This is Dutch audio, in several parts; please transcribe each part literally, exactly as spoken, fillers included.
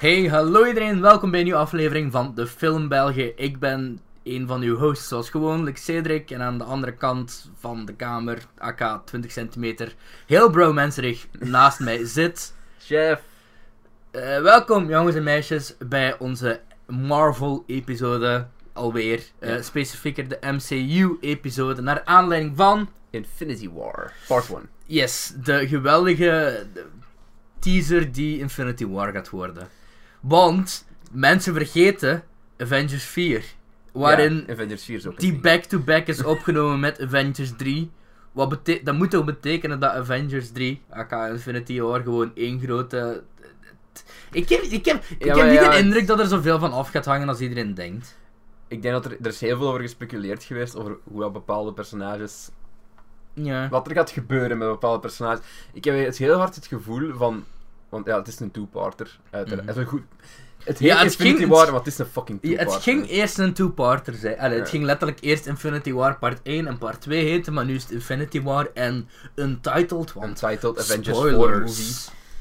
Hey, hallo iedereen, welkom bij een nieuwe aflevering van de Film België. Ik ben een van uw hosts zoals gewoonlijk, Cedric. En aan de andere kant van de kamer, aka twintig centimeter, heel bromancerig naast mij zit... Chef. Uh, welkom jongens en meisjes bij onze Marvel-episode alweer. Uh, Ja. Specifieker de M C U-episode, naar aanleiding van... Infinity War, part one. Yes, de geweldige teaser die Infinity War gaat worden. Want mensen vergeten Avengers vier, waarin Ja, Avengers vier is ook een die ding. back-to-back is opgenomen met Avengers drie. Wat bete- dat moet toch betekenen dat Avengers drie, aka Infinity War, gewoon één grote... Ik heb, ik heb, ik Ja, heb maar niet ja, de het- indruk dat er zoveel van af gaat hangen als iedereen denkt. Ik denk dat er, er is heel veel over gespeculeerd geweest, over hoe dat bepaalde personages... Ja. Wat er gaat gebeuren met bepaalde personages. Ik heb het heel hard het gevoel van... Want ja, het is een two-parter, uiteraard. Mhm. Het is een goed... Het heet Ja, het Infinity ging- War, maar het is een fucking Ja, two-parter. het ging eerst een two-parter zijn. Allee, het Ja. ging letterlijk eerst Infinity War part één en part twee heten, maar nu is het Infinity War en Untitled, want Untitled Avengers spoilers. four movie.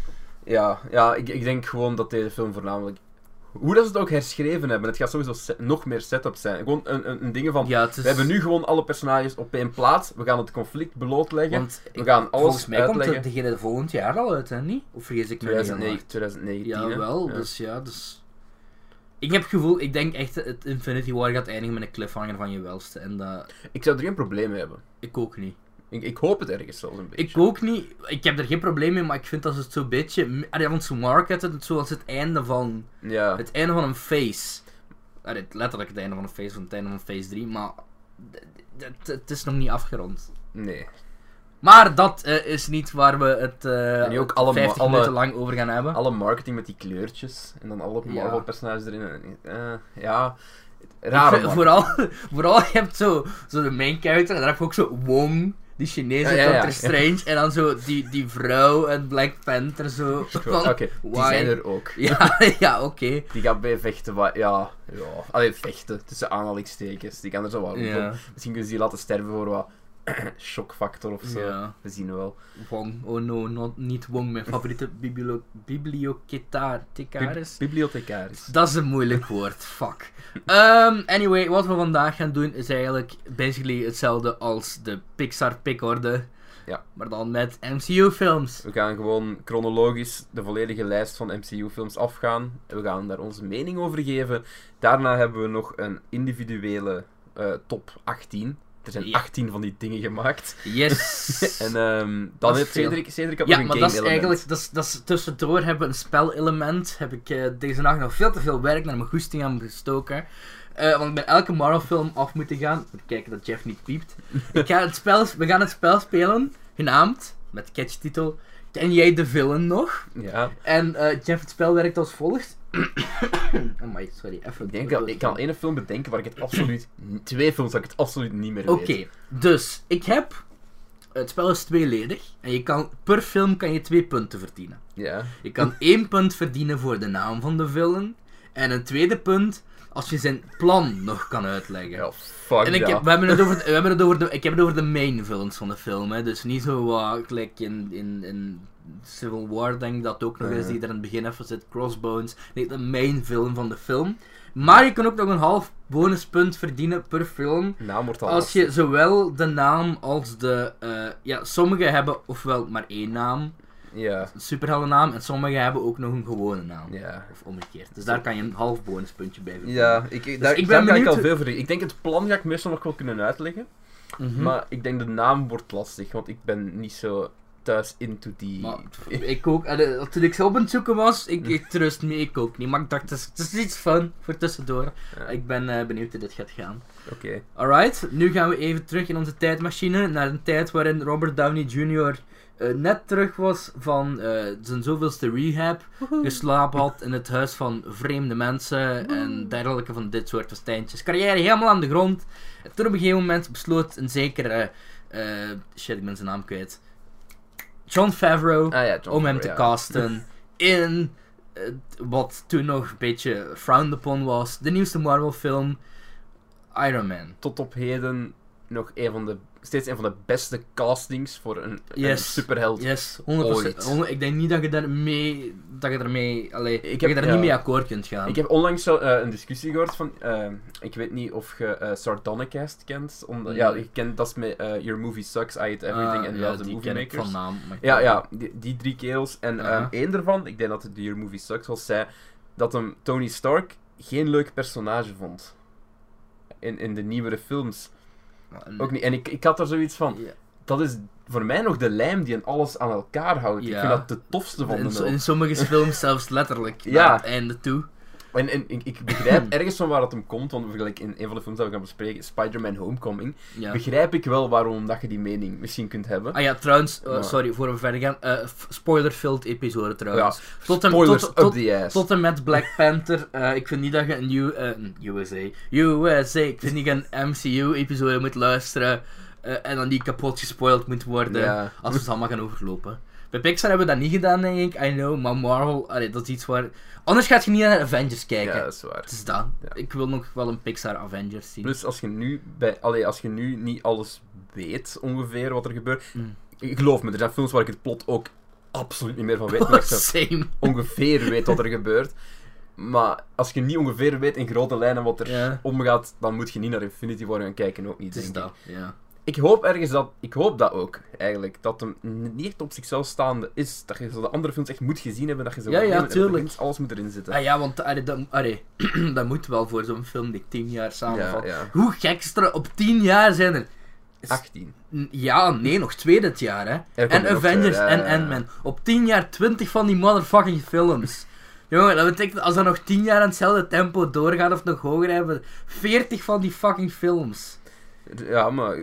Ja, ja ik, ik denk gewoon dat deze film voornamelijk... Hoe dat ze het ook herschreven hebben, het gaat sowieso se- nog meer setup zijn. Gewoon een, een, een ding van... Ja, het is... We hebben nu gewoon alle personages op één plaats. We gaan het conflict blootleggen. Want we gaan alles volgens mij uitleggen. komt het degene volgend jaar al uit, hè, niet? Of vergis ik me niet twintig negentien, helemaal? twintig negentien, Ja, hè? wel, Ja. dus ja, dus... Ik heb het gevoel, ik denk echt dat het Infinity War gaat eindigen met een cliffhanger van je welste. En dat... Ik zou er geen probleem mee hebben. Ik ook niet. Ik, ik hoop het ergens zelfs een beetje. Ik ook niet. Ik heb er geen probleem mee, maar ik vind dat ze het zo'n beetje... Allee, want ze marketen het zoals het einde van... Ja. Het einde van een phase. Allee, letterlijk het einde van een phase, van het einde van phase drie, maar... d- d- d- Het is nog niet afgerond. Nee. Maar dat uh, is niet waar we het uh, En nu ook alle- vijftig alle- minuten lang over gaan hebben. Alle marketing met die kleurtjes. En dan alle Ja. Marvel personages erin. en- eh, ja. Ik Raar. vind- vooral, vooral, je hebt zo, zo de main character, en dan heb je ook zo Wong, die Chinese Ja, ja, ja. Doctor Strange, en dan zo die, die vrouw en Black Panther, zo. van, Oké, die why? zijn er ook. Ja, ja, oké. Die gaat bij vechten, wa- ja, ja. Allee, vechten, tussen aanhalingstekens. Die kan er zo wat Ja. voor- Misschien kunnen ze die laten sterven voor wat shockfactor of zo. Ja. We zien wel. Wong, oh no, not, niet Wong, mijn favoriete biblio bibliothecaris. Bibliothecaris. Dat is een moeilijk woord, fuck. Um, anyway, wat we vandaag gaan doen is eigenlijk basically hetzelfde als de Pixar pickorde. Ja. Maar dan met M C U-films. We gaan gewoon chronologisch de volledige lijst van M C U-films afgaan. En we gaan daar onze mening over geven. Daarna hebben we nog een individuele uh, top achttien. Er zijn Ja. achttien van die dingen gemaakt. Yes. En um, dan Dat is heeft veel. Cedric, Cedric had Ja, nog een maar game dat is element. eigenlijk, dat is, dat is, tussendoor hebben we een spelelement. Heb ik uh, deze nacht nog veel te veel werk naar mijn goesting aan gestoken. Uh, want ik ben elke Marvel film af moeten gaan. Moet kijken dat Jeff niet piept. Ik ga het spel, we gaan het spel spelen, genaamd, met catchtitel, Ken jij de villain nog? Ja, En uh, Jeff, het spel werkt als volgt. Amai, sorry, even. ik denk dat ik kan één film bedenken waar ik het absoluut... Twee films waar ik het absoluut niet meer Oké, weet. dus ik heb... Het spel is tweeledig. En je kan, per film kan je twee punten verdienen. Ja. Je kan één punt verdienen voor de naam van de villain. En een tweede punt als je zijn plan nog kan uitleggen. Ja, fuck En ik dat. heb, we hebben het over, de, we hebben het over de, ik heb het over de main villains van de film. Hè. Dus niet zo wat, uh, like in, in, in Civil War denk ik dat ook nog eens, Ja. die er in het begin even zit, Crossbones. Nee, de main villain van de film. Maar je kan ook nog een half bonuspunt verdienen per film. Naam wordt al Als je zowel de naam als de... Uh, ja, sommigen hebben ofwel maar één naam, Ja. een superheldennaam, en sommigen hebben ook nog een gewone naam. Ja. Of omgekeerd. Dus daar kan je een half bonuspuntje bij verdienen. Ja, ik, ik, daar, ik ben daar ga ik benieuwd al veel voor. Ik denk het plan ga ik meestal nog wel kunnen uitleggen. Mhm. Maar ik denk de naam wordt lastig, want ik ben niet zo thuis into die... Maar, pff, ik ook, uh, toen ik zo op het zoeken was, ik, ik trust me, ik ook niet. Maar ik dacht, het is, het is iets fun voor tussendoor. Ja. Ik ben uh, benieuwd hoe dit gaat gaan. Oké. Alright, nu gaan we even terug in onze tijdmachine. Naar een tijd waarin Robert Downey junior Uh, net terug was van uh, zijn zoveelste rehab. Geslapen had in het huis van vreemde mensen en dergelijke van dit soort festijntjes. Carrière helemaal aan de grond. En toen op een gegeven moment besloot een zekere... Uh, shit, ik ben zijn naam kwijt. John Favreau. Ah ja, John om hem Favreau, te ja. casten in uh, wat toen nog een beetje frowned upon was. De nieuwste Marvel film, Iron Man. Tot op heden nog een van de steeds een van de beste castings voor een, Yes. een superheld. Yes, honderd procent. Ooit. honderd Ik denk niet dat je daarmee, dat je daarmee, allee, Ik dat heb- je daar ja. niet mee akkoord kunt gaan. Ik heb onlangs zo, eh, een discussie gehoord van... eh, ik weet niet of je eh Sardonicast kent. Om, Nee. Ja, je kent dat is met eh, Your Movie Sucks, I Hate Everything Ah, and ja, Love the die Movie ken ik Makers. van naam. maar ik Ja, weet ja, die, die drie kerels. En Aha. ehm, één daarvan, ik denk dat het de Your Movie Sucks was, zei dat hem Tony Stark geen leuk personage vond. In, in de nieuwere films. niet. Ook niet. En ik, ik had er zoiets van... Ja. Dat is voor mij nog de lijm die alles aan elkaar houdt. Ik Ja. vind dat de tofste van de in, so- nul. in sommige films zelfs letterlijk. Ja. Naar het einde toe. En, en ik, ik begrijp ergens van waar het hem komt, want gelijk in een van de films dat we gaan bespreken, Spider-Man Homecoming, Ja. begrijp ik wel waarom dat je die mening misschien kunt hebben. Ah ja, trouwens, uh, Ja. sorry voor we verder gaan. Uh, f- spoiler-filled episode trouwens. Ja, tot, en, spoilers tot, up tot, the ass. tot en met Black Panther. Uh, ik vind niet dat je een U, uh, een U S A. U S A. Ik vind niet dat je een M C U-episode moet luisteren. Uh, en dan die kapot gespoild moet worden. Ja. Als we het allemaal gaan overlopen. Bij Pixar hebben we dat niet gedaan, denk ik. I know. Maar Marvel, allee, dat is iets waar... Anders gaat je niet naar Avengers kijken. Ja, dat is waar. Het is dat. Ja. Ik wil nog wel een Pixar Avengers zien. Plus, als je nu, bij, allee, als je nu niet alles weet, ongeveer, wat er gebeurt... Mm. Ik geloof me, er zijn films waar ik het plot ook absoluut niet meer van weet, maar ik zo Same. ongeveer weet wat er gebeurt. Maar als je niet ongeveer weet in grote lijnen wat er Ja. omgaat, dan moet je niet naar Infinity War gaan kijken, ook niet, Het is denk ik. dat, ja. Ik hoop ergens dat... Ik hoop dat ook, eigenlijk. Dat hem niet echt op zichzelf staande is. Dat je zo de andere films echt moet gezien hebben. Dat je zo... Ja, ja, nemen en dat er tuurlijk. eens alles moet erin zitten. Ah ja, want allee, dat, allee, dat moet wel voor zo'n film die tien jaar samenvat. ja, ja. Hoe gekstra, op tien jaar zijn er... achttien. N- Ja, nee, nog twee dit jaar, hè. Er komen En nog Avengers twee, ja, en ja, ja. Ant-Man. Op tien jaar twintig van die motherfucking films. Jongen, dat betekent als dat nog tien jaar aan hetzelfde tempo doorgaat of nog hoger hebben, veertig van die fucking films. Ja, maar...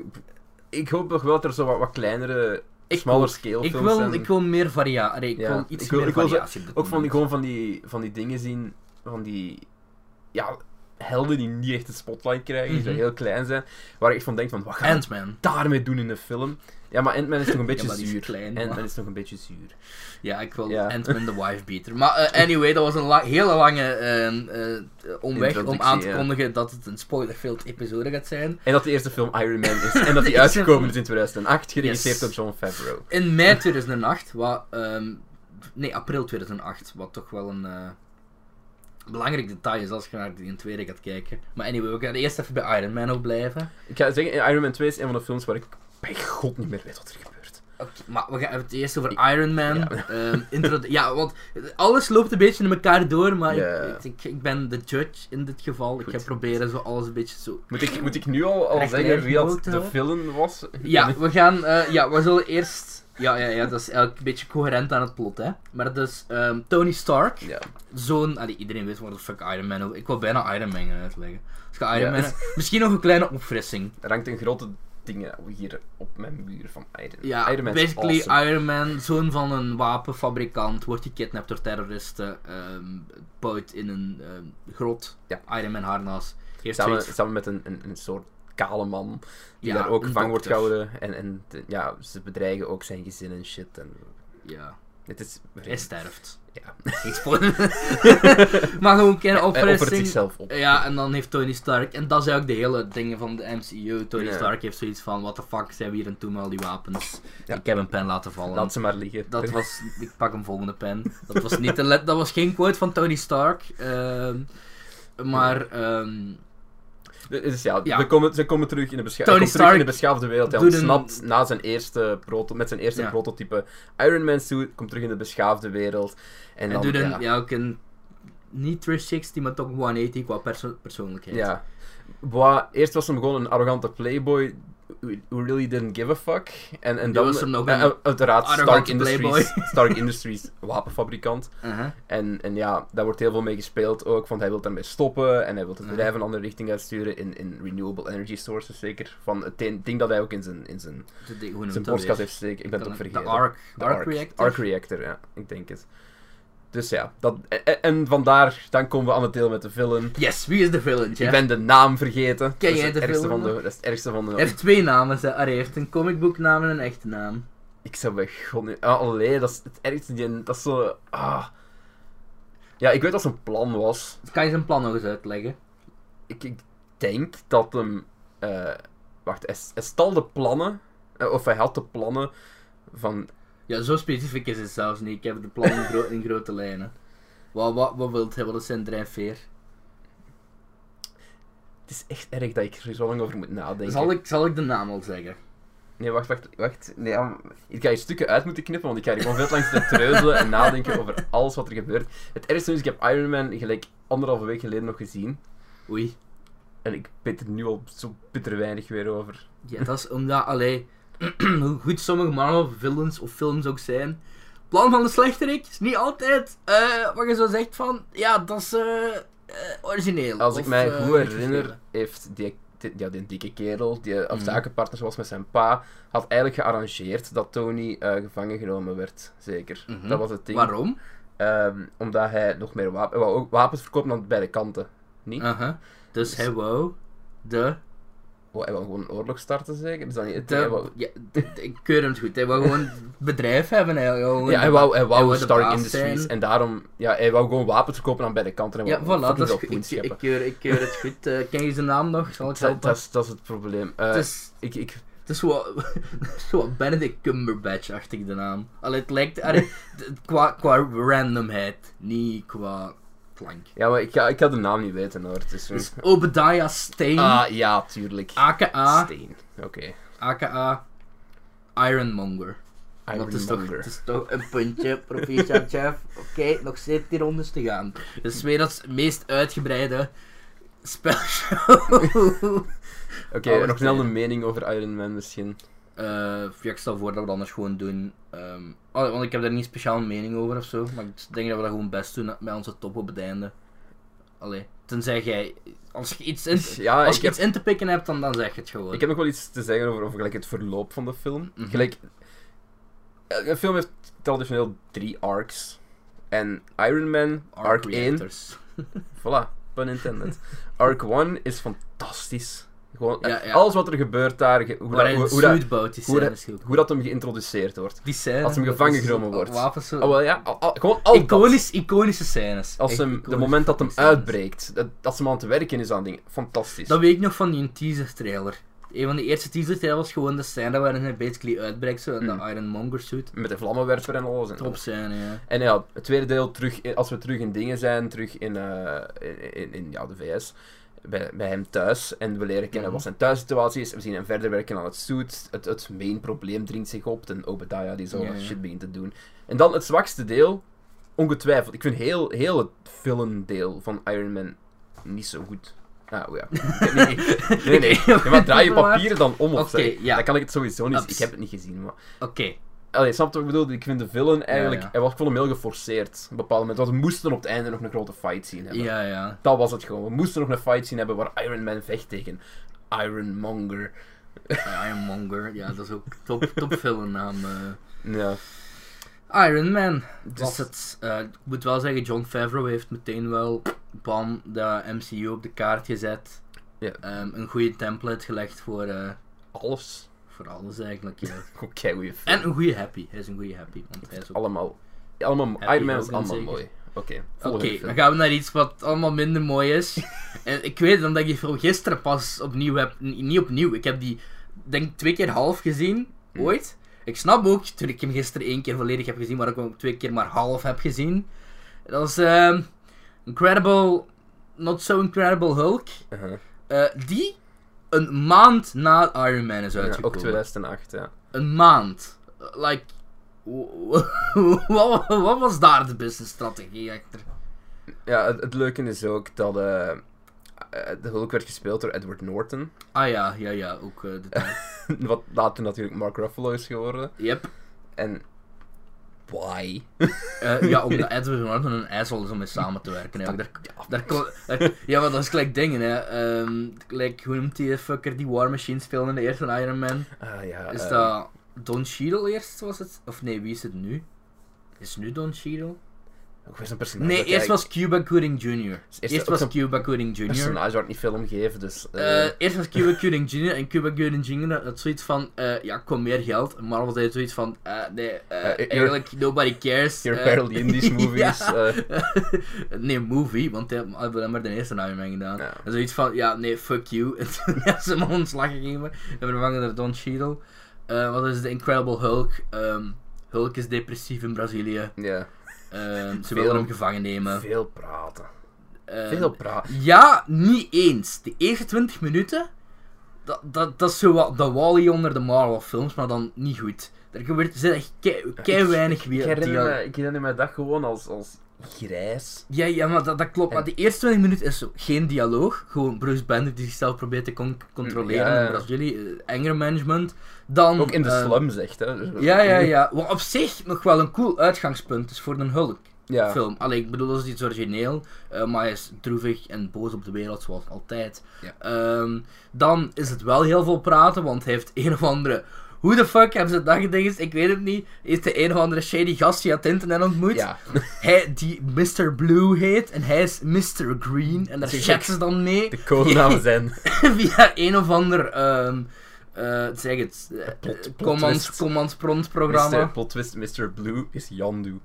Ik hoop nog wel dat er zo wat, wat kleinere, Ik smaller ook. scale Ik films wil, zijn. ik wil meer variatie. Ik Ja, wil iets ik wil- meer ik wil zo- variatie op dit Ook van die, moment. gewoon van die, van die dingen zien, van die... Ja, helden die niet echt de spotlight krijgen, die Mhm. zo heel klein zijn. Waar ik echt van denk van, wat gaan we Ant-Man. daarmee doen in een film? Ja, maar Ant-Man is nog een beetje maar die is zuur. klein, Ant-Man maar- is nog een beetje zuur. Ja, ik wil Ja. Ant-Man the Wife Beater. Maar eh, anyway, dat was een la- hele lange eh, eh, omweg om Introductie, aan te ja. kondigen dat het een spoiler-filled episode gaat zijn. En dat de eerste film Iron Man is. En dat die De eerste uitgekomen film. is in tweeduizend acht, geregisseerd Yes. door Jon Favreau. In mei tweeduizend acht, wat... ehm, nee, april tweeduizend acht, wat toch wel een... eh, belangrijk detail is als je naar die tweede gaat kijken. Maar anyway, we gaan eerst even bij Iron Man ook blijven. Ik ga zeggen, Iron Man twee is een van de films waar ik bij god niet meer weet wat er gebeurt. Oké, maar we gaan het eerst over Iron Man. Ja. Ehm, intro- ja, want alles loopt een beetje in elkaar door, maar Ja. ik, ik, ik ben de judge in dit geval. Goed. Ik ga proberen zo alles een beetje zo... Moet ik, moet ik nu al, al Rechtlijnig zeggen wie dat mogelijk te de houden? villain was? Ja, we gaan... eh, ja, we zullen eerst... Ja, ja, ja, dat is eigenlijk een beetje coherent aan het plot, hè. Maar dat is ehm, Tony Stark, Ja. zoon... Allee, iedereen weet wat de fuck Iron Man is. Ik wil bijna Iron Man gaan uitleggen. Dus ga Iron Ja. Man... Misschien nog een kleine opfrissing. Er hangt een grote ding hier op mijn muur van Iron, Ja, Iron Man. is basically awesome. Iron Man, zoon van een wapenfabrikant, wordt gekidnapt door terroristen, ehm bouwt in een ehm, grot, Ja. Iron Man harnas. Heeft Samen, zoiets- samen met een, een, een soort kale man, die Ja, daar ook een gevangen wordt dokter. gehouden. En, en de- ja, ze bedreigen ook zijn gezin en shit. En, Ja, het is... hij sterft. Ja. Niet spoilen. Maar gewoon een kleine Hij offert opfrissing. zichzelf op. Ja, en dan heeft Tony Stark, en dat is eigenlijk de hele dingen van de M C U. Tony Ja. Stark heeft zoiets van: what the fuck zijn we hier en toen met al die wapens? Ja. Ik heb een pen laten vallen. Laat ze maar liggen. Dat was, ik pak een volgende pen. Dat was, niet de let, dat was geen quote van Tony Stark. ehm, maar ehm, Dus ja, Ja. We komen, ze komen terug in de, bescha Tony hij komt terug Stark in de beschaafde wereld. Hij doet ontsnapt na zijn eerste proto met zijn eerste Ja. prototype Iron Man suit, komt terug in de beschaafde wereld. En hij dan, doet een, ja, ja, ook een, niet driehonderdzestig, maar toch een honderdtachtig qua perso persoonlijkheid. ja. Boah, eerst was hem gewoon een arrogante playboy who who really didn't give a fuck. En, en Nu dan, was hem nog eh, een eh, uiteraard, Stark arrogante Industries, Stark Industries, wapenfabrikant. Uh-huh. En, en ja, daar wordt heel veel mee gespeeld ook, want hij wil daarmee stoppen en hij wil het Ja. bedrijf een andere richting uitsturen in, in renewable energy sources zeker. Van het een- ding dat hij ook in zijn, in zijn, De, de, hoe noemt zijn dat borstkas weer? heeft steken. Ik ben het ook De vergeten. Arc, De arc Reactor? Arc Reactor, ja, ik denk het. Dus ja, dat, en, en vandaar, dan komen we aan het deel met de villain. Yes, wie is de villain, Jeff? Ik ben de naam vergeten. Ken dat, is jij het de ergste villain van de, nog? dat is het ergste van de... Hij heeft twee namen, ze. Allee, hij heeft een comicboeknaam en een echte naam. Ik zou bij god niet... Ah, allee, dat is het ergste. Die, dat is zo... Ah. Ja, ik weet dat zijn plan was. Kan je zijn plan nog eens uitleggen? Ik, ik denk dat hem... eh, wacht, hij, hij stalde plannen, uh, of hij had de plannen van... Ja, zo specifiek is het zelfs niet. Ik heb de plannen in, gro in grote lijnen. Wat, wat, wat wilt hij? Wat is zijn drijfveer? Het is echt erg dat ik er zo lang over moet nadenken. Zal ik, zal ik de naam al zeggen? Nee, wacht, wacht, wacht. Nee, ja, ik ga je stukken uit moeten knippen, want ik ga hier gewoon veel te lang zitten treuzelen en nadenken over alles wat er gebeurt. Het ergste is, ik heb Iron Man gelijk anderhalve week geleden nog gezien. Oei. En ik weet er nu al zo bitter weinig weer over. Ja, dat is omdat, allee, hoe goed sommige Marvel villains of films ook zijn. Plan van de slechterik is niet altijd uh, wat je zo zegt van, ja, dat is uh, uh, origineel. Als ik of, mij uh, goed herinner, heeft die, die, ja, die dikke kerel, die op Mm. zakenpartner was met zijn pa, had eigenlijk gearrangeerd dat Tony uh, gevangen genomen werd. Zeker. Mhm. Dat was het ding. Waarom? Um, omdat hij nog meer wapen, hij wou ook wapens verkopen aan beide kanten. Niet? Uh-huh. Dus hij wou de... Oh, hij wou gewoon een oorlog starten, zeker? Is dat niet het? de Hij wou- ja, de- de- ik keur hem het goed. Hij wou gewoon een bedrijf hebben. Hij wou gewoon Ja, hij de- wou, hij wou hij wou de Stark baas Industries zijn. en daarom, ja, hij wou gewoon wapens verkopen aan beide kanten en hij Ja, wou voilà, fucking dat is veel goed. poen Ik, ik, scheppen. keur, ik keur het goed. Uh, ken je zijn naam nog? Zal ik Dat, helpen? dat, is, dat is het probleem. Uh, Het is... ik, ik, Het is zo, zo Benedict Cumberbatch-achtig de naam. Allee, het lijkt... allee, d- qua, qua randomheid, niet qua klank. ja, maar ik ga, ik ga de naam niet weten hoor. Het is zo... Dus Obadiah Stane, Ah, ja, tuurlijk. aka, Steen. Oké. aka Ironmonger. Dat is toch, Ironmonger. het is toch een puntje, proficiat chef. Oké, nog zeventien rondes te gaan. Dat is weer het meest uitgebreide spelshow. Oké, Alle nog snel een tijden. mening over Iron Man misschien. Uh, ja, ik stel voor dat we dat anders gewoon doen. Um, oh, want ik heb daar niet speciaal een mening over of zo. Maar ik denk dat we dat gewoon best doen met onze top op het einde. Allee, tenzij jij... Als je iets in, Ja, als ik je heb, iets in te pikken hebt, dan, dan zeg je het gewoon. ik heb nog wel iets te zeggen over, over gelijk het verloop van de film. Mhm. Gelijk, een film heeft traditioneel drie arcs. En Iron Man, arc één, reactors. voilà, pun intended. Arc één is fantastisch. Gewoon, Ja, ja. alles wat er gebeurt daar, ge- hoe, Waar dat, hij hoe, een hoe, dat, suit bouwt, die hoe scène dat- is heel hoe dat hem geïntroduceerd wordt. Die scène, als hem dat gevangen is- genomen wordt. Wapens zo... Oh, wel, ja, al- al- gewoon al dat. Iconisch, iconische scènes. Als Echt hem, de iconische moment dat hem fucking scènes. uitbreekt, dat, dat ze hem aan het werken is aan dingen, fantastisch. Dat weet ik nog van die teaser trailer. Een van de eerste teaser trailers was gewoon de scène waarin hij basically uitbreekt zo in Mm. de Ironmonger suit. Met de vlammenwerper en alles. En Top scène, ja. En ja, het tweede deel, terug in- als we terug in dingen zijn, terug in, eh, in, in, in, ja, de V S, bij, bij hem thuis, en we leren kennen Mhm. wat zijn thuissituatie is, we zien hem verder werken aan het suit, het, het main probleem dringt zich op, en Obadiah die zo Ja, ja. shit begint te doen. En dan het zwakste deel, ongetwijfeld, ik vind heel, heel het villain-deel van Iron Man niet zo goed. Ah, oh ja. Nee, nee, nee. nee, nee. Ja, maar draai je papieren dan om of Oké, zo. ja. Dan kan ik het sowieso niet. Ups. Ik heb het niet gezien, maar... Oké. Allee, snap je wat ik bedoel? Ik vind de villain eigenlijk... Ja, ja. Hij was, ik vond hem heel geforceerd. Op een bepaald moment. Want we moesten op het einde nog een grote fight zien hebben. Ja, ja. Dat was het gewoon. We moesten nog een fight zien hebben waar Iron Man vecht tegen Ironmonger. Ironmonger, ja, dat is ook top, top filmnaam. eh. Ja. Iron Man Dus- was het. Eh, ik moet wel zeggen, Jon Favreau heeft meteen wel bam, de M C U op de kaart gezet. Ja. Ehm, een goede template gelegd voor, eh, Alles. voor alles eigenlijk. Ja. Oké, goeie film. En een goede happy. Hij is een goede happy. Want hij is ook... Allemaal... Ja, allemaal Happy Iron Man is Hogan, allemaal zeker. mooi. Oké, Oké, volgende dan film. gaan we naar iets wat allemaal minder mooi is. En ik weet omdat ik die film gisteren pas opnieuw heb. n- Niet opnieuw, ik heb die denk twee keer half gezien. Hm. Ooit. Ik snap ook, toen ik hem gisteren één keer volledig heb gezien, maar ik hem ook twee keer maar half heb gezien. Dat is ehm Incredible, Not So Incredible Hulk. Uh-huh. eh, die een maand na Iron Man is Ja, uitgekomen. ook tweeduizend acht, ja. Een maand. Eh, Like, wat, wat was daar de businessstrategie achter? Ja, het, het leuke is ook dat eh, eh, de Hulk werd gespeeld door Edward Norton. Ah ja, ja, ja, ook eh, de tijd. Wat later natuurlijk Mark Ruffalo is geworden. Yep. En... Why? Eh, ja, omdat Edward Norton een asshole is om mee samen te werken. Ja, daar, daar, kon- daar- ja maar dat is gelijk dingen, hè. Ehm, gelijk, hoe noemt die fucker die War Machine speelde in de eerste Iron Man? Ah ja, Is eh, dat Don Cheadle eerst, was het? Of nee, wie is het nu? Is het nu Don Cheadle? Ook weer een personage. Nee, dat eerst eigenlijk- was Cuba Gooding junior Eerst Eerst ook was zo'n Cuba Gooding junior personage waar ik niet veel om geef, dus... Uh... Uh, eerst was Cuba Gooding junior en Cuba Gooding junior had zoiets van, uh, ja, kom meer geld. En Marvel zei zoiets van, uh, nee, uh, Uh, eigenlijk nobody cares. Your uh, parody in these movies. ja. uh. nee, movie, want hij had alleen maar de eerste Iron Man gedaan. Ja. En zoiets van, ja, nee, fuck you. En toen hebben ze hem ontslag gegeven en vervangen door Don Cheadle. Uh, wat is de Incredible Hulk? Um, Hulk is depressief in Brazilië. Ja. Um, ze Veel- willen hem gevangen nemen. Veel praten. Um, Veel praten. Ja, niet eens. De eerste twintig minuten, dat, dat, dat is zo wat de Wall-E onder de Marvel films, maar dan niet goed. Er gebeurt, er zit echt kei, kei weinig Ik weer. herinner, dia- me, ik herinner me dat gewoon als, als grijs. Ja, ja, maar dat, dat klopt. En- Maar de eerste twintig minuten is zo geen dialoog. Gewoon Bruce Banner die zichzelf probeert te con- controleren Ja. in Brazilië. Uh, anger management. Dan, Ook in de eh, slums, echt. Hè. Dus- Ja, ja, ja. Wat op zich nog wel een cool uitgangspunt is voor een Hulk. Ja. Film. Allee, ik bedoel, dat is iets origineel, uh, maar hij is droevig en boos op de wereld, zoals altijd. Ja. Um, dan is het wel heel veel praten, want hij heeft een of andere... Hoe de fuck hebben ze dat gedaan? Ik weet het niet. Heeft de een of andere shady gast die op het internet ontmoet? Ja. Hij, die mister Blue heet, en hij is mister Green, en daar Dat is chatten ze dan mee. De codenamen zijn... Via een of ander... Um, uh, zeg het... Uh, Plot- plot Commands, twist. Commands Prompt programma. mister Plot twist, mister Blue is Yandu.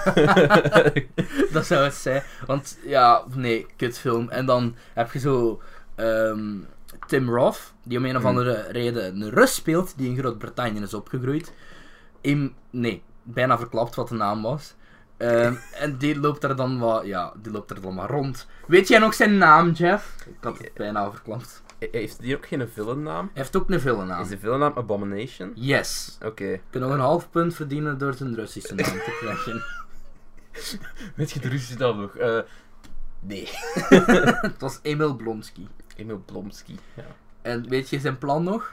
Dat zou het zijn. Want ja, nee, kutfilm. En dan heb je zo um, Tim Roth, die om een of Hmm. andere reden een Rus speelt, die in Groot-Brittannië is opgegroeid. In, nee, bijna verklapt wat de naam was. Um, en die loopt er dan wat, ja, die loopt er dan maar rond. Weet jij nog zijn naam, Jeff? Ik had het bijna verklapt. Heeft die ook geen villainnaam? Hij heeft ook een villainnaam. Is de villainnaam Abomination? Yes. Oké. Je kunt nog een half punt verdienen door zijn Russische naam te krijgen. Weet je de Russische naam nog? Uh, nee. Het was Emil Blonsky. Emil Blonsky. Ja. En weet je zijn plan nog?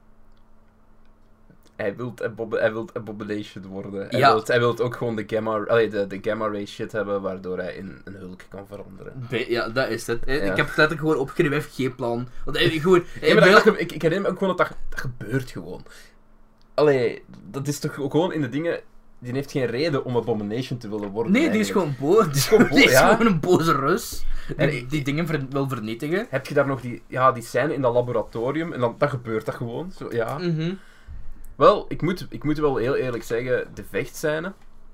Hij wil hij wilt Abomination worden. Hij Ja. wil hij wilt ook gewoon de gamma, allee, de, de gamma ray shit hebben, waardoor hij in een Hulk kan veranderen. Be- ja, dat is het. Ja. Ik heb het letterlijk gewoon opgeschreven, hij heeft geen plan. Want hij gewoon... hij Ja, maar wil- dat, dat- ik, ik herinner me ook gewoon dat dat, dat gebeurt gewoon. Allee, dat is toch ook gewoon in de dingen... Die heeft geen reden om Abomination te willen worden. Nee, die is eigenlijk. gewoon boos. Die is gewoon boos, ja. gewoon een boze Rus. Die, En ik- die dingen ver- wil vernietigen. Heb je daar nog die, ja, die scène in dat laboratorium en dan dat gebeurt dat gewoon. Zo, ja. Mhm. Wel, ik moet, ik moet wel heel eerlijk zeggen, de vechtscène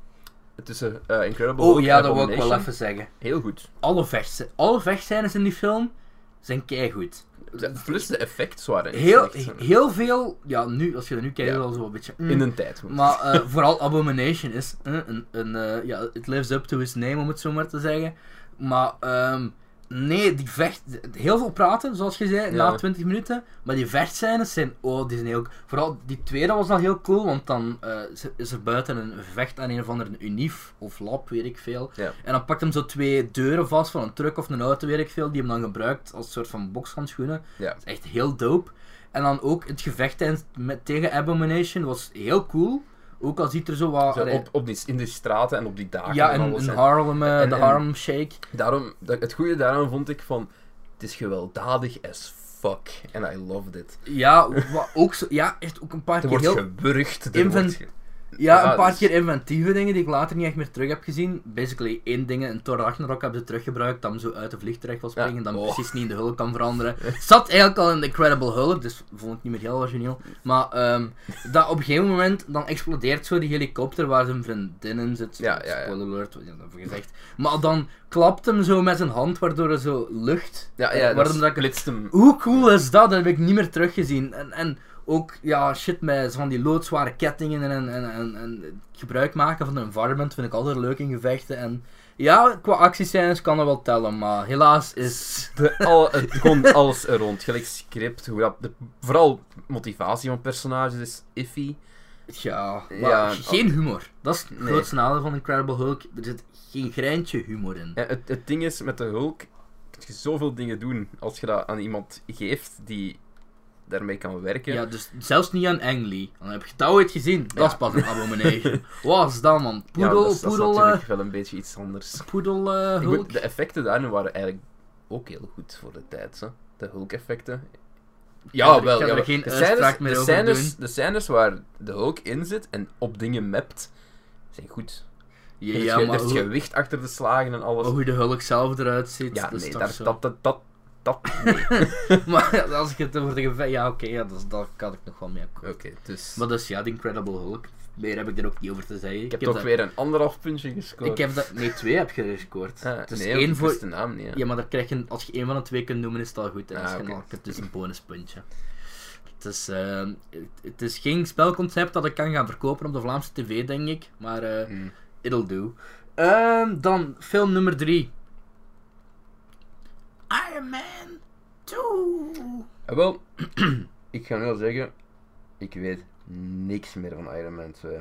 tussen uh, Incredible Oh Hulk ja, en dat wil ik wel Abomination, even zeggen. heel goed. Alle, vechtse- alle vechtscènes in die film zijn keigoed. Plus de effects waren niet Heel, slecht. heel veel... Ja, nu, als je er nu kijkt, Ja. is het al zo een beetje... mm. In een tijd. moet ik Maar eh, vooral Abomination is eh, een, een eh, ja, it lives up to its name, om het zo maar te zeggen. Maar ehm, nee, die vecht, heel veel praten, zoals je zei, Ja. na twintig minuten. Maar die vechtscènes zijn, oh, die zijn heel, vooral die tweede was al heel cool, want dan eh, is er buiten een vecht aan een of andere unief of lab, weet ik veel. Ja. En dan pakt hem zo twee deuren vast van een truck of een auto, weet ik veel, die hem dan gebruikt als soort van bokshandschoenen. Ja. Dat is echt heel dope. En dan ook het gevecht tijdens- met, tegen Abomination was heel cool. Ook al ziet er zo wat... Zo, allee, op, op die, in de straten en op die dagen. ja, en in, alles. in En Harlem, eh, en- de en- Harlem Shake. daarom, dat, het goede daaraan vond ik van... Het is gewelddadig as fuck. And I loved it. Ja, wat ook zo, ja, echt ook een paar Er keer wordt heel... gewurgd. Er invent- wordt ge- Ja, ja, een paar dus- keer inventieve dingen die ik later niet echt meer terug heb gezien. Basically, één ding, in Thor Ragnarok hebben ze teruggebruikt, dat hem zo uit de vliegtuig wil springen, Ja. dat hem Oh. precies niet in de Hulk kan veranderen. Zat eigenlijk al in The Incredible Hulk, dus vond ik niet meer heel origineel. Maar ehm, dat op een gegeven moment, dan explodeert zo die helikopter waar zijn vriendin in zit. Ja, ja, ja. Spoiler alert, wat je dat heb gezegd. Maar dan klapt hem zo met zijn hand, waardoor er zo lucht... Ja, eh, ja, waardoor dat dat ik- blitst hem. Hoe cool is dat? Dat heb ik niet meer teruggezien. En, en ook, ja, shit met zo van die loodzware kettingen en, en, en, en gebruik maken van de environment vind ik altijd leuk in gevechten. En ja, qua actiescènes kan dat wel tellen, maar helaas is... De, al, het, gewoon alles er rond. Gelijk script, hoe dat, de, vooral motivatie van personages is iffy. Ja, maar Ja, geen humor. Dat is het nee. grootste nadeel van Incredible Hulk. Er zit geen greintje humor in. Ja, het, het ding is, met de Hulk kun je zoveel dingen doen als je dat aan iemand geeft die daarmee kan werken. Ja, dus zelfs niet aan Ang Lee. Dan heb je het ooit gezien. Dat Ja. is pas een Abomination. Wat is dat, man? Ja, Poedel, dat is, dat is poedel, natuurlijk eh, wel een beetje iets anders. poedel eh, Ik Hulk. moet- de effecten daarin waren eigenlijk ook heel goed voor de tijd. Hè. De Hulk-effecten. Ja, wel. wel. Ik ga ja, er wel. geen de uitspraak scènes, meer de over scènes, doen. de scènes waar de Hulk in zit en op dingen mapt, zijn goed. Ja, er is, ja, ge- maar er is hoe, gewicht achter de slagen en alles. hoe de hulk zelf eruit ziet, ja, dat is nee, toch daar, zo. dat, dat, dat, dat, nee. Maar ja, als ik het over de gevecht... Ja, oké, okay, ja, dat, dat kan ik nog wel mee akkoord. Oké, okay, dus... Maar dus ja, de Incredible Hulk. Meer heb ik er ook niet over te zeggen. Ik heb heb toch dat, weer een anderhalf puntje gescoord. Ik heb dat... Nee, twee heb je gescoord. Ah, het is nee, één ik voor... wist de naam niet. Ja. Ja, maar dan krijg je, als je één van de twee kunt noemen, is het al goed. En Ah, als je oké. dan het is een bonuspuntje. Het is, uh, het, het is geen spelconcept dat ik kan gaan verkopen op de Vlaamse tv, denk ik. Maar uh, Hmm. it'll do. Um, dan film nummer drie. Iron Man twee. Ah, wel, ik ga nu al zeggen, ik weet niks meer van Iron Man twee.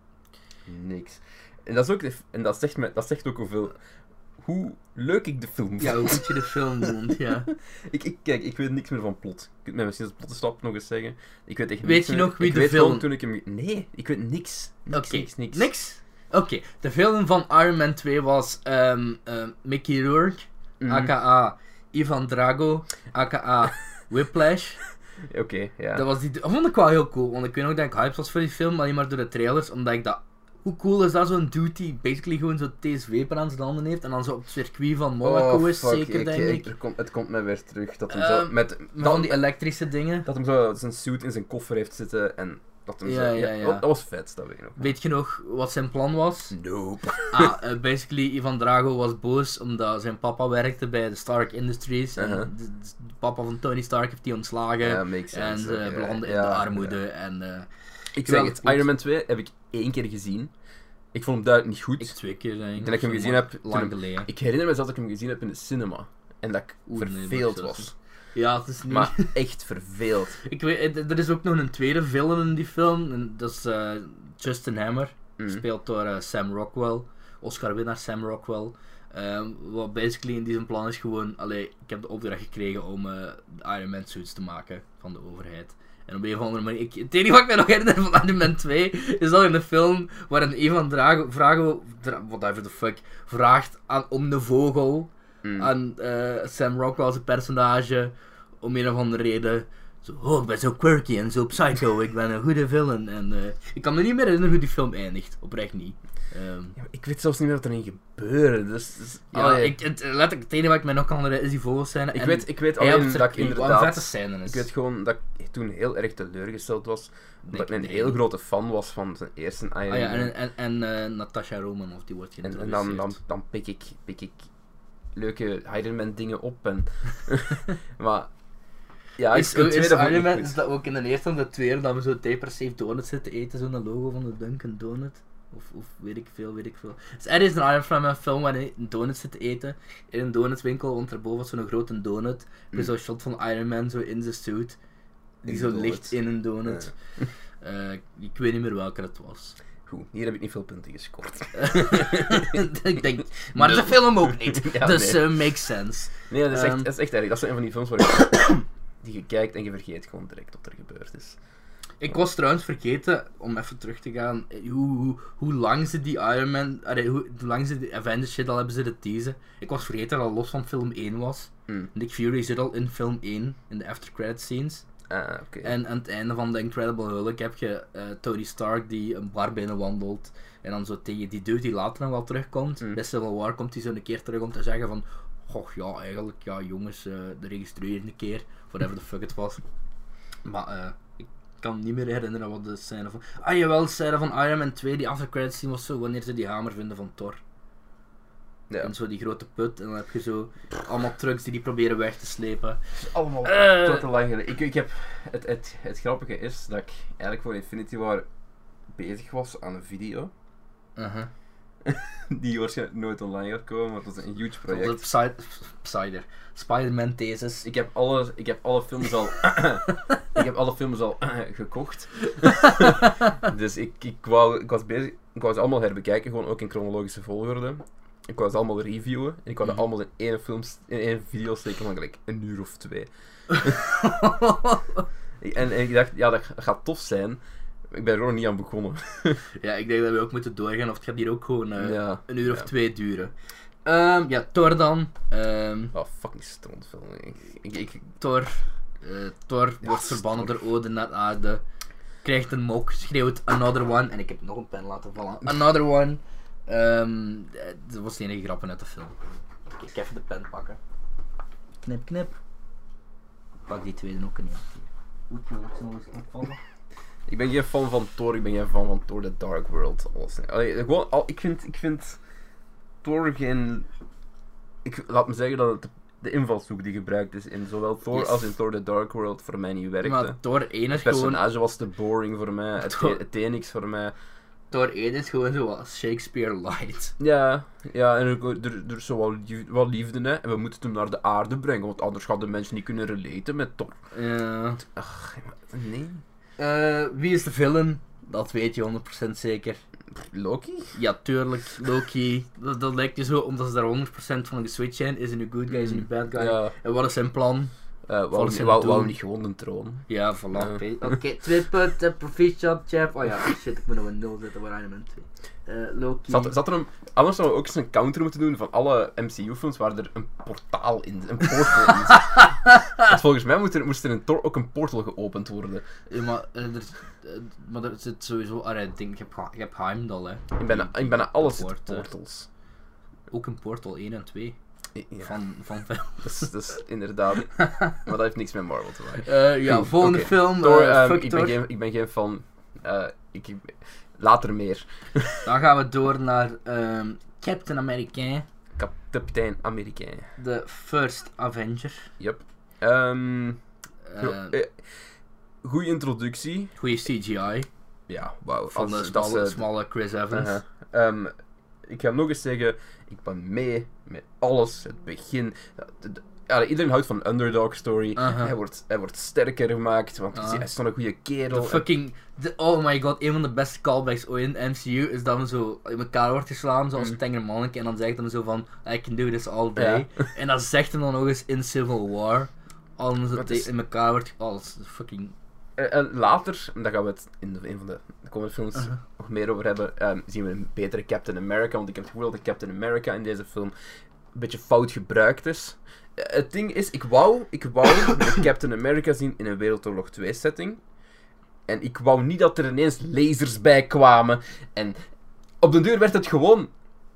Niks. En dat, is ook de, en dat, zegt me, dat zegt ook hoeveel... Hoe leuk ik de film vond. Ja, hoe goed je de film vond, ja. ik, ik, kijk, ik weet niks meer van plot. Je kunt mij misschien als plottenstap nog eens zeggen. Ik weet echt Weet niks je meer. nog wie ik de weet film... gewoon toen ik hem... Nee, ik weet niks. Niks, Oké, niks, niks. Niks? Oké, okay. De film van Iron Man twee was um, um, Mickey Rourke, Mhm. aka Ivan Drago, aka Whiplash. Oké, okay, ja. Dat was die, dat vond ik wel heel cool, want ik weet nog dat ik hyped was voor die film, alleen maar door de trailers, omdat ik dat... Hoe cool is dat, zo'n dude die basically gewoon zo T S W-pen aan zijn handen heeft en dan zo op het circuit van Monaco oh, is, fuck, zeker, ik, denk ik, ik. Er komt, het komt mij weer terug. Dat hem Um, zo... Met, Met dat, van die elektrische dingen. dat hem zo zijn suit in zijn koffer heeft zitten en... Dat, hem Ja, zo, ja, ja. Dat, dat was vet, dat weet ik nog. Weet je nog wat zijn plan was? Nope. Ah, uh, basically, Ivan Drago was boos omdat zijn papa werkte bij de Stark Industries. En Uh-huh. de, de papa van Tony Stark heeft die ontslagen. Ja, makes en sense. ze Ja, belanden in ja, de armoede. ja. En, uh, Ik zeg Geweldig het, goed. Iron Man twee heb ik één keer gezien. Ik vond hem duidelijk niet goed. ik twee keer denk Ik denk dat ik hem of zo, gezien maar heb toen Lang hem- geleden. Ik herinner me zelfs dat ik hem gezien heb in de cinema. En dat ik Oeh, nee, verveeld maar ik was. Ja, het is niet... Maar echt verveeld. Ik weet, er is ook nog een tweede film in die film. En dat is uh, Justin Hammer. Mm. Gespeeld door uh, Sam Rockwell. Oscar-winnaar Sam Rockwell. Um, wat basically in die zijn plan is gewoon... Allee, ik heb de opdracht gekregen om uh, de Iron Man suits te maken van de overheid. En op een of andere manier... Ik, het enige wat ik me nog herinner van Iron Man twee is dat in de film waarin Ivan Drago, Drago dra, whatever the fuck, vraagt aan, om de vogel Mm. aan uh, Sam Rockwell zijn personage om een of andere reden. Zo, oh, ik ben zo quirky en zo psycho, ik ben een goede villain. En uh, ik kan me niet meer herinneren hoe die film eindigt, oprecht niet. Um, Ja, ik weet zelfs niet meer wat erin gebeurde. Dus, dus, ja, allee. ik, het, letterlijk, het enige wat ik me nog kan herinneren is die vogelscène. ik, en weet, ik weet hij op alleen het dat ik circuit, wat een vette inderdaad... scène is. Ik weet gewoon dat ik toen heel erg teleurgesteld was. Omdat ik een nee. heel grote fan was van zijn eerste Iron Ah ja, Man. en, en, en uh, Natasha Romanoff, die wordt En, en geïntroduceerd. dan, dan, dan pik, ik, pik ik leuke Iron Man dingen op. En maar ja, is, ik, de is, tweede vond ik Iron Man, goed. is dat ook in de eerste en de tweede dat we zo Hyper-Safe Donuts zitten eten, zo'n logo van de Dunkin' Donut? Of, of weet ik veel, weet ik veel. Dus er is een Iron Man film waar hij een donut zit te eten in een donutswinkel, want erboven was zo'n grote donut. Er is Mm. zo'n shot van Iron Man zo in zijn suit, die In zo de ligt donut. in een donut. Uh, ik weet niet meer welke het was. Goed, hier heb ik niet veel punten gescoord. ik denk, maar de film ook niet, Ja, dus nee. uh, makes sense. Nee, dat is echt, Ehm. dat is echt erg. Dat is een van die films waar je, die je kijkt en je vergeet gewoon direct wat er gebeurd is. Ik was trouwens vergeten, om even terug te gaan, eh, hoe, hoe, hoe lang ze die Iron Man, allee, hoe, hoe lang ze die Avengers shit al hebben zitten teasen. Ik was vergeten dat het los van film één was. Mm. Nick Fury zit al in film één, in de after credit scenes. Ah, oké. En aan het einde van The Incredible Hulk heb je uh, Tony Stark die een bar binnen wandelt. En dan zo tegen die dude die later nog wel terugkomt. Mm. Bij Civil War komt hij zo een keer terug om te zeggen van... Goh, ja, eigenlijk, ja jongens, uh, de registreer een keer. Whatever the fuck het was. Maar, eh... Uh, ik kan niet meer herinneren wat de scène van... Ah jawel, de scène van Iron Man twee, die after credits scene was zo wanneer ze die hamer vinden van Thor. Ja. En zo die grote put, en dan heb je zo allemaal trucks die die proberen weg te slepen. Allemaal Eh. tot te lang geleden. Ik, ik heb, het, het, het grappige is dat ik eigenlijk voor Infinity War bezig was aan een video. Uh-huh. Die waarschijnlijk nooit online gaat komen, maar het was een huge project. De Psy- Spider. Spider-Man thesis. Ik heb alle, ik heb alle films al, ik heb alle films al gekocht. Dus ik, ik, wou, ik was bezig, ik wou ze allemaal herbekijken, gewoon ook in chronologische volgorde. Ik wou ze allemaal reviewen en ik wou dat Mhm. allemaal in één, film, in één video steken van gelijk een uur of twee. en, en ik dacht, ja, dat gaat tof zijn. Ik ben er nog niet aan begonnen. Ja, ik denk dat we ook moeten doorgaan, of het gaat hier ook gewoon uh, Ja, een uur of ja. twee duren. Um, ja, Thor dan. Um, Oh, fucking strontfilm. Ik, ik, ik, Thor. Uh, Thor Ja, wordt verbannen Thor. door Odin naar aarde. Krijgt een mok, schreeuwt another one. En ik heb nog een pen laten vallen. Another one. Um, dat was de enige grap uit de film. Ik ga even de pen pakken. Knip, knip. Ik pak die tweede ook niet. Oeh, ik nog eens vallen. Ik ben geen fan van Thor, ik ben geen fan van Thor The Dark World. Alles. Allee, gewoon, al, ik, vind, ik vind Thor geen... Ik, laat me zeggen dat het de invalshoek die gebruikt is in zowel Thor yes. als in Thor The Dark World voor mij niet werkte. Maar Thor één is Het personage gewoon... was te boring voor mij, het, Thor... het deed niks voor mij. Thor één is gewoon zoals Shakespeare light. Ja, ja en er, er, er is zo wel, lief, wel liefde, hè. En we moeten hem naar de aarde brengen, want anders gaan de mensen niet kunnen relaten met Thor. Ja. Ach, nee. Uh, wie is de villain? Dat weet je honderd procent zeker. Loki? Ja, tuurlijk. Loki. Dat, dat lijkt je zo, omdat ze daar honderd procent van geswitcht zijn. Is hij nu good guy, is hij nu bad guy? Ja. En wat is zijn plan? Uh, wou, zijn wou, doel. wou niet gewoon een troon? Ja, voilà. Ja. Oké, okay, twee punten, proficiat, chef. Oh ja, shit, ik moet nog een nul zetten, waar zijn mijn twee? Uh, Loki. Zat, zat er een, anders zouden we ook eens een counter moeten doen van alle M C U-films waar er een portaal in een portal in zit. Dus volgens mij moet er, moest er in Thor ook een portal geopend worden. Ja, maar, uh, er, uh, maar er zit sowieso... Ah, ik denk, ik heb, ik heb Heimdall, hè. Ik ben, ik ben alles Port, zit portals. Ook in Portal één en twee. Ja. Van, van film. Dat is, dat is inderdaad... maar dat heeft niks met Marvel te maken. Uh, ja, Goed, volgende okay. film. Thor, uh, um, fuck ik, Thor. ben geen, ik ben geen fan. Uh, ik, ik, later meer. Dan gaan we door naar um, Captain America. Kapitein Amerikaan. De First Avenger. Yep. Um, Uh, uh, goeie introductie. Goeie C G I. Ja, wauw. Van de Als- smalle, dat is, uh, smalle Chris Evans. Uh-huh. Um, ik ga nog eens zeggen, ik ben mee met alles. Het begin. De, de, ja, iedereen houdt van een underdog story. Uh-huh. Hij, wordt, hij wordt sterker gemaakt, want Uh-huh. hij is zo'n goede kerel. De fucking... De, oh my god, een van de beste callbacks ooit in de M C U is dat we zo in elkaar wordt geslaan, zoals Mm. een tenger manneke, en dan zegt hij zo van, I can do this all day. En dat zegt hem dan nog eens in Civil War. Als het is... in elkaar wordt... Oh, dat is fucking... En, en later, en daar gaan we het in de, een van de, de komende films Uh-huh. nog meer over hebben, um, zien we een betere Captain America. Want ik heb het gevoel dat de Captain America in deze film een beetje fout gebruikt is. Uh, het ding is, ik wou, ik wou de Captain America zien in een Wereldoorlog twee setting. En ik wou niet dat er ineens lasers bij kwamen. En op de deur werd het gewoon...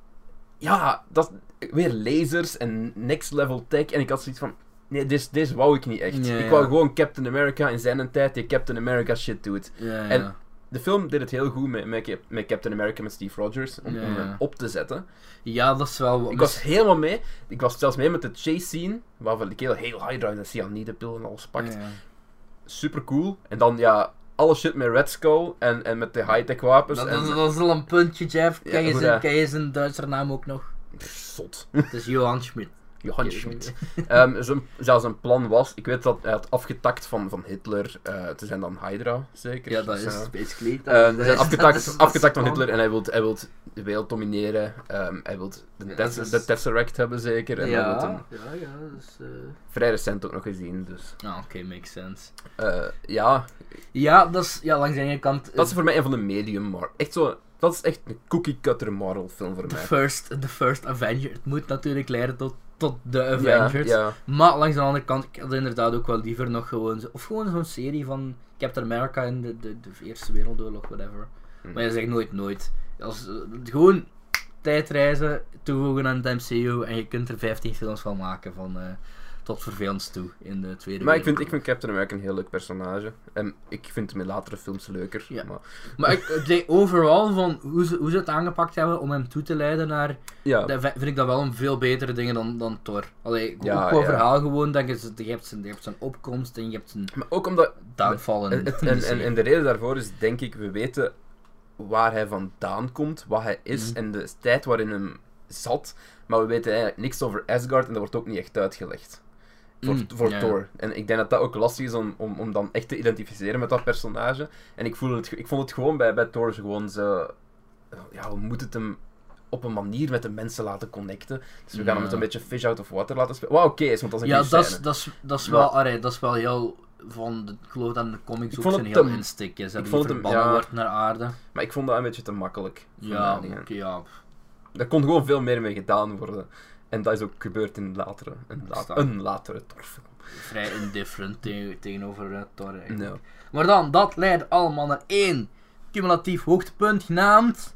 Ja, dat, weer lasers en next level tech. En ik had zoiets van... Nee, deze, deze wou ik niet echt. Ja, ik ja. wou gewoon Captain America in zijn tijd die Captain America shit doet. Ja, ja. En de film deed het heel goed met, met, met Captain America, met Steve Rogers, om, Ja, om ja. hem op te zetten. Ja, dat is wel... Ik was helemaal mee. Ik was zelfs mee met de chase scene, waarvan de kerel heel Hydra en de cyanidepil en alles pakt. Ja, ja. Super cool. En dan, ja, alle shit met Red Skull en, en met de high-tech wapens. Dat, en, dat, dat is al een puntje, Jeff. Ja, Ken je hoe zijn- dat? ken je zijn Duitse naam ook nog? Pff, zot. Het is Johan Schmidt. Johan Schmidt. um, zijn, zelfs een plan was, ik weet dat hij had afgetakt van, van Hitler, uh, te zijn dan Hydra, zeker. Ja, dat Dus, is uh, basically... Uh, hij dat is is- afgetakt, dat is- dat afgetakt is van plan. Hitler en hij wil hij wilt de wereld domineren. Um, hij wil de, Ja, tes- dat is- de Tesseract hebben zeker. En hij wil Ja, hem ja, ja, dat is... Uh... vrij recent ook nog gezien. Dus. Ah, oké, okay, makes sense. Uh, ja, Ja, dat is... Ja, langs de ene kant... dat is voor mij een van de medium, maar echt zo. Dat is echt een cookie cutter Marvel film voor The mij. first, the first Avenger. Het moet natuurlijk leiden tot, tot de Ja, Avengers. ja. Maar langs de andere kant, ik had inderdaad ook wel liever nog gewoon... zo- Of gewoon zo'n serie van Captain America in de, de, de Eerste Wereldoorlog, whatever. Hm. Maar je zegt nooit nooit. Als, uh, gewoon tijdreizen, toevoegen aan het M C U en je kunt er vijftien films van maken van... Uh, tot vervelend toe in de Tweede Maar ik vind, ik Wereldoorlog. vind Captain America een heel leuk personage. En ik vind hem in latere films leuker. Ja. Maar, Maar ik, ik denk overal van hoe ze, hoe ze het aangepakt hebben om hem toe te leiden naar... ja. Dat vind ik dat wel een veel betere dingen dan, dan Thor. Allee, Ja, ook qua ja. verhaal gewoon, dat je, je, hebt zijn, je hebt zijn opkomst en je hebt zijn maar ook omdat downfall. En, het- en, en, en de reden daarvoor is, denk ik, we weten waar hij vandaan komt, wat hij is Mhm. en de tijd waarin hem zat, maar we weten eigenlijk niks over Asgard en dat wordt ook niet echt uitgelegd. Voor, Mm, voor ja. Thor. En ik denk dat dat ook lastig is om, om, om dan echt te identificeren met dat personage. En ik, voel het, ik vond het gewoon bij, bij Thor zo gewoon zo... Ja, we moeten het hem op een manier met de mensen laten connecten. Dus we gaan Ja. hem met een beetje fish out of water laten spelen. Wat oké is, want dat is een Ja, goede dat is, scène. dat is, dat is Maar- wel, allee, dat is wel heel... Van de, ik geloof dat in de comics Ik ook vond zijn het heel te- instik is. Dat ik hij vond het te- verbannen ja. wordt naar aarde. Maar ik vond dat een beetje te makkelijk. voor Ja, mij. oké, ja. Daar kon gewoon veel meer mee gedaan worden. En dat is ook gebeurd in latere, een, la- Verstaan. een latere Thor-film. Vrij indifferent te- tegenover uh, Thor eigenlijk. No. Maar dan, dat leidt allemaal naar één cumulatief hoogtepunt genaamd...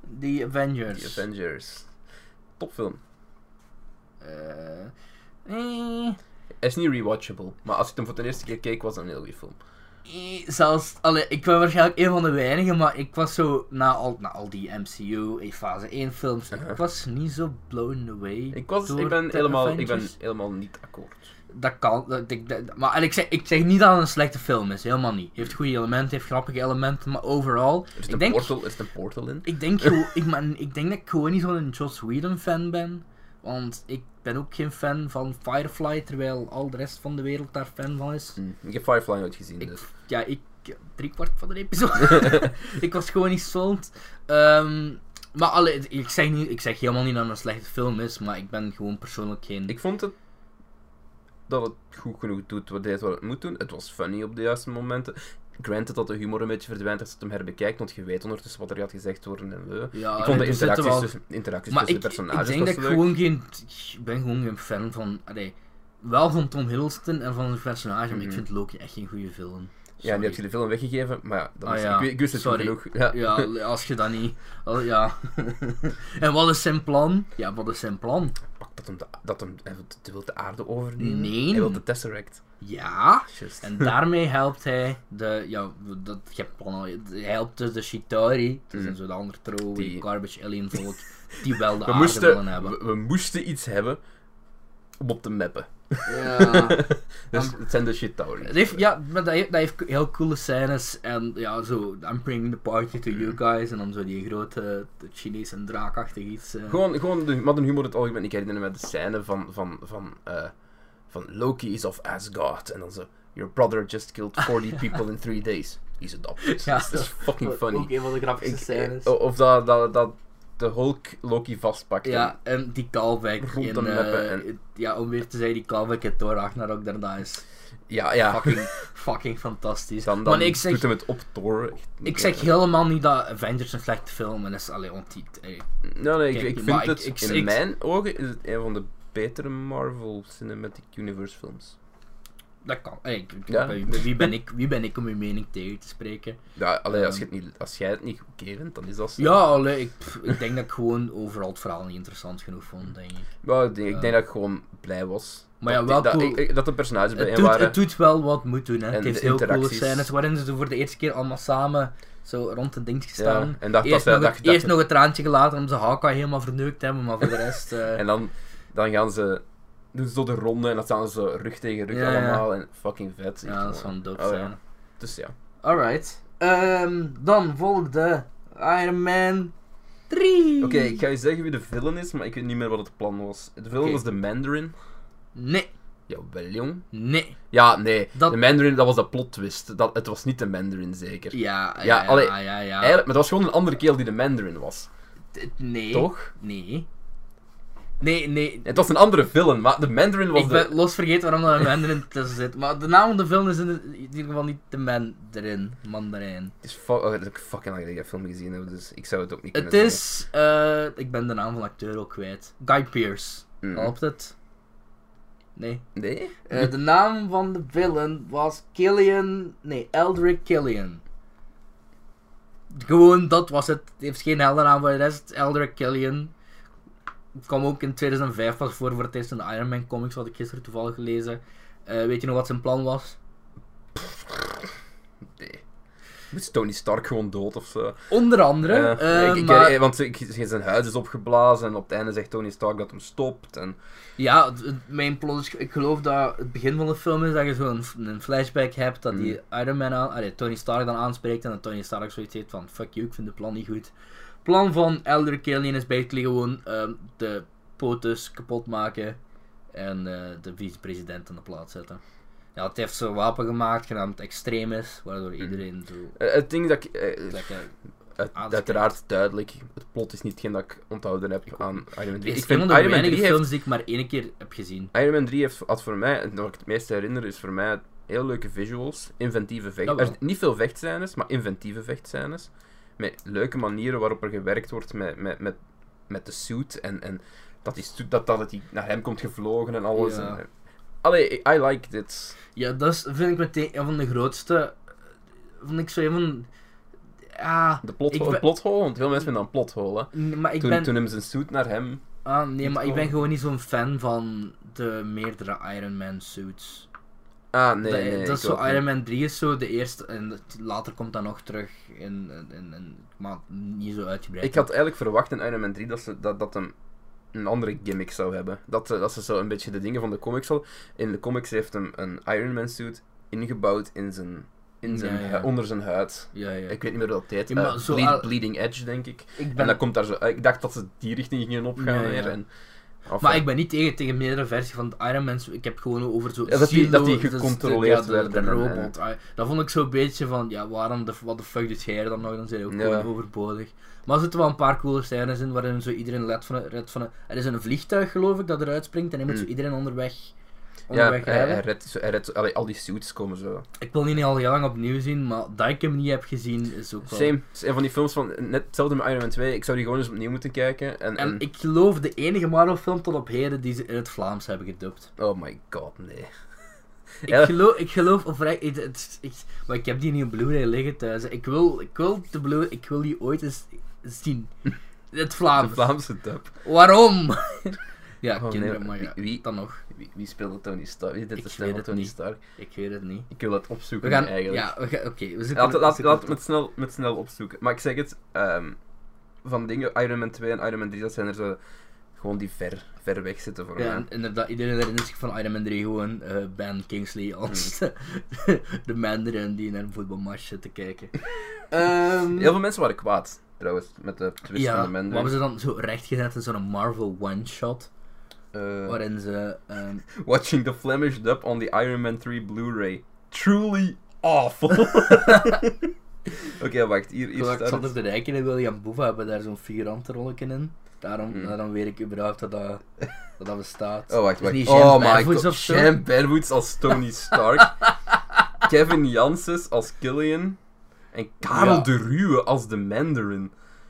The Avengers. The Avengers. Topfilm. Uh, eh, Hij is niet rewatchable, maar als ik hem voor de eerste keer keek, was dat een heel goede film. eh, zelfs, allee, ik ben waarschijnlijk een van de weinigen, maar ik was zo, na al, na al die M C U, eh, fase één films, Uh-huh. ik was niet zo blown away. Ik, was, door ik, ben de helemaal, ik ben Avengers. helemaal niet akkoord. Dat kan, dat, ik, dat- maar en ik, zeg, ik zeg niet dat het een slechte film is, helemaal niet. Heeft goede elementen, heeft grappige elementen, maar overal, Er is ik een denk, portal, er is een portal in. ik denk, gewoon, ik, man, ik denk dat ik gewoon niet zo'n Joss Whedon fan ben. Want ik ben ook geen fan van Firefly, terwijl al de rest van de wereld daar fan van is. Hm, Ik heb Firefly nooit gezien, Ik, dus. ja, ik... Drie kwart van de episode. Ik was gewoon niet sold. Ehm, maar alle, ik, zeg niet, ik zeg helemaal niet dat het een slechte film is, maar ik ben gewoon persoonlijk geen... Ik vond het dat het goed genoeg doet wat deed wat het moet doen. Het was funny op de juiste momenten. Granted dat de humor een beetje verdwijnt als je het hem herbekijkt, want je weet ondertussen wat er gaat gezegd worden en we. Ja, Ik vond de er zitten interacties, wel- tussen, interacties Maar tussen ik, de personages ik denk was dat ik leuk. gewoon geen... Ik ben gewoon geen fan van... Allee, wel van Tom Hiddleston en van zijn personage, maar ik Mhm. vind Loki echt geen goede film. Ja, die heb je de film weggegeven, maar ja, dat Ah, is, ja. ik, ik wist het toen Sorry. genoeg. Ja. Ja, als je dat niet... al- Ja. En wat is zijn plan? Ja, wat is zijn plan? Pak dat hem de, dat hem, hij wil de, hij wil de aarde overnemen. Nee. Hij wil de Tesseract. Ja... Just. En daarmee helpt hij de, ja, dat, je hebt al, hij helpt dus de Chitauri, dat zijn Mm. zo de andere trouw, Die- garbage alien volk, die wel de we, aarde moesten, willen hebben. we, we moesten iets hebben om op te mappen. Ja, Dus Um, het zijn de shit towers. het heeft, ja, maar dat heeft, dat heeft heel coole scènes en ja, zo, I'm bringing the party to you guys en dan zo die grote Chinese draakachtig iets. eh. Gewoon, gewoon de, maar de humor in het algemeen. Ik herinner me de scène van, van, van, eh, van Loki is of Asgard. En dan zo, your brother just killed forty people in three days. He's adopted. Ja, dat is fucking funny. Ook een van de grappigste Ik- scènes. eh, of dat, dat, dat de Hulk Loki vastpakt. Ja, en die callback Rond in, te eh, mappen en- ja, om weer te zeggen, die callback in Thor Ragnarok daarna is ja, ja. fucking, fucking fantastisch. Dan, dan maar ik zeg, doet hem het op Thor. Echt, ik zeg helemaal niet dat Avengers een slechte film is. Allee, want die, eh, Nee, nee, ik, Kijk, ik maar vind ik- het, ik- in ik- mijn ogen is het een van de betere Marvel Cinematic Universe films. dat kan. Eh, ik- ik- Ja. wie, wie ben ik, wie ben ik om uw mening tegen te spreken? Ja, allee, als, je Ehm. het niet, als jij het niet oké vindt, dan is dat zo. Ja, allee, ik, pff, ik denk dat ik gewoon overal het verhaal niet interessant genoeg vond, denk ik. Ja, ik denk, ik Ja. denk dat ik gewoon blij was. Maar ja, dat, wel dat, cool. ik- ik- dat de personages Het bijeen doet, waren. het doet wel wat het moet doen. Hè. En Het heeft de heel coole interacties. scènes waarin ze voor de eerste keer allemaal samen zo rond het ding staan. Ja, en dat, Eerst, dat, nog, dat, het, dat- eerst nog een traantje gelaten om ze Hawkeye helemaal verneukt te hebben, maar voor de rest... eh, En dan, dan gaan ze... Doen ze zo de ronde en dan staan ze zo rug tegen rug Ja, ja. allemaal. En fucking vet. ja, dat is wel een dope Oh, ja. scène. Dus ja. Alright. Ehm, dan volgde Iron Man drie. Oké, ik ga je zeggen wie de villain is, maar ik weet niet meer wat het plan was. De villain Oké. was de Mandarin. Nee, Jawel, jong. nee. Ja, nee. Dat- De Mandarin, dat was de plot twist. Dat, het was niet de Mandarin, zeker. Ja, ja, Ja, ja, allee, ja, ja, ja. Eigenlijk, maar dat was gewoon een andere keel die de Mandarin was. T- Nee. Toch? Nee. Nee, nee. Het was een andere villain, maar de Mandarin was Ik de... ben los vergeten waarom dat een Mandarin tussen zit. Maar de naam van de film is in, in ieder geval niet de Mandarin. Mandarin. Het is fu- oh, dat is ook fucking lang dat ik die film gezien heb, dus ik zou het ook niet Het kunnen is... eh, ik ben de naam van de acteur ook kwijt. Guy Pearce. zeggen. Mm. Helpt het? Nee. Nee? Eh, de naam van de villain was Killian... Nee, Eldrick Killian. Gewoon, dat was het. Het heeft geen heldennaam voor de rest. Eldrick Killian. Het kwam ook in tweeduizend vijf pas voor voor het eerst in de Iron Man comics, wat ik gisteren toevallig gelezen. Eh, weet je nog wat zijn plan was? Nee. Moest Tony Stark gewoon dood of zo? Onder andere. Ja, eh, ik, ik, maar, eh, want ik, zijn huis is opgeblazen en op het einde zegt Tony Stark dat hem stopt. En... ja, het- het- mijn plot is, ik geloof dat het begin van de film is dat je zo'n een flashback hebt dat die Iron Man aan, allee, Tony Stark dan aanspreekt en dat Tony Stark zoiets heeft van fuck you, ik vind de plan niet goed. Het plan van Eldrick Killian is basically gewoon ehm, de POTUS kapot maken en eh, de vicepresident aan de plaats zetten. Ja, het heeft zo'n wapen gemaakt genaamd Extremis, waardoor iedereen zo Eh, het ding dat ik... eh, lekker... uit- Ah, dat is uiteraard duidelijk, het plot is niet hetgeen dat ik onthouden heb Ik ook aan Iron Man drie. Het is Ik een vind van de Iron Man weinige drie heeft... films die ik maar één keer heb gezien. Iron Man drie heeft, had voor mij, en wat ik het meest herinner, is voor mij heel leuke visuals, inventieve vecht. Dat Er wel. zijn niet veel vechtscènes, maar inventieve vechtscènes. Met leuke manieren waarop er gewerkt wordt met, met, met, met de suit en, en dat, die stu- dat, dat het naar hem komt gevlogen en alles. Ja. En, allee, I like dit. Ja, dat is, vind ik meteen een van de grootste. Vond ik zo een van. Ah, De plot, ik een ben- plothole, want veel mensen vinden dat een plothole. Hè. n- maar ik Toen, ben... toen hebben ze een suit naar hem. Ah, nee, maar ik ben komen. gewoon niet zo'n fan van de meerdere Iron Man suits. Ah, nee, dat, nee. dat is ik zo, ook niet. Iron Man drie is zo de eerste, en dat- later komt dat nog terug, in, in, in, maar niet zo uitgebreid. Ik had eigenlijk verwacht in Iron Man drie dat ze dat, dat hem een andere gimmick zou hebben. Dat, eh, dat ze zo een beetje de dingen van de comics hadden. In de comics heeft hem een Iron Man suit ingebouwd in zijn, in zijn, Ja, ja. hu- onder zijn huid. Ja, ja. Ik weet niet meer hoe dat heet. Ja, maar Eh, zo Bleed- al- Bleeding Edge, denk ik. ik En ben, dat komt daar zo... eh, Ik dacht dat ze die richting gingen opgaan Ja, ja. weer. En, of, maar eh, ik ben niet tegen, tegen meerdere versies van de Iron Man suit. Ik heb gewoon over zo... Ja, dat die- dat die Silo, dus gecontroleerd de, ja, de, de werden en- robot. Ah, dat vond ik zo'n beetje van, ja, waarom de, wat de fuck doet jij er dan nog? Dan zijn die ook Ja. gewoon overbodig. Maar er zitten wel een paar coole scènes in, waarin zo iedereen let van, redt van een... Er is een vliegtuig, geloof ik, dat eruit springt en hij moet Mm. zo iedereen onderweg... ja, onderweg hij, hij redden. redt, zo- hij redt, allee, al die suits komen zo. Ik wil die niet al heel lang opnieuw zien, maar dat ik hem niet heb gezien is ook wel... Same. Het is een van die films van... Net hetzelfde met Iron Man twee. Ik zou die gewoon eens opnieuw moeten kijken. En, En en- ik geloof de enige Marvel film tot op heden die ze in het Vlaams hebben gedubt. Oh my god, nee. Ik Ja. geloof, ik geloof oprecht, ik, het, ik, maar ik heb die niet op Blu-ray liggen thuis. Ik wil, ik wil de Blu-ray, ik wil die ooit eens zien. Het De Vlaams. Vlaamse dub. Waarom? ja, Oh, kinderen, nee, maar ja, wie- wie- dan nog. Wie, wie speelde Tony Stark? Wie deed Ik de stem weet van het Tony niet. Stark? Ik weet het niet. Ik wil het opzoeken We gaan, eigenlijk. ja, we gaan, oké. we zoeken Laat, het- laat, zoeken laat het met, op. snel, met snel opzoeken. Maar ik zeg het, ehm, van dingen, Iron Man twee en Iron Man drie, dat zijn er zo gewoon die ver, ver weg zitten voor Ja, mij. en inderdaad, iedereen herinnert zich van Iron Man drie gewoon eh Ben Kingsley als de, de man erin die naar een voetbalmatch zit te kijken. Ehm, Heel veel mensen waren kwaad, trouwens, met de twist ja, van de maar Mandarin. hebben ze dan zo rechtgezet in zo'n Marvel one-shot, Eh, waarin ze... ehm, watching the Flemish dub on the Iron Man three Blu-ray. Truly awful. Oké, wacht, hier, hier staat Alexander het. de Rijken en William Boeva hebben daar zo'n figurantenrolletje in. Daarom, Hmm. daarom weet ik überhaupt dat dat, dat, dat bestaat. Oh, wacht, Het is wacht. niet Oh Shane my Barefoots god. of zo. Shane Barefoots als Tony Stark. Kevin Janssens als Killian. En Karel Ja. de Ruwe als de Mandarin.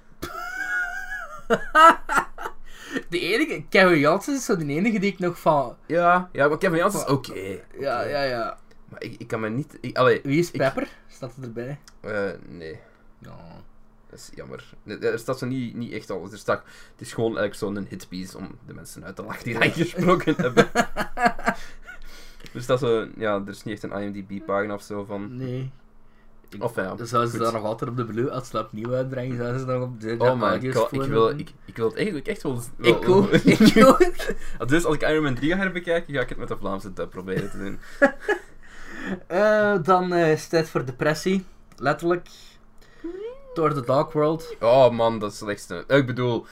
De enige, Kevin Janssen is zo de enige die ik nog van... Ja, ja, maar Kevin Janssens is oké. Ja, Oké. ja, ja. Maar ik, ik kan me niet... Ik, allee, Wie is ik- Pepper? Staat het erbij? eh, nee. Ja. Dat is jammer. Nee, Er staat zo niet, niet echt al. Er staat, het is gewoon eigenlijk zo'n hitpiece om de mensen uit te lachen die erin gesproken hebben. Er staat zo... Ja, er is niet echt een I M D B-pagina of zo van... Nee. Ik- Of ja, Dan zouden ze goed. dat nog altijd op de Blue als ze dat opnieuw uitbrengen, zouden ze nog op de Oh my audio's god, ik voor wil, doen. ik, ik wil het eigenlijk echt wel... wel Ik ook, ik ook. Dus als ik Iron Man drie ga herbekijken, ga ik het met de Vlaamse dub proberen te doen. Eh, dan eh, is het tijd voor depressie. Letterlijk. Door The Dark World. Oh man, dat is het slechtste. Eh, Ik bedoel...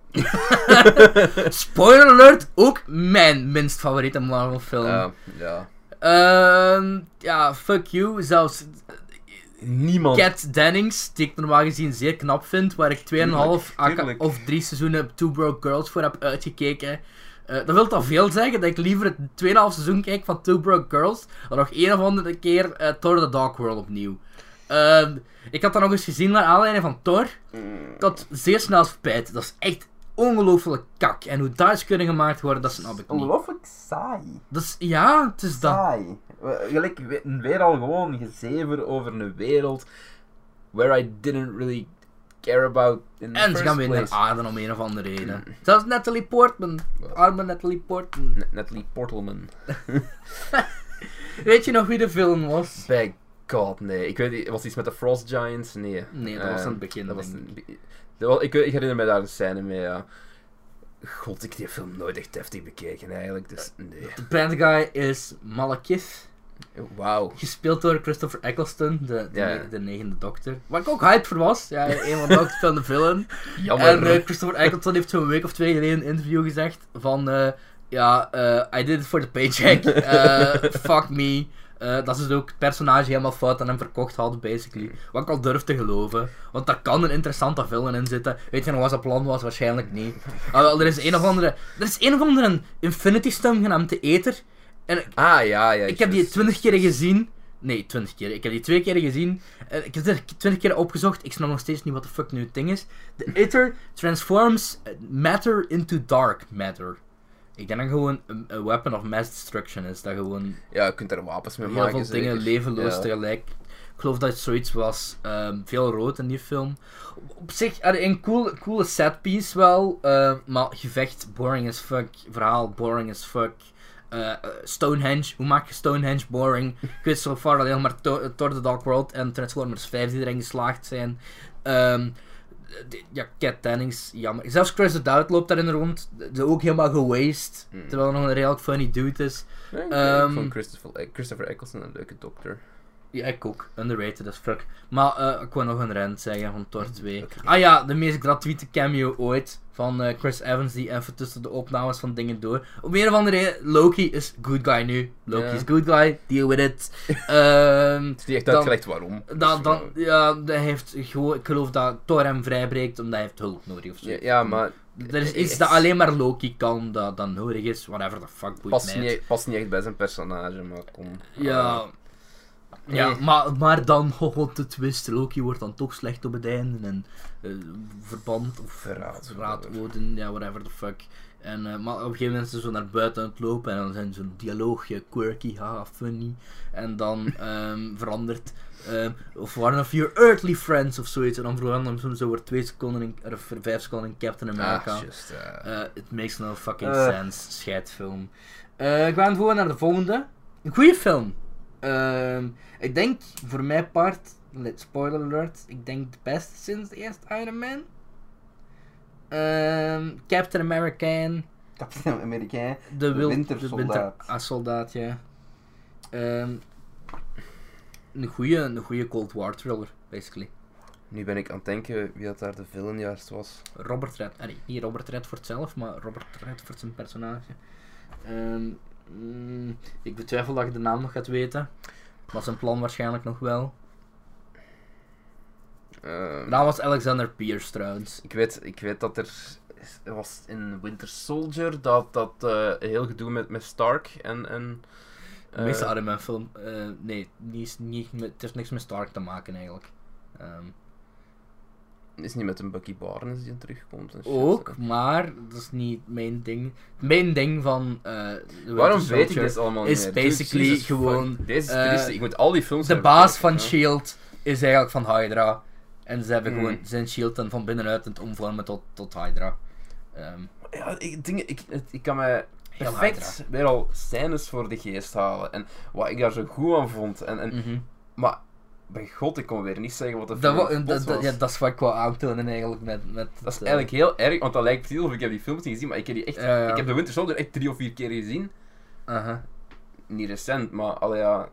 Spoiler alert, ook mijn minst favoriete Marvel film. Ja, ja. Ehm, ja, fuck you. Zelfs Niemand... Kat Dennings, die ik normaal gezien zeer knap vind, waar ik twee komma vijf Tuurlijk, tuurlijk. of drie seizoenen Two Broke Girls voor heb uitgekeken. Eh, dat wil al veel zeggen, dat ik liever het twee komma vijf seizoen kijk van Two Broke Girls, dan nog een of andere keer eh, Thor The Dark World opnieuw. Ehm, ik had dat nog eens gezien naar aanleiding van Thor. Ik had zeer snel spijt. Dat is echt ongelooflijk kak. En hoe dat is kunnen gemaakt worden, dat snap ik niet. Ongelooflijk saai. Dat is, ja, het is dat. Saai. We- Gelijk, we- weer al gewoon gezever over een wereld where I didn't really care about in the En ze first gaan weer naar place. aarde om een of andere reden. Zelfs Natalie Portman. Arme Natalie Portman. N- Natalie Portman. Weet je nog wie de film was? By god, nee. Ik weet niet, was iets met de Frost Giants? Nee. Nee, dat was Ehm, aan het begin, dat was denk een- dat was- ik, ik herinner me daar een scène mee, ja. God, ik heb die film nooit echt heftig bekeken eigenlijk, dus nee. De bad guy is Malekith. Wauw. Gespeeld door Christopher Eccleston, de, de, Ja, ne- ja. de negende dokter. Waar ik ook hype voor was. Ja, een van de dokters van de film. Jammer. En eh, Christopher Eccleston heeft zo'n week of twee geleden een interview gezegd van... eh, ja, eh, I did it for the paycheck. Eh, fuck me. Eh, dat ze dus ook het personage helemaal fout aan hem verkocht hadden, basically. Wat ik al durf te geloven. Want daar kan een interessante film in zitten. Weet je nog wat zijn plan was? Waarschijnlijk niet. Ah, wel, er is een of andere... Er is een of andere Infinity Stone genaamd de Ether. En ik, Ah, ja, ja. ik heb die juist. twintig keer gezien. Nee, twintig keer. Ik heb die twee keer gezien. En ik heb er twintig keer opgezocht. Ik snap nog steeds niet wat de fuck nu het ding is. De Ether transforms matter into dark matter. Ik denk dat gewoon een, een weapon of mass destruction is. Dat gewoon Ja, je kunt er wapens mee heel maken, veel dingen zeker. levenloos Ja. tegelijk Ik geloof dat het zoiets was. Um, veel rood in die film. Op zich, er een cool, coole setpiece wel. Uh, maar gevecht, boring as fuck. Verhaal, boring as fuck. Uh, Stonehenge, hoe maak je Stonehenge boring? Ik weet zo far alleen maar to- Thor The Dark World en Transformers vijf die erin geslaagd zijn. Um, de, ja, Kat Dennings, jammer. Zelfs Chris O'Dowd loopt daarin rond. Ze ook helemaal gewasted. Mm. Terwijl hij nog een redelijk funny dude is. Ja, ik um, vond Christopher, Christopher Eccleston een leuke dokter. Ja, ik ook. Underrated as fuck. Maar uh, ik wou nog een rant zeggen van Thor twee. Okay. Ah ja, de meest gratuite cameo ooit. Van uh, Chris Evans die even tussen de opnames van dingen door. Op een of andere reden, Loki is good guy nu. Loki yeah. is good guy, deal with it. um, het is niet echt uitgelegd waarom. Dan, dan, ja, hij heeft gewoon, ik geloof dat Thor hem vrijbreekt omdat hij heeft hulp nodig of zo. Ja, ja, maar... Er is iets echt... dat alleen maar Loki kan, dat, dat nodig is. Whatever the fuck, boeit past niet, past niet echt bij zijn personage, maar kom. Ja... Uh, Ja, nee. maar, maar dan, oh, de twist, Loki wordt dan toch slecht op het einde en uh, verband of verraad, verraad Odin, ja, whatever the fuck. En, uh, maar op een gegeven moment zijn ze zo naar buiten aan het lopen en dan zijn zo'n dialoogje, quirky, haha, funny. En dan um, verandert, um, of one of your earthly friends of zoiets. En dan veranderen ze zo voor twee seconden, in, of vijf seconden in Captain America. Ah, just, uh... uh, it makes no fucking uh. sense, scheidfilm. Uh, ik ga voor naar de volgende. Een goede film. Uh, ik denk, voor mijn part, spoiler alert, ik denk de beste sinds de eerste Iron Man. Uh, Captain America. Captain America. De, de wintersoldaat. De winter ja. Uh, een goede een goede Cold War thriller, basically. Nu ben ik aan het denken wie dat daar de villain juist was. Robert Redford. Nee, niet Robert Redford zelf, maar Robert Redford zijn personage. Uh, Mm, ik betwijfel dat je de naam nog gaat weten. Maar zijn plan waarschijnlijk nog wel. Uh, de naam was Alexander Pierce trouwens. Ik weet, ik weet dat er, er was in Winter Soldier dat, dat uh, heel gedoe met, met Stark en... en uh, de meeste Iron Man film. Uh, nee, niet, niet met, het heeft niks met Stark te maken eigenlijk. Um, is niet met een Bucky Barnes die terugkomt. En shit, ook, hè. Maar dat is niet mijn ding. Mijn ding van uh, waarom weet ik dit allemaal is niet meer? basically Jesus gewoon deze is triest. Uh, ik moet al die films de baas van ja. S H I E L D is eigenlijk van Hydra. En ze hebben hmm. gewoon zijn S H I E L D dan van binnenuit aan het omvormen tot, tot Hydra. Um, ja, ik, dingen, ik, het, ik kan mij perfect weer al scènes voor de geest halen. En wat ik daar zo goed aan vond. En, en, mm-hmm. Maar... Bij god, ik kon weer niet zeggen wat de film was. Dat, dat, ja, dat is wat ik wou aantonen eigenlijk met... met dat is uh, eigenlijk heel erg, want dat lijkt precies of ik heb die films niet gezien, maar ik heb die echt... Uh, ja. Ik heb de Winter Soldier echt drie of vier keer gezien. Uh-huh. Niet recent, maar allee ja...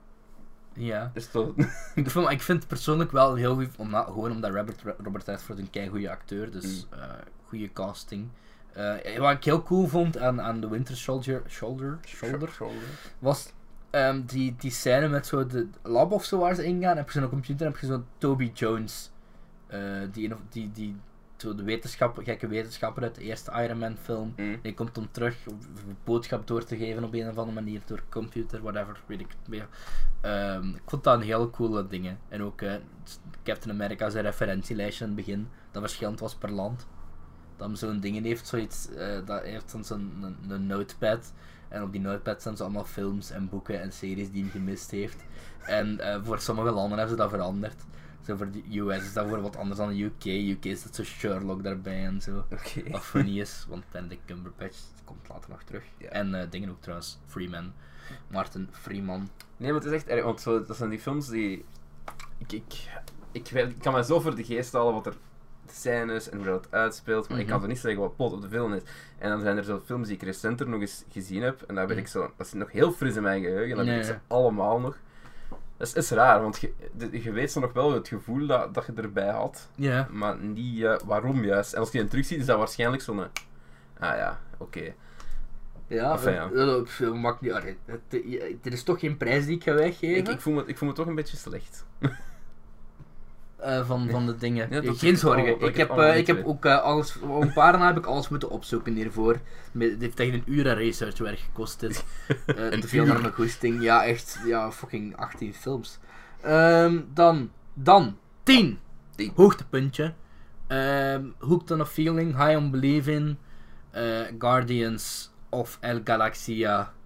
Ja. Is toch... ik, vind, ik vind het persoonlijk wel heel goed, om, gewoon omdat Robert, Robert Redford een keigoede acteur, dus mm. uh, goede casting. Uh, wat ik heel cool vond aan, aan de Winter Soldier, Shoulder, Shoulder, Shoulder. was... Um, die, die scène met zo de lab of zo waar ze ingaan, heb je zo'n computer, heb je zo'n Toby Jones, uh, die, die, die zo de wetenschap, gekke wetenschapper uit de eerste Iron Man film, mm. die komt dan terug om een boodschap door te geven op een of andere manier door computer, whatever, weet ik het meer. Um, ik vond dat een hele coole dingen. En ook uh, Captain America zijn referentielijstje aan het begin, dat verschillend was per land. Dat hem zo'n dingen heeft, zoiets, uh, dat heeft dan zo'n een, een notepad. En op die notepad staan ze allemaal films en boeken en series die hij gemist heeft. En uh, voor sommige landen hebben ze dat veranderd. Zo voor de U S is dat voor wat anders dan de U K. U K is dat zo Sherlock daarbij en zo. Okay. Wat funny is, want Benedict Cumberbatch komt later nog terug. Ja. En uh, dingen ook trouwens, Freeman. Martin Freeman. Nee, maar het is echt erg, want zo, dat zijn die films die... Ik, ik, ik, weet, ik kan me zo voor de geest halen wat er de scènes en hoe dat uitspeelt, maar mm-hmm. ik kan zo niet zeggen wat plot op de film is. En dan zijn er zo films die ik recenter nog eens gezien heb, en daar ben ik zo... Dat is nog heel fris in mijn geheugen, en dan nee, ben ik ze allemaal nog... Dat is, is raar, want je, de, je weet zo nog wel het gevoel dat, dat je erbij had, yeah. maar niet uh, waarom juist. En als je een terug ziet, is dat waarschijnlijk zo'n... Ah ja, oké. Okay. Ja, enfin, ja. Het, het, maakt niet uit. Er is toch geen prijs die ik ga weggeven? Ik, ik, voel, me, ik voel me toch een beetje slecht. Uh, van, van de dingen. Ja, geen zorgen. Al, ik, heb, uh, ik heb ook uh, alles, een paar dagen heb ik alles moeten opzoeken hiervoor. Het heeft echt een uur aan researchwerk gekost. Dit. Uh, te veel naar mijn goesting. Ja, echt. Ja, fucking achttien films. Um, dan, dan, tien. tien. Hoogtepuntje. Um, Hooked on a Feeling, High on Believing, uh, Guardians of El Galaxia,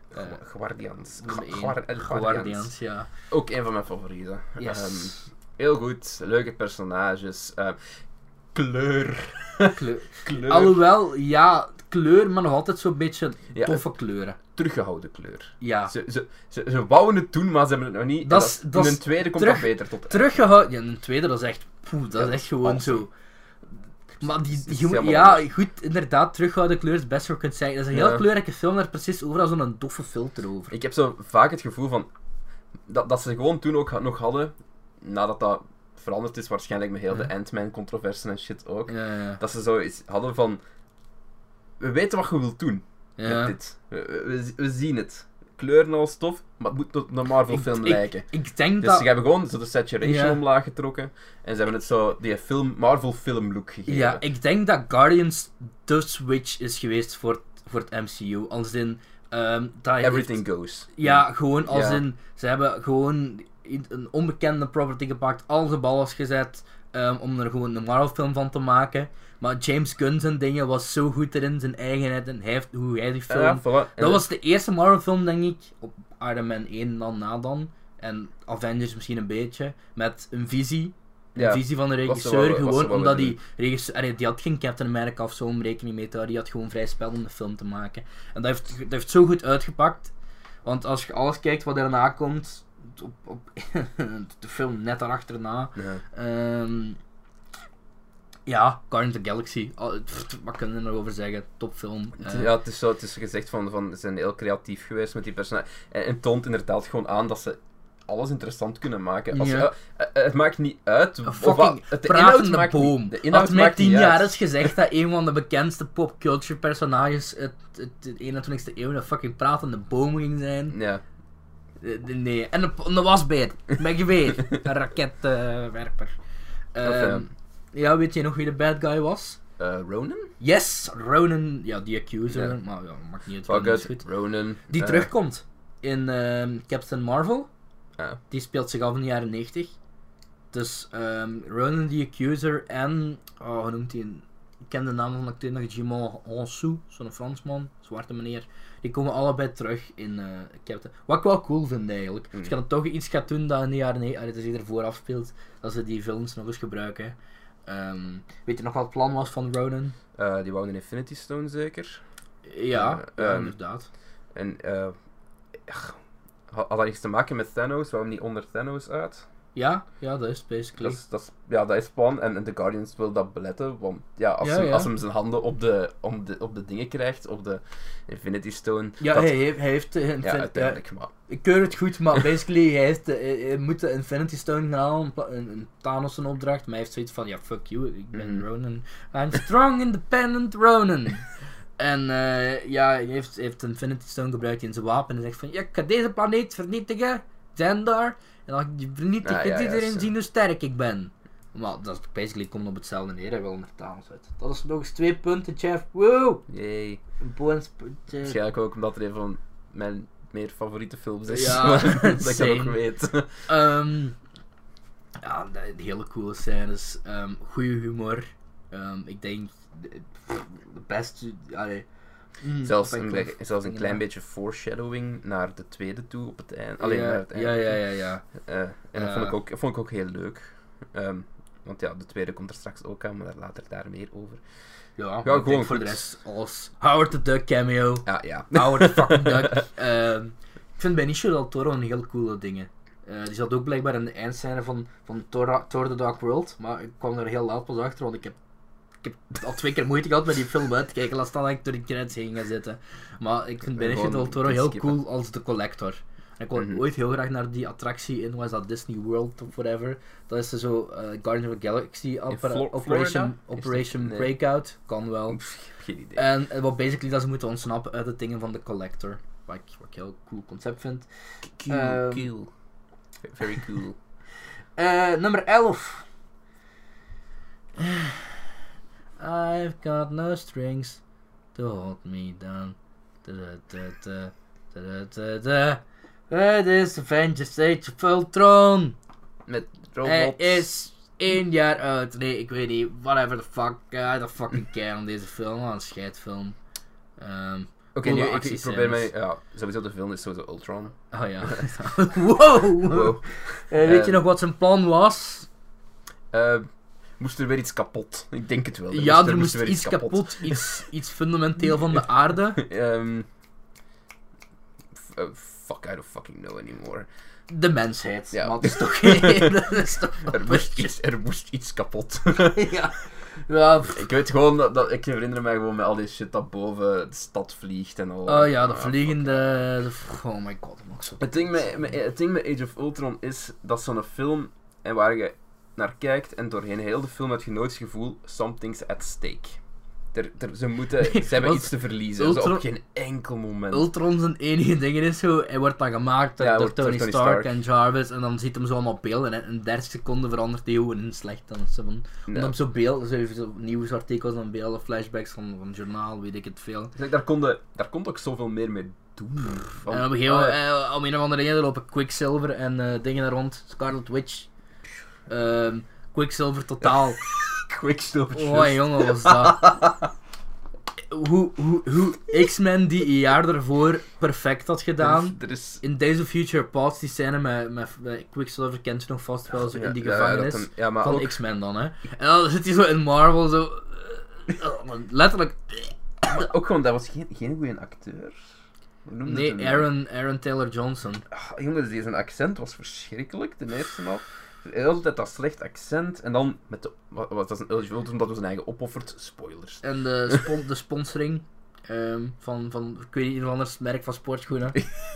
Uh, Guardians. nummer één. Guar- eh, Guardians, ja. Ook een van mijn favorieten. Yes. Um, heel goed, leuke personages. Uh, kleur. Kleur. kleur. Alhoewel, ja, kleur, maar nog altijd zo'n beetje Ja, toffe kleuren. Teruggehouden kleur. Ja. Ze, ze, ze, ze wouden het doen, maar ze hebben het nog niet. Dat En is- dat, dat in is een tweede komt terug- dat beter tot. Teruggehouden. Ja, een tweede, dat is echt. Poeh, dat Ja, is dat echt is gewoon awesome. zo. Maar die, Het is die, helemaal ja, anders. goed, inderdaad, terughouden kleur is het beste wat je kunt zeggen. Dat is een heel Ja. kleurrijke film, daar precies overal zo'n doffe filter over. Ik heb zo vaak het gevoel van. Dat, dat ze gewoon toen ook ha- nog hadden. Nadat dat veranderd is, waarschijnlijk met heel de Ja. Ant-Man-controverse en shit ook. Ja, ja. Dat ze zoiets hadden van. We weten wat je wilt doen Ja. met dit. We, we, we zien het. Kleuren al stof, maar het moet op een Marvel-film Ik- lijken. Ik denk Dus dat. ze hebben gewoon zo de saturation Ja. omlaag getrokken. En ze hebben het zo die film, Marvel-film look gegeven. Ja, ik denk dat Guardians de switch is geweest voor, voor het M C U. Als in. ehm dat heeft- Everything goes. Ja, gewoon als Ja. in. Ze hebben gewoon i- een onbekende property gepakt, al zijn ballen gezet. ehm, om er gewoon een Marvel-film van te maken. Maar James Gunn zijn dingen was zo goed erin, zijn eigenheid en hij heeft, hoe hij die film. Ja, voilà. En Dat was de eerste Marvel-film, denk ik. Op Iron Man één dan na dan. En Avengers misschien een beetje. Met een visie. Een ja. visie van de Was ze regisseur. wel- was ze Gewoon wel omdat willen die regisseur. allee, die had geen Captain America of zo om rekening mee te houden. Die had gewoon vrij spel om de film te maken. En dat heeft, dat heeft zo goed uitgepakt. Want als je alles kijkt wat erna komt. Op, op de film net daarachterna. Ja. ehm ja, Guardians of the Galaxy. Al- pff, wat kunnen we erover zeggen? Topfilm. Het- Eh, ja, het is, zo, het is gezegd van, van ze zijn heel creatief geweest met die personages. En, en toont inderdaad gewoon aan dat ze alles interessant kunnen maken. Als, Ja. eh, eh, het maakt niet uit. Een of fucking wat, het, de inhoud pratende maakt boom. niet, de inhoud Had mij maakt tien niet jaar uit. eens gezegd dat een van de bekendste popculture personages uit uit de eenentwintigste eeuw een fucking pratende boom ging zijn. Ja. Eh, nee, en een, een wasbeer. Met geweer. Een raketwerper. Ehm ja, weet je nog wie de bad guy was? Uh, Ronan? Yes, Ronan. Ja, die accuser. Ja. Maar ja, maakt niet uit. Fuck dat is it, goed. Ronan. Die eh, terugkomt in ehm, Captain Marvel. Ja. Die speelt zich af in de jaren negentig. Dus ehm, Ronan the Accuser en... Oh, hoe noemt hij? een- Ik ken de naam van de acteur nog. Jimon Honsou, zo'n Fransman. Zwarte meneer. Die komen allebei terug in eh, Captain... Wat ik wel cool vind eigenlijk. Mm. Als je dan toch iets gaat doen dat in de jaren negentig... Dat zich ervoor afspeelt. Dat ze die films nog eens gebruiken. Ehm, weet je nog wat het plan was van Ronan? eh, die wou een Infinity Stone zeker. Ja, Eh, ja ehm, inderdaad. En eh, ach, had had dat iets te maken met Thanos? Wou hem niet onder Thanos uit? Ja, ja, dat is basically. Dat is, dat is, ja, dat is het plan. En, en de Guardians wil dat beletten. Want ja, als, Ja, hem, ja. als hem zijn handen op de, om de, op de dingen krijgt, op de Infinity Stone. Ja, dat, hij, heeft- hij heeft... de ja, Infin- uiteindelijk. Maar, Ik keur het goed, maar basically, hij, heeft de, hij, hij moet de Infinity Stone gaan halen, een, pla- een, een Thanos een opdracht, maar hij heeft zoiets van, ja, fuck you, ik ben Mhm. Ronan. I'm strong, independent Ronan. En eh, ja, hij heeft, hij heeft de Infinity Stone gebruikt in zijn wapen en zegt van, ja, ik ga deze planeet vernietigen, Xandar, en dan vernietig Ah, ik ja, ja, iedereen zo. zien hoe sterk ik ben. Maar dat is basically komt op hetzelfde neer, hij wil naar Thanos uit. Dat is nog eens twee punten, Jeff. Wow! yay. Een bonuspuntje. Waarschijnlijk ook omdat er een van mijn meer favoriete films is. Ja, dat ik dat same. nog weet. Ehm, ja, de, de hele coole scènes, um, goede humor. Ehm, ik denk de, de beste. Allee, mm, Zelfs of ik een, geloof- zelfs een ja. klein beetje foreshadowing naar de tweede toe op het einde. Alleen ja, naar het einde. ja, ja, toe. ja, ja. Eh, en dat Ja. vond ik, ook, vond ik ook heel leuk. Ehm, want ja, de tweede komt er straks ook aan, maar daar later daar meer over. Ja, Ja, ik denk gewoon voor goed. de rest als Howard the Duck cameo. Ja, ja. Howard the fucking Duck. Ehm, ik vind Benicio del Toro een heel coole dingen. Eh, die zat ook blijkbaar in de eindscène van, van Thor, Thor The Dark World, maar ik kwam er heel laat pas achter, want ik heb, ik heb al twee keer moeite gehad met die film uit te kijken, laat staan dat ik door die credits heen ga zitten. Maar ik vind Ja, Benicio gewoon del Toro heel skippen. cool als de Collector. En ik wil Mhm. ooit heel graag naar die attractie in, was dat Disney World of whatever. Dat is dus zo uh, Guardians of the Galaxy opera- Flo- Operation, Florida? Operation Is dat- nee. Breakout, kan wel. Pff, geen idee. En eh, wat basically dat ze moeten ontsnappen uit de dingen van de Collector. Wat ik, wat ik heel cool concept vind. cool, ehm, cool. Very cool. Eh, nummer elf. I've got no strings to hold me down. Da-da-da-da, da-da-da-da. Het is Avengers Age of Ultron. Met Hij robots. is één jaar oud. Nee, ik weet niet. Whatever the fuck. I don't fucking care aan deze film. Wat een scheidfilm. Ehm Oké, coole nu, ik, ik actiescènes. probeer mij... Ja, sowieso de film is sowieso Ultron. Oh ja. wow! Wow. Uh, weet je Uh, nog wat zijn plan was? Uh, moest er weer iets kapot? Ik denk het wel. Er Ja, moest, er moest weer iets kapot, kapot iets, iets fundamenteel van de aarde. um, f- uh, fuck, I don't fucking know anymore. De mensheid. Ja. Maar dat is toch geen... dat is toch er, moest iets, er moest iets kapot. ja. Ja, ik weet gewoon dat, dat... Ik herinner mij gewoon met al die shit dat boven de stad vliegt en al. Oh ja, de ah, vliegende... De, oh my god, dat mag zo... Het ding, met, met, het ding met Age of Ultron is dat zo'n film... En waar je naar kijkt en doorheen heel de film heb je nooit het gevoel... Something's at stake. Er, er, ze moeten... Nee, ze hebben wat? iets te verliezen. Ultron- Zo op geen enkel moment. Ultron zijn enige ding is zo, hij wordt dan gemaakt Ja, door wordt door Tony, Tony Stark, Stark. en Jarvis en dan ziet hem zo allemaal beelden en in dertig seconden verandert hij gewoon in slecht. Dan is ze van, Ja. omdat hem zo beelden, zo, even zo nieuwsartikels en beelden, flashbacks van, van journaal, weet ik het veel. Dus daar kon, de, daar kon ook zoveel meer mee doen. Van, En op een gegeven moment, ah, eh, om een of andere reden lopen Quicksilver en eh, dingen er rond, Scarlet Witch, Ehm Quicksilver totaal. Quicksilver. Oh jongen, was dat. Hoe, hoe, hoe X-Men die een jaar daarvoor perfect had gedaan. Er is... In Days of Future Past, die scène met, met, met Quicksilver kent je nog vast wel, zo in die ja, gevangenis. Ja, dat een, ja, maar van ook, X-Men dan, hè. En dan zit hij zo in Marvel, zo... uh, letterlijk... maar ook gewoon, dat was geen, geen goede acteur. Hoe noemde Nee, het hem? Aaron, Aaron Taylor Johnson. Ah, jongens, die zijn accent was verschrikkelijk, de eerste al. De hele tijd dat slecht accent. En dan met de... Wat, wat dat is een Age of Ultron, dat we zijn eigen opoffert. Spoilers. En de, spon de sponsoring ehm, van, van, ik weet niet, een of ander merk van sportschoenen.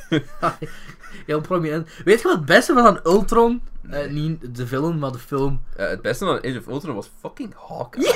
Heel prominent. Weet je wat het beste was aan Ultron? Nee. Uh, niet de film, maar de film. Uh, het beste van Age of Ultron was fucking Hawkeye.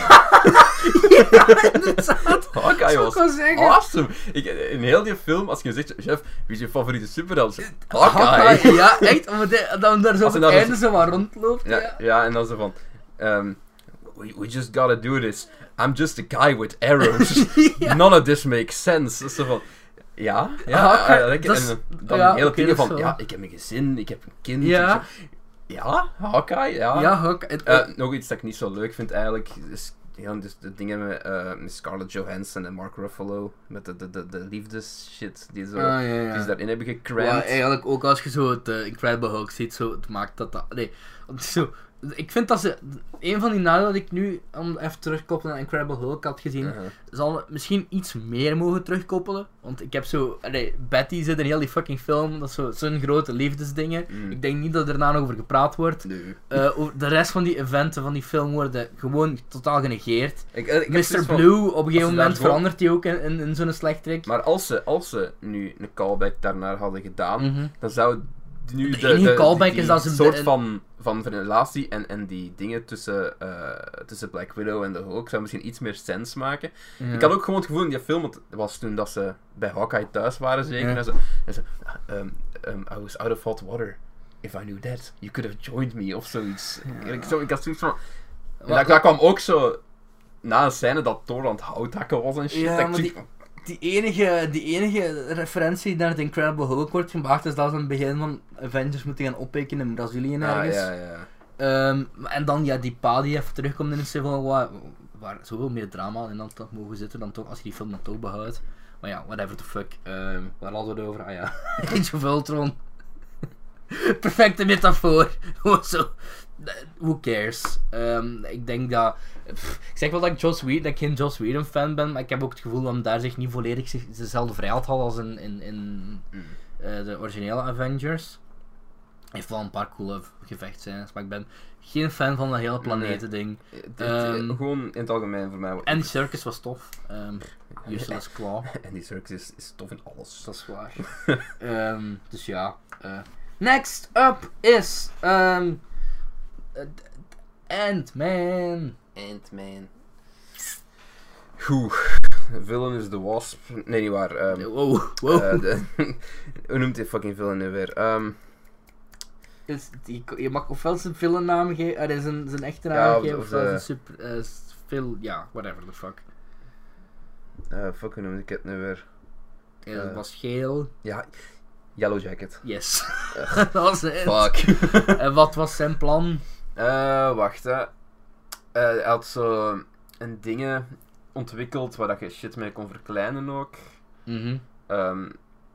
Ja, inderdaad. Hawkeye Zou was ik wel zeggen. awesome. Ik, in heel die film, als je zegt, chef, wie is je favoriete superheld? Hawkeye. Hawkeye, ja, echt. Omdat hij dan daar zo Als op hij het dan einde zo- zo wat rondloopt. Ja, Ja. ja, en dan zo van... Um, we, we just gotta do this. I'm just a guy with arrows. Ja. None of this makes sense. Dat is zo van... Ja, ja. Hawkeye, uh, like, dat is- en dan ja, hele oké, dingen dat is van... wel- Ja, ik heb een gezin, ik heb een kind. Ja. ik zo- Ja, Hawkeye, ja. Ja, Hawkeye. Uh, nog iets dat ik niet zo leuk vind eigenlijk, is ja, dus de dingen met, uh, met Scarlett Johansson en Mark Ruffalo, met de, de, de, de liefdesshit die, zo, Ah, ja, ja. die ze daarin hebben Ja, gecrammed. eigenlijk ook als je zo het uh, Incredible Hulk ziet, zo, het maakt dat dat... Nee, want zo... Ik vind dat ze... Een van die nadelen die ik nu, om even terugkoppelen naar Incredible Hulk had gezien, Uh-huh. zal misschien iets meer mogen terugkoppelen. Want ik heb zo... Allee, Betty zit in heel die fucking film, dat is zo, zo'n grote liefdesdingen. Mm. Ik denk niet dat er daarna nog over gepraat wordt. Nee. Uh, over de rest van die eventen van die film worden gewoon totaal genegeerd. Ik, ik heb mister zoiets van- Blue, op een als gegeven ze moment daar gewoon- verandert hij ook in, in, in zo'n slechterik. Maar als ze, als ze nu een callback daarnaar hadden gedaan, Mhm. dan zou nu De de, enige de, callback die, is dat ze soort de- van, van relatie en, en die dingen tussen, uh, tussen Black Widow en de Hulk zou misschien iets meer sens maken. Ja. Ik had ook gewoon het gevoel in die film, want het was toen dat ze bij Hawkeye thuis waren zeker, Ja. en ze, en ze um, um, I was out of hot water. If I knew that, you could have joined me, of zoiets. Ja. Ik, zo, ik had zoiets van... En Wat- dat, dat kwam ook zo na een scène dat Thor aan het hout hakken was en shit. Ja, dat ik maar zoiets die- van, Die enige, die enige referentie naar het Incredible Hulk wordt gemaakt is dat ze aan het begin van Avengers moeten gaan oppikken in Brazilië ah, ergens. ja, ja. Ehm, en dan ja, die pa die even terugkomt in de Civil War, waar zoveel meer drama in dan toch mogen zitten dan toch, als je die film dan toch behoudt. Maar ja, whatever the fuck. Ehm, waar hadden we het over? Ah ja, Age of Ultron. Perfecte metafoor. Gewoon zo. Who cares? Ehm, ik denk dat... pff, ik zeg wel dat ik, Joss Whedon, dat ik geen Joss Whedon fan ben, maar ik heb ook het gevoel dat hij daar zich niet volledig zich, dezelfde vrijheid had als in, in, in Mm. uh, de originele Avengers. Hij heeft wel een paar coole gevechtscènes, maar ik ben geen fan van dat hele planeten ding. Het- het- Ehm, gewoon in het algemeen voor mij. wordt- En die circus was tof. Um, Useless Claw. En die circus is, is tof in alles. Dat is waar. Ehm, dus ja. uh, next up is um, uh, Ant-Man. Ant-Man. Goed. Villain is the Wasp. Nee, niet waar. ehm, Wow, wow. eh, de- hoe noemt die fucking villain nu weer? Ehm, Is die, je mag ofwel zijn filmnaam geven, er is zijn, zijn echte naam Ja, of- geven, of ofwel de- zijn super, uh, fil, ja, whatever the fuck. eh, fuck, hoe noemde ik het nu weer? Uh, het Eh. was geel, Ja, Yellow Jacket. yes. Dat was het. Fuck. En wat was zijn plan? Eh, wacht hè. Eh, hij had zo een dingen ontwikkeld waar dat je shit mee kon verkleinen ook. Mm-hmm. Um,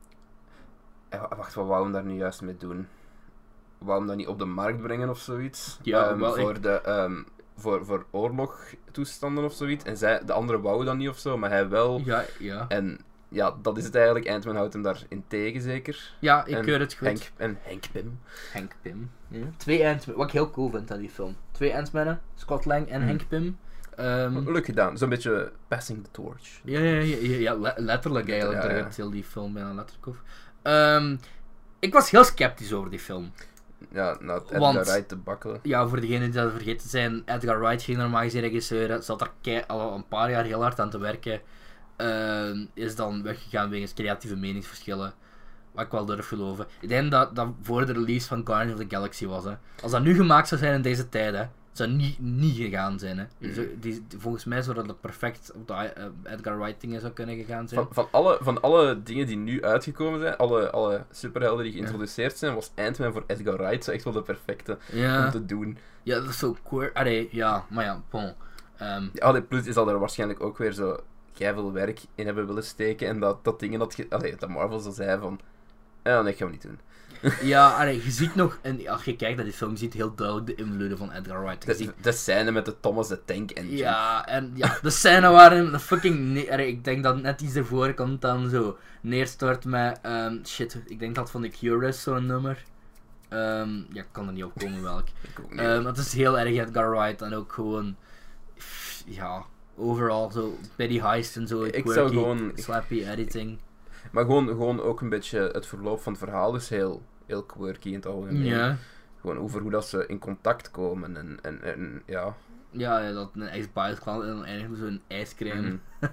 wacht, wat wou hem daar nu juist mee doen? Wou hem dat niet op de markt brengen of zoiets? Ja, um, wel, voor, ik... de, um, voor, voor oorlogtoestanden of zoiets. En zij, de anderen wouden dat niet of zo, maar hij wel. Ja, ja. En ja, dat is het eigenlijk. Ant-Man houdt hem daarin tegen, zeker. Ja, ik en keur het goed. Henk, en Henk Pym. Henk Pym. Ja. Twee Ant-Man, wat ik heel cool vind aan die film. Twee Ant-Mannen, Scott Lang en Hmm. Henk Pym. Um, Leuk gedaan, zo'n beetje passing the torch. ja, ja, ja, ja, ja, le- letterlijk eigenlijk. Ja, Daar ja. gaat heel die film bijna letterlijk over. Um, ik was heel sceptisch over die film. Ja, nou, het Want- Edgar Wright te bakkelen. Ja, voor degenen die dat vergeten zijn, Edgar Wright ging normaal gezien regisseur, zat er kei- al een paar jaar heel hard aan te werken. Uh, is dan weggegaan wegens creatieve meningsverschillen. Wat ik wel durf geloven. Ik denk dat dat voor de release van Guardians of the Galaxy was. Hè. Als dat nu gemaakt zou zijn in deze tijd, hè, zou niet, niet gegaan zijn. Hè. Mm. Zo, die, die- volgens mij zou dat perfect op de uh, Edgar Wright dingen zou kunnen gegaan zijn. Van, van, alle, van alle dingen die nu uitgekomen zijn, alle, alle superhelden die geïntroduceerd zijn, was Ant-Man voor Edgar Wright zo echt wel de perfecte Ja, om te doen. ja, dat is zo queer. Allee, ja, maar ja, bon. Um, Ja, allee, plus is al er waarschijnlijk ook weer zo veel werk in hebben willen steken en dat, dat dingen dat, ge, allee, dat Marvel zo zei van, ja, nee, dat gaan we niet doen. ja, allee, je ziet nog, en als je kijkt naar die film, je ziet heel duidelijk de invloeden van Edgar Wright. Je De, ziet- de scène met de Thomas the Tank Engine. Ja, en ja, de scène waarin de fucking... Ne- allee, ik denk dat net iets ervoor komt dan zo neerstort met... Um, shit, ik denk dat van The Cure is, zo'n nummer. Um, ja, ik kan er niet op komen welk. Ik ook niet. Um, het is heel erg Edgar Wright en ook gewoon... pff, Ja, overal zo Betty Heist en zo. Ik quirky, zou gewoon- slappy editing. Maar gewoon, gewoon ook een beetje het verloop van het verhaal is heel, heel quirky in het algemeen. Ja. Gewoon over hoe dat ze in contact komen en, en, en ja. Ja, ja, dat een ijsbaas kwam en dan eindigt met zo'n ijscreme. Mhm. Um,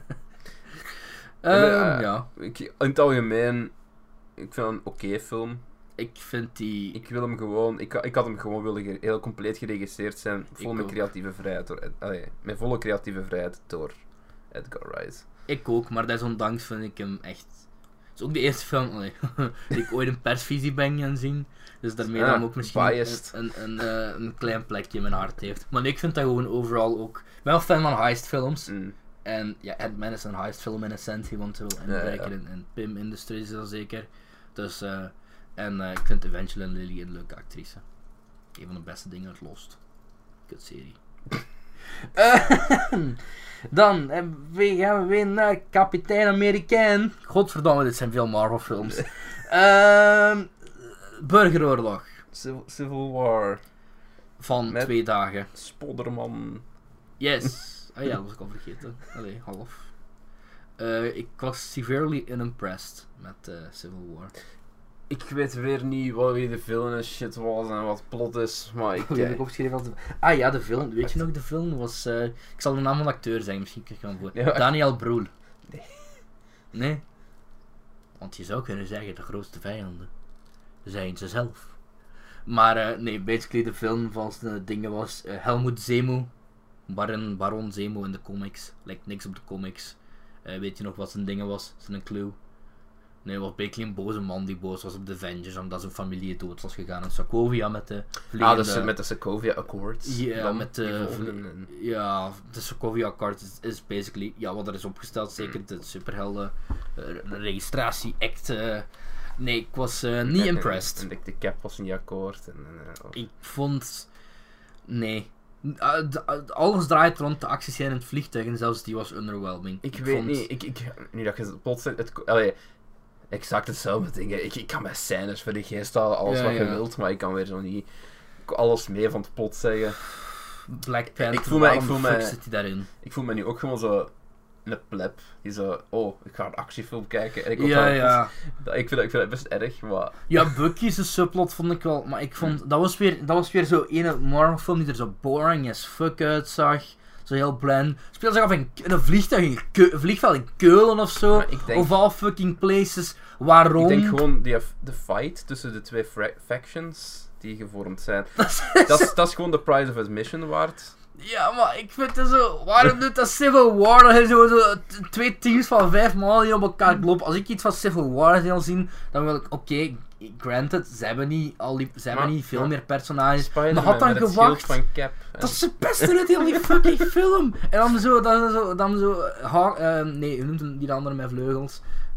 Ja, maar, ja, Ik, in het algemeen, ik vind het een oké film. ik vind die... Ik wil hem gewoon, ik, ik had hem gewoon willen ge- heel compleet geregisseerd zijn, vol Ik met ook. creatieve vrijheid door, Ed- allee, met volle creatieve vrijheid door Edgar Wright. Ik ook, maar desondanks vind ik hem echt... Het is ook de eerste film allee, die ik ooit een persvisie ben gaan zien. Dus daarmee Ah, dan ook misschien biased. een, een, een, eh, een klein plekje in mijn hart heeft. Maar ik vind dat gewoon overal ook... Ik ben wel fan van heistfilms. Mm. En ja, Ant-Man is een heistfilm in essentie, want ze wil Ja, inwerken ja. in, in Pym Industries dat zeker. Dus, eh en eh, ik vind Evangeline Lilly een leuke actrice. Een van de beste dingen uit Lost. Kutserie. Eh, Dan eh, we gaan we weer naar Kapitein Amerikaan. Godverdomme, dit zijn veel Marvel films. Ehm Burgeroorlog. Civil, Civil War, Van Met- twee dagen. Spodderman. Yes. Ah ja, dat was ik al vergeten. Allee, half. Eh, ik was severely unimpressed met eh, Civil War. Ik weet weer niet wat wie de film en shit was en wat plot is, maar ik... Hoe heb ik opgeschreven als de... Ah ja, de film. Weet je nog, de film was... eh, ik zal de naam van de acteur zeggen, misschien krijg je hem voor. Ja, maar- Daniel Brühl. Nee. Nee? Want je zou kunnen zeggen, de grootste vijanden zijn ze zelf. Maar eh, nee, basically de film van de dingen was eh, Helmut Zemo. Baron, Baron Zemo in de comics. Lijkt niks op de comics. Eh, weet je nog wat zijn dingen was? Zijn clue? Nee, het was basically een boze man die boos was op de Avengers omdat zijn familie dood was gegaan in Sokovia met de vliegende... Ah, dus met de Sokovia Accords. Ja, dan, met die de... volgden en- Ja, de Sokovia Accord is, is basically... Ja, wat er is opgesteld, zeker de superhelden eh, registratie act. eh. nee, ik was eh, niet en- impressed. En, en de cap was niet akkoord. En, en, eh, oh. Ik vond... Nee. Uh, d- uh, alles draait rond de actiescène in het vliegtuig en zelfs die was underwhelming. Ik, weet vond... niet, ik, ik, nu dat je het plots zegt, het, allee, exact hetzelfde dingen. Ik, ik kan bij scènes voor de geest halen, alles Ja, wat je ja. wilt, maar ik kan weer zo niet alles mee van het plot zeggen. Black Panther, Ik voel mij- waarom ik voel de fuck mij- zit hij daarin? Ik voel me nu ook gewoon zo een pleb, die zo, oh, ik ga een actiefilm kijken. En ik, Ja, dat, ja. dat, ik, vind dat, ik vind dat best erg, maar... Ja, Bucky's subplot vond ik wel, maar ik vond, dat was weer, dat was weer zo ene Marvel film die er zo boring as fuck uitzag. Zo heel bland. Speelde zich af in, in een vliegtuig in Keu- een vliegveld in Keulen of zo. Maar ik denk- Of all fucking places. Waarom? Ik denk gewoon, die, de fight tussen de twee fra- factions die gevormd zijn, Dat is- dat is, dat is gewoon de price of admission waard. Ja, maar ik vind het zo... Waarom doet dat Civil War? Dat zijn zo, zo t- twee teams van vijf man die op elkaar kloppen. Als ik iets van Civil War wil zien, dan wil ik... Oké, okay, granted, ze hebben niet, al die, ze hebben Maar- niet veel maar- meer personages. Spider-Man Maar had dan met het gewacht. schild van Cap. Dat is het beste uit heel die fucking film. En dan zo... Dan zo, dan zo ha- uh, nee, hoe noemt hem die andere met vleugels?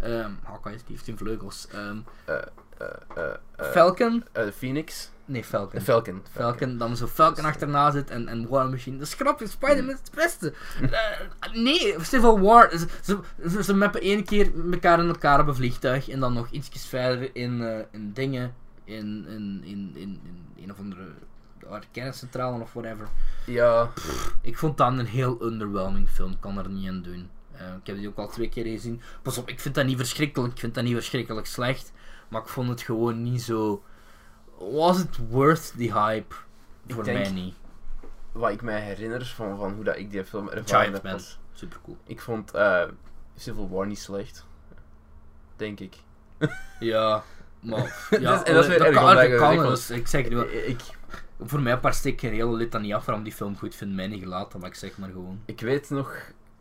Um, Hawkeye, die heeft tien vleugels. Um, Uh, uh, uh, uh, Falcon? Uh, Phoenix? Nee, Falcon. Uh, Falcon. Falcon, Falcon. dan zo Falcon achterna zit en, en War Machine. Dat is grappig, Spider-Man is het beste. Uh, nee, Civil War. Ze, ze, ze, ze mappen één keer elkaar in elkaar op een vliegtuig en dan nog ietsjes verder in, uh, in dingen. In, in, in, in, in een of andere kerncentrale of whatever. Ja. Pff, ik vond dat een heel underwhelming film, ik kan er niet aan doen. Uh, ik heb die ook al twee keer gezien. Pas op, ik vind dat niet verschrikkelijk, ik vind dat niet verschrikkelijk slecht. Maar ik vond het gewoon niet zo... Was it worth the hype? Ik Voor denk, mij niet. Wat ik mij herinner van, van hoe dat ik die film ervaren Giant heb, Man, was... super cool. Ik vond uh, Civil War niet slecht. Denk ik. Ja, maar... Ja, Dat is- en dat is weer dat erg, kan, omdat dat ik- kan, ik dus ik zeg nu wel... Ik, Voor mij parst ik geen hele litanie af waarom die film goed vindt, mij niet gelaten, maar ik zeg maar gewoon. ik weet nog...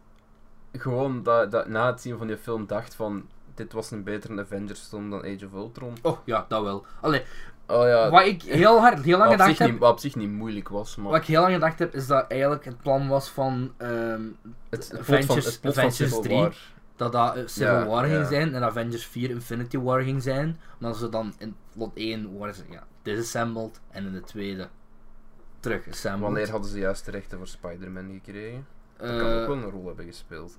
Gewoon dat, dat na het zien van die film dacht van... Dit was een betere Avengers film dan Age of Ultron. Oh, ja, dat wel. Allee, Oh ja, wat ik heel hard, heel lang wat op, gedacht zich heb... niet, wat op zich niet moeilijk was, maar... Wat ik heel lang gedacht heb, is dat eigenlijk het plan was van um, het, het plot Avengers, van, het plot van Avengers Civil drie, War. dat dat uh, Civil Ja, War ging ja. zijn en Avengers vier Infinity War ging zijn. Omdat ze dan in plot één worden ze ja, disassembled en in de tweede terug assembled. Wanneer hadden ze juist de rechten voor Spider-Man gekregen? Dat kan Uh, ook wel een rol hebben gespeeld.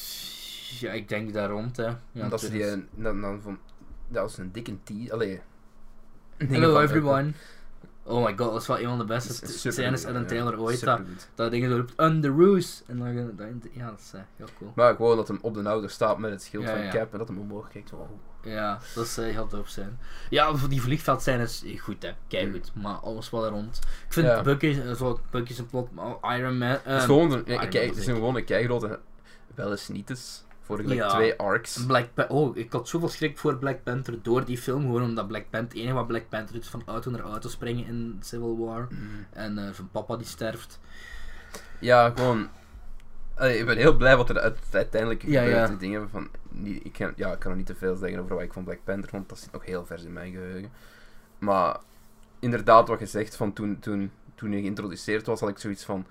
Ja, ik denk daar rond, hè. Ja, dat ze die... dus- eh, Dan, dan van, dat was een dikke tease. Allee. Dingen Hello van- everyone. Oh my god, dat is wel een van de beste Dat is t- super scènes goed, uit een ja. trailer ooit. Dat, Supergoed. dat ding zo roept, on the roost. En dan, dan, dan ja, dat is uh, heel cool. Maar gewoon dat hem op de ouder staat met het schild Ja, van ja. Cap en dat hem omhoog kijkt. Zo, oh. Ja, dat is uh, heel tof zijn. Ja, voor die vliegveld zijn is goed, hè. Keigoed. Maar alles wat er rond. Ik vind Ja. Bucky, uh, zo Bucky zijn plot, oh, Iron Man. Het is Uh, gewoon een, Iron Man een, kei- het is zeker. een, gewoon een keigrote wel eens niet eens. Voor gelijk Ja. twee arcs. Black Pa- oh, ik had zoveel schrik voor Black Panther door die film. Gewoon omdat Black Panther, het enige wat Black Panther doet is van auto naar auto springen in Civil War. Mm. En uh, van papa die sterft. Ja, gewoon... Allee, ik ben heel blij wat er uit, uiteindelijk Ja, gebeurt. ja. Die dingen van... Niet, ik, kan, ja, ik kan nog niet te veel zeggen over wat ik van Black Panther vond. Dat zit nog heel vers in mijn geheugen. Maar inderdaad, wat je zegt, van toen, toen, toen hij geïntroduceerd was, had ik zoiets van...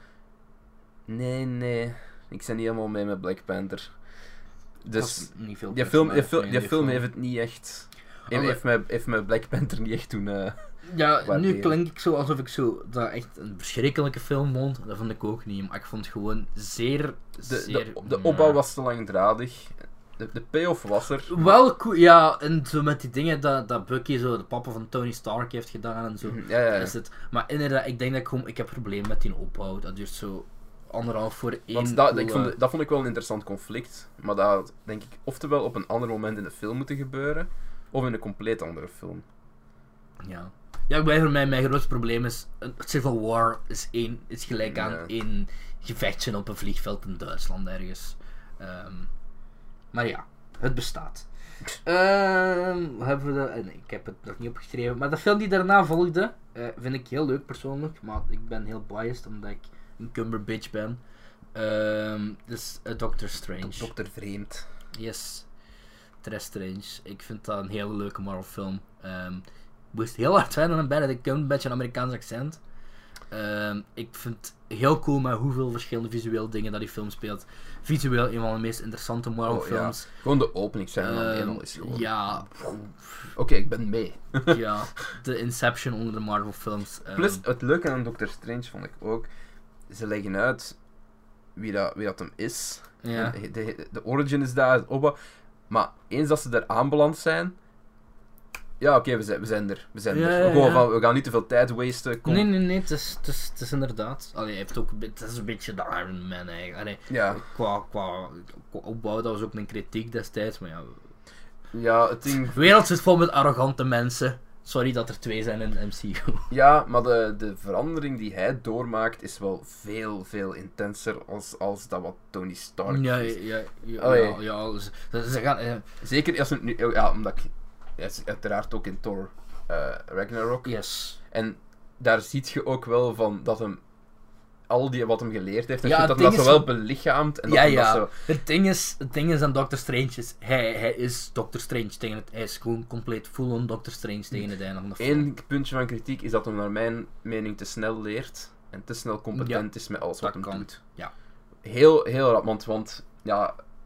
Nee, nee. Ik ben niet helemaal mee met Black Panther. Dat Dus is niet veel die film, die, personage fil- in die film heeft het niet echt... Heeft, Allee. heeft, mij, heeft mij Black Panther niet echt toen... eh, Ja, nu waarderen. klink ik zo alsof ik zo dat echt een verschrikkelijke film vond. Dat vond ik ook niet. Maar ik vond het gewoon zeer, de, zeer... de, de opbouw was te langdradig. De, de payoff was er. Wel cool, ja, en zo met die dingen dat, dat Bucky zo de papa van Tony Stark heeft gedaan en zo. Mhm, Ja, ja, ja. Is het. Maar inderdaad, ik denk dat ik gewoon, ik heb een probleem met die opbouw. Dat duurt zo anderhalf voor één. Want dat, ik coole- vond, dat vond ik wel een interessant conflict. Maar dat had, denk ik, oftewel op een ander moment in de film moeten gebeuren, of in een compleet andere film. Ja. Ja, ik blijf voor mij, mijn grootste probleem is, een Civil War is, één, is gelijk aan Ja. één gevechtje op een vliegveld in Duitsland ergens. Ehm, maar ja, het bestaat. Ehm, wat hebben we de, eh, nee, ik heb het nog niet opgeschreven, maar de film die daarna volgde, eh, vind ik heel leuk persoonlijk, maar ik ben heel biased omdat ik een Cumberbitch ben. Ehm dus uh, Doctor Strange. Dokter Vreemd. Yes. Tres Strange. Ik vind dat een hele leuke Marvel film. Ehm moest heel hard zijn aan een bijna. Ik heb een beetje een Amerikaans accent. Ehm, ik vind het heel cool met hoeveel verschillende visuele dingen dat die film speelt. Visueel een van de meest interessante Marvel Oh, ja. films. Gewoon de opening zijn alleen Ehm, al is gewoon... ja, Oké, ik ben mee. ja, de Inception onder de Marvel films. Ehm, Plus, het leuke aan Doctor Strange vond ik ook, ze leggen uit wie dat, wie dat hem is. ja. En de, de origin is daar, het opbouw. Maar eens dat ze er aanbeland zijn, ja oké, we, zijn, we zijn er. We zijn Ja, er. ja, Gewoon ja. van, we gaan niet te veel tijd wasten. Kom. Nee, nee, nee, het is, het is, het is inderdaad. Allee, hij heeft ook een beetje, het is een beetje de Iron Man eigenlijk. Allee, Ja, qua, qua, qua opbouw, dat was ook een kritiek destijds, maar ja. ja, het ding... De wereld zit vol met arrogante mensen. Sorry dat er twee zijn in de M C U. Ja, maar de, de verandering die hij doormaakt is wel veel, veel intenser als, als dat wat Tony Stark Ja, is. ja, ja, Allee. ja, ja, ze, ze gaan... eh, Zeker als het nu... Ja, omdat ik... Hij is uiteraard ook in Thor eh, Ragnarok. yes. En daar ziet je ook wel van dat hem... Al die wat hem geleerd heeft, en Ja, je het dat dat ding zo is wel belichaamt. En dat Ja, hem dat ja. zo... Het ding is, het ding is aan Doctor Strange is, hij, hij is Doctor Strange tegen het, hij is gewoon compleet full-on Doctor Strange tegen het einde van de film. Eén puntje van kritiek is dat hem naar mijn mening te snel leert. En te snel competent is met alles wat dat hem kan. doet. Ja. Heel, heel rap, want, want ja,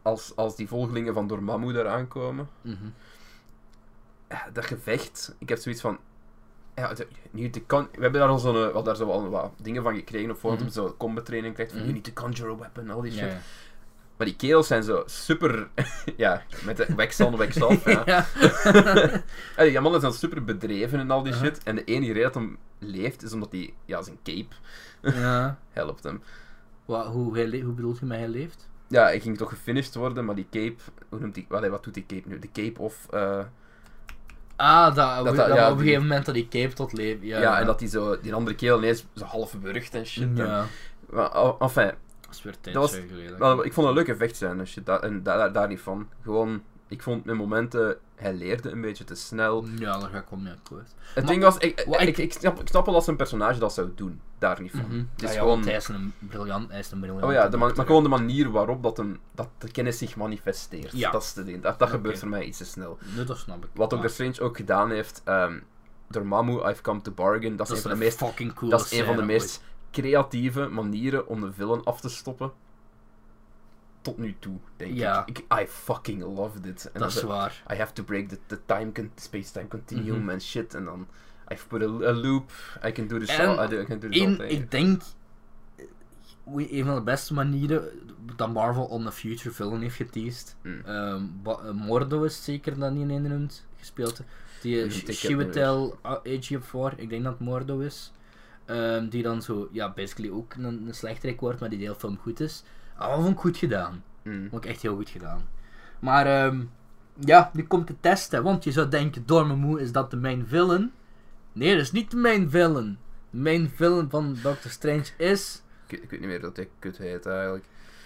als, als die volgelingen van Dormammu daar aankomen. Mm-hmm. Ja, dat gevecht, ik heb zoiets van... Ja, de, you need to con- we hebben daar al zo'n... We hadden daar zo al wat dingen van gekregen op voorhand, Mm-hmm. om zo combat training krijgt van Mm-hmm. you need to conjure a weapon, al die shit. Ja, ja. Maar die kerels zijn zo super... ja, met de wax on, wax off, ja. Ja. Ja, die mannen zijn super bedreven en al die Uh-huh. shit. En de enige reden dat hem leeft, is omdat hij... Ja, zijn cape Ja. helpt hem. Wat, hoe, hij le- hoe bedoelt je met hij leeft? Ja, hij ging toch gefinished worden, maar die cape... Hoe noemt hij... Wat, wat doet die cape nu? De cape of... eh, Ah, dat, Dat dat, dat- dat ja, op een die- gegeven moment dat die cape tot leven. Ja, ja, en dat die zo... Die andere kerel ineens zo half wurgt en shit. En, Ja, maar, oh, enfin... dat is weer Dat tijd was- geleden. Wel, ik vond het een leuke vechtscène, en shit. Daar, en daar, daar, daar niet van. Gewoon... Ik vond met momenten... Hij leerde een beetje te snel. Ja, daar ga ik wel mee akkoord. Het Maar- ding was... Ik, Wat ik, ik- ik, snap, ik snap wel dat zijn personage dat zou doen. Daar niet van. Mhm. Het Ja, is ja, gewoon... want hij is een briljant, hij is een briljant. Oh ja, de man, maar gewoon de manier waarop dat, hem, dat de kennis zich manifesteert. Ja. Dat is de ding. Dat, dat Oké. gebeurt voor mij iets te snel. Nee, dat snap ik. Wat Maar Doctor Strange ook gedaan heeft... Um, Dormammu, I've come to bargain. Dat is, dat een van de een meest, fucking cool dat is een van de meest creatieve manieren om de villain af te stoppen. Tot nu toe, denk Ja. ik. ik. I fucking loved it. En Dat is dan- waar. I have to break the, the time con- space-time continuum Mhm. en shit. En dan... I've put a, a loop. I can do this En all. I, do, I can do this all In, day. ik denk, hoe- een van de beste manieren dat Marvel on the Future film heeft geteased. Mm. Ehm, Ba- eh, Mordo is zeker dat niet in noemt, gespeeld. Die Mm, uh, ik heb Chiwetel Ejiofor, ik denk dat het Mordo is. Ehm, die dan zo, ja, basically ook een, een slechterik wordt, maar die de hele film goed is. Ah, dat vond ik goed gedaan. Mm. Vond ik echt heel goed gedaan. Maar, ehm, ja, nu komt de test, hè, want je zou denken, Dormammu, is dat de main villain? Nee, dat is niet de main villain. De main villain van Doctor Strange is... Ik, ik weet niet meer dat hij kut heet eigenlijk.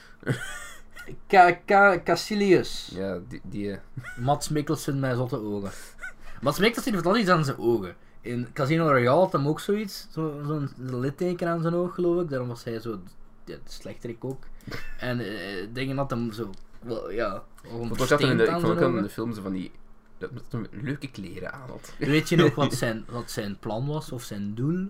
Ka Ka Cassilius. Ja, die... die eh, Mads Mikkelsen met zotte ogen. Mads Mikkelsen heeft altijd iets aan zijn ogen. In Casino Royale had hem ook zoiets, zo- zo'n litteken aan zijn oog geloof ik. Daarom was hij zo, ja, slechterik ook. En eh, dingen had hem zo, wel, ja, ik vond ook dat hem in de, ik aan vond ook zijn dat in de ogen. films van die... Dat dat hij leuke kleren aan had. Weet je nog wat zijn, wat zijn plan was, of zijn doel?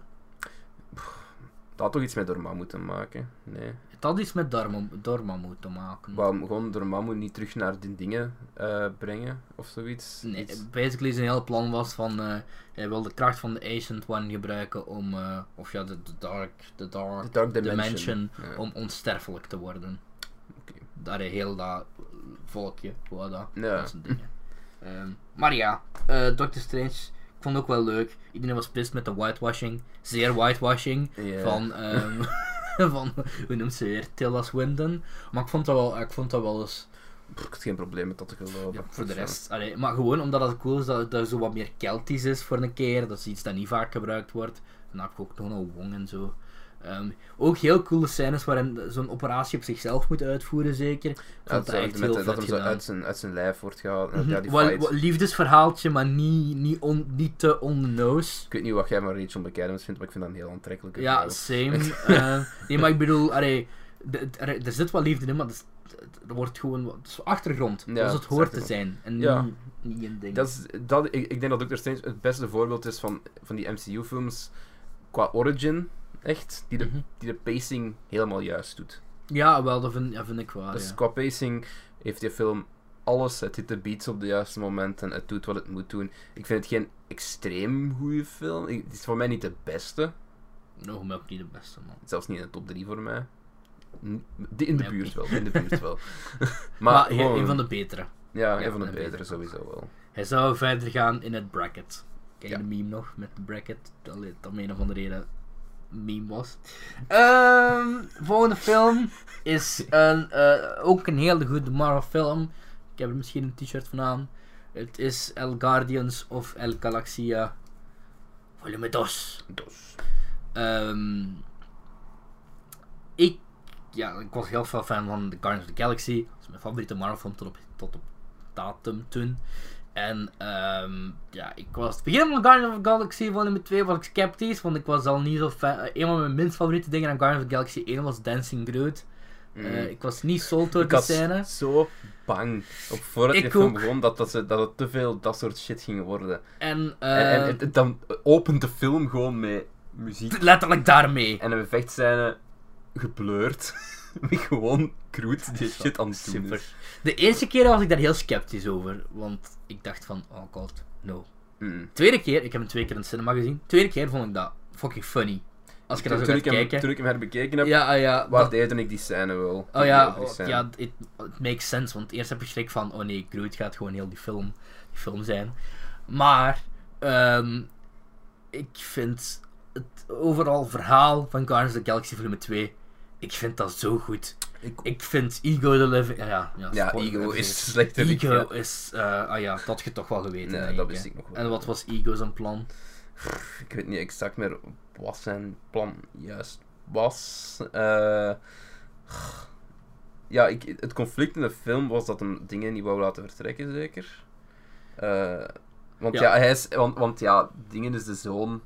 Dat had toch iets met Dormammu te maken? Nee. Het had iets met Dormammu Dormammu te maken. Wou hem gewoon Dormammu niet terug naar die dingen eh, brengen, of zoiets? Nee, Iets- basically zijn hele plan was van, eh, hij wil de kracht van de Ancient One gebruiken om, eh, of ja, de, de Dark, de Dark, The Dark Dimension. Dimension, Ja. om onsterfelijk te worden. Oké. Daar heel dat volkje, hoe dat, Ja. dat soort dingen. Ehm, maar ja, eh, Doctor Strange, ik vond het ook wel leuk. Iedereen was pissed met de whitewashing, zeer whitewashing, Ja. van, ehm, van, hoe noemt ze weer, Tilda Swinton. Maar ik vond dat wel, ik vond dat wel eens... Pff, ik had geen probleem met dat te geloven. Ja, voor de Dus, rest. Allee, maar gewoon omdat het cool is dat het zo wat meer Keltisch is voor een keer. Dat is iets dat niet vaak gebruikt wordt. Dan heb ik ook Donald Wong en zo. Ehm, ook heel coole scènes waarin zo'n operatie op zichzelf moet uitvoeren, zeker. Ik Ja, vond dat, dat echt met, heel dat vet hem zo gedaan. uit zijn, uit zijn lijf wordt gehaald. Mhm. Ja, die Wel- fight. wel liefdesverhaaltje, maar niet, niet, on, niet te on the nose. Ik weet niet wat jij van Rachel McAdams vindt, maar ik vind dat een heel aantrekkelijke Ja, vrouw. same. Eh, nee, maar ik bedoel, allee, de- de- er, er zit wel liefde in, maar dat is- er wordt gewoon wat, het is achtergrond. Ja, zoals het het is hoort te achtergrond. zijn. En Ja. niet, niet een ding. Dat is, dat, ik, ik denk dat Doctor Strange het beste voorbeeld is van, van die M C U-films qua origin, echt, die de, Mhm. die de pacing helemaal juist doet. Ja, wel, dat vind, ja, vind ik waar. Dus ja. qua pacing heeft die film alles, het hit de beats op de juiste momenten, het doet wat het moet doen. Ik vind het geen extreem goede film, Ik- het is voor mij niet de beste, Nog maar ook niet de beste, man. zelfs niet in de top drie voor mij. N- de- In de Nee, ook buurt niet. wel, in de buurt wel. Maar, maar hij- gewoon- een van de betere. ja, ja, een van de een betere betere. sowieso wel. Hij zou verder gaan in het bracket. Ken je Ja. de meme nog met de bracket? Dat dat om een of andere reden meme was. Ehm volgende film is een, eh, ook een hele goede Marvel film. Ik heb er misschien een t-shirt van aan. Het is El Guardians of El Galaxia Volume dos. Dus. Ehm, ik, ja, ik was heel veel fan van The Guardians of the Galaxy. Dat is mijn favoriete Marvel film tot op, tot op datum toen. En ehm, ja, ik was het begin van Guardians of the Galaxy volume twee was ik sceptisch, want ik was al niet zo fan. Een van mijn minst favoriete dingen aan Guardians of the Galaxy één was Dancing Groot. Mm. Uh, ik was niet sold door Ik die was scène. zo bang op voordat Ik die film ook. begon dat, dat, ze, dat het te veel dat soort shit ging worden. En, en, en uh, het- het- dan opent de film gewoon met muziek letterlijk daarmee. en een vechtscène geblurred. wie gewoon Groot die shit aan het doen Super. is. De eerste keer was ik daar heel sceptisch over, want ik dacht van, oh god, no. Mm. Tweede keer, ik heb hem twee keer in het cinema gezien, tweede keer vond ik dat fucking funny. Als ik er Toen, zo toen, ga ik hem, kijken. toen ik hem herbekeken heb, Ja, ah, ja. dat- waardeerde ik die scène wel. Oh ja, Over die oh, scène. ja, it, it makes sense, want eerst heb je schrik van, oh nee, Groot gaat gewoon heel die film, die film zijn. Maar, ehm, ik vind het overal verhaal van Guardians of the Galaxy volume twee, ik vind dat zo goed. Ik- Ik vind Ego the Living... Ja, ja, Ja, spoiler Ego alert. is slechter. Ego is... eh, ah ja, dat had je toch wel geweten. Nee, denk dat ik, wist hè. ik nog wel. En wat was Ego zijn plan? Ik weet niet exact meer wat zijn plan juist was. Eh, ja, ik, het conflict in de film was dat hem dingen niet wou laten vertrekken, zeker. Eh, want ja. Ja. hij is... Want, want ja, dingen is de zoon...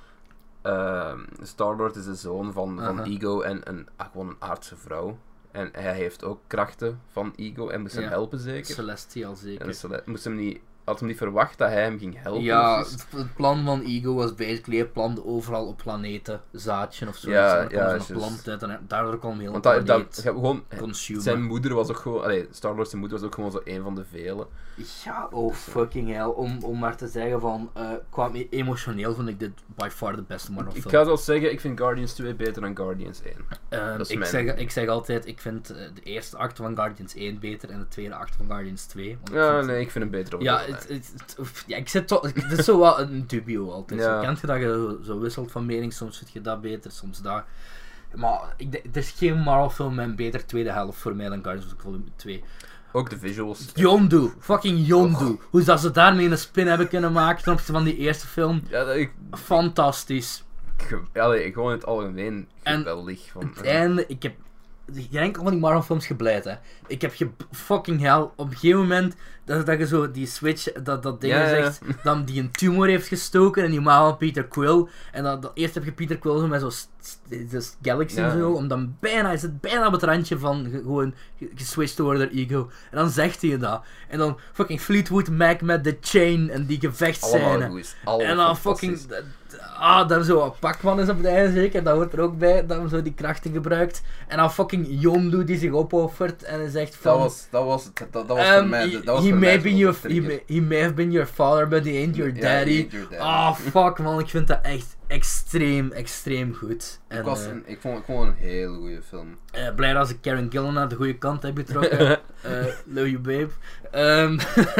eh, Star-Lord is de zoon van, van Aha. Ego en een, ah, gewoon een aardse vrouw. En hij heeft ook krachten van Ego en moest hem Ja. helpen, zeker. Celestial zeker. En Cele- moest hem niet, had hem niet verwacht dat hij hem ging helpen. Ja, of iets? het, het plan van Ego was basically, hij plande overal op planeten zaadje of zo. Ja, en dan ja, kwam zo'n juist. plant uit en daardoor kwam heel Want de dat, dat, planeet ja, gewoon, consumen. zijn moeder was ook gewoon, allee, Star-Lord zijn moeder was ook gewoon zo een van de velen. Ja, oh fucking hell. Om, om maar te zeggen van, eh qua me- emotioneel vind ik dit by far de beste Marvel Ik film. ga zelfs zeggen, ik vind Guardians twee beter dan Guardians één. Ehm, dat is ik, mijn- zeg, ik zeg altijd, ik vind eh, de eerste acte van Guardians één beter en de tweede acte van Guardians twee. Want ik Ja, vind- nee, ik vind hem beter op Ja, de- het, het, het- of- ja, ik zit toch, het is zo wel een dubio altijd. Ja. Zo, kent je dat je zo, zo wisselt van mening, soms vind je dat beter, soms dat. Maar ik, denk- er is geen Marvel film met een beter tweede helft voor mij dan Guardians of the Volume twee. Ook de visuals. Yondu, fucking Yondu. Hoe dat ze daarmee een spin hebben kunnen maken ten opzichte van die eerste film. Ja, dat ik, Fantastisch. ge- allee, gewoon in het algemeen En geweldig. Van, Het einde, ik heb geen enkel van die Marvel films gebleid, hè. Ik heb ge fucking hell, op een gegeven moment, dat, dat je zo die switch, dat, dat ding Ja, ja, ja. zegt, dat die een tumor heeft gestoken en die maal van Peter Quill. En dat, dat, eerst heb je Peter Quill zo met zo'n st- st- dus Galaxy Ja. en zo, om dan bijna, is het bijna op het randje van ge- gewoon ge- geswitcht te worden door Ego. En dan zegt hij dat. En dan fucking Fleetwood Mac met de chain en die gevechtscène. allemaal goed. Allemaal En dan fantastisch. fucking... d- d- Ah, dan zo een pakman is op het einde zeker, dat hoort er ook bij, dat hem zo die krachten gebruikt. En dan fucking Yondu die zich opoffert en hij zegt van... Dat was, dat was, het, dat, dat was ehm, voor mij, he, dat was he voor may mij be zo your, de he, trigger. may, he may have been your father, but he ain't your Ja, daddy. he ain't your daddy. Ah, fuck man, ik vind dat echt extreem, extreem goed. En, Ik, was eh, een, ik vond het gewoon een hele goede film. eh, blij dat ze Karen Gillan aan de goede kant heb getrokken. Eh love you babe. Ehm,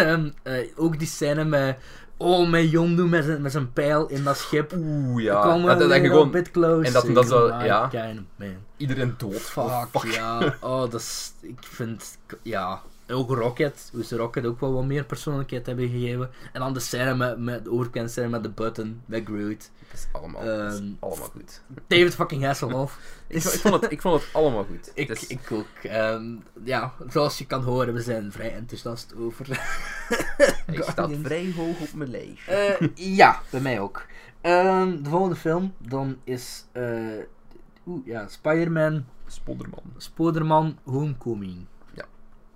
eh, ook die scène met... Oh, met Yondu met zijn, met zijn pijl in dat schip. Oeh, We ja. komen Dat, dat, weer je een gewoon bit close. en dat hem dat zo- My ja. kind of man. iedereen dood. Fuck, ja. Oh, dat is... Ik vind... Ja. Ook Rocket. Hoe ze Rocket ook wel wat meer persoonlijkheid hebben gegeven. En dan de scène met... met de overkant scène met de button. Met Groot. Dat is allemaal, dat is Ehm, allemaal goed. David fucking Hasselhoff. Ik, ik, vond het, ik vond het allemaal goed. Ik, Het is- ik ook. Ehm, ja, zoals je kan horen, we zijn vrij enthousiast over. ik sta Guardians. vrij hoog op mijn lijstje. Eh, ja, bij mij ook. Ehm, de volgende film, dan is... eh Oeh, ja, Spider-Man, Spodderman. Spoderman, Homecoming. Ja.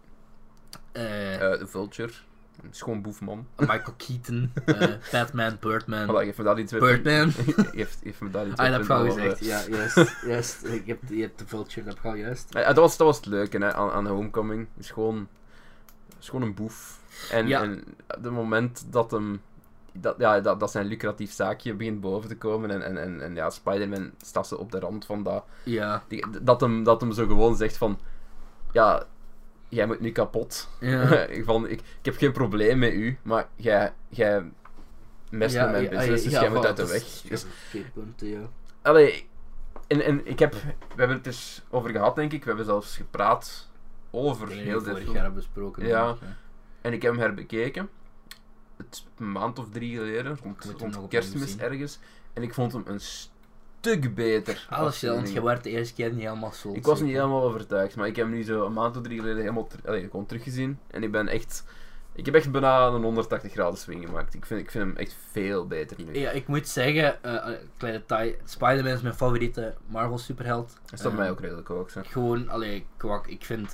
Eh, Eh, de Vulture. Een schoon boefman. Michael Keaton, eh, Batman, Birdman. Voilà, geef me daar die twee Birdman. punten. Geef, geef me daar die Ah, twee dat heb ik al punten gezegd. over. Ja, juist. juist. Ik heb, je hebt de Vulture, dat heb ik al juist. Ja, dat, was, dat was het leuke hè, aan, aan Homecoming. Het is gewoon, het is gewoon een boef. En, Ja. en op het moment dat hem... Dat, ja, dat, dat zijn lucratief zaakje begint boven te komen. En, en, en, en ja, Spider-Man staat ze op de rand van dat. Ja. Die, dat, hem, dat hem zo gewoon zegt van... Ja, jij moet nu kapot. Ja. van, ik, ik heb geen probleem met u, maar jij, jij mest met mijn business, dus jij moet uit de weg. Dus, Oké, punten, ja. allee, en, en ik heb... We hebben het eens over gehad, denk ik. We hebben zelfs gepraat over Ik heel vorig dit jaar film. hebben besproken. Ja. denk ik, hè. En ik heb hem herbekeken. Het een maand of drie geleden, rond, moet hem nog rond opnieuw kerstmis zien. ergens. En ik vond hem een stuk beter. Alles, ja, want je aflevering. werd de eerste keer niet helemaal zo. Ik was niet helemaal overtuigd, maar ik heb hem nu zo een maand of drie geleden helemaal ter- allee, gewoon teruggezien. En ik ben echt... Ik heb echt bijna een honderdtachtig graden swing gemaakt. Ik vind, ik vind hem echt veel beter nu. Ja, ik moet zeggen, eh kleine detail, Spider-Man is mijn favoriete Marvel superheld. Dat is dat Eh, mij ook redelijk ook. Zo. Gewoon, allee, kwak, ik vind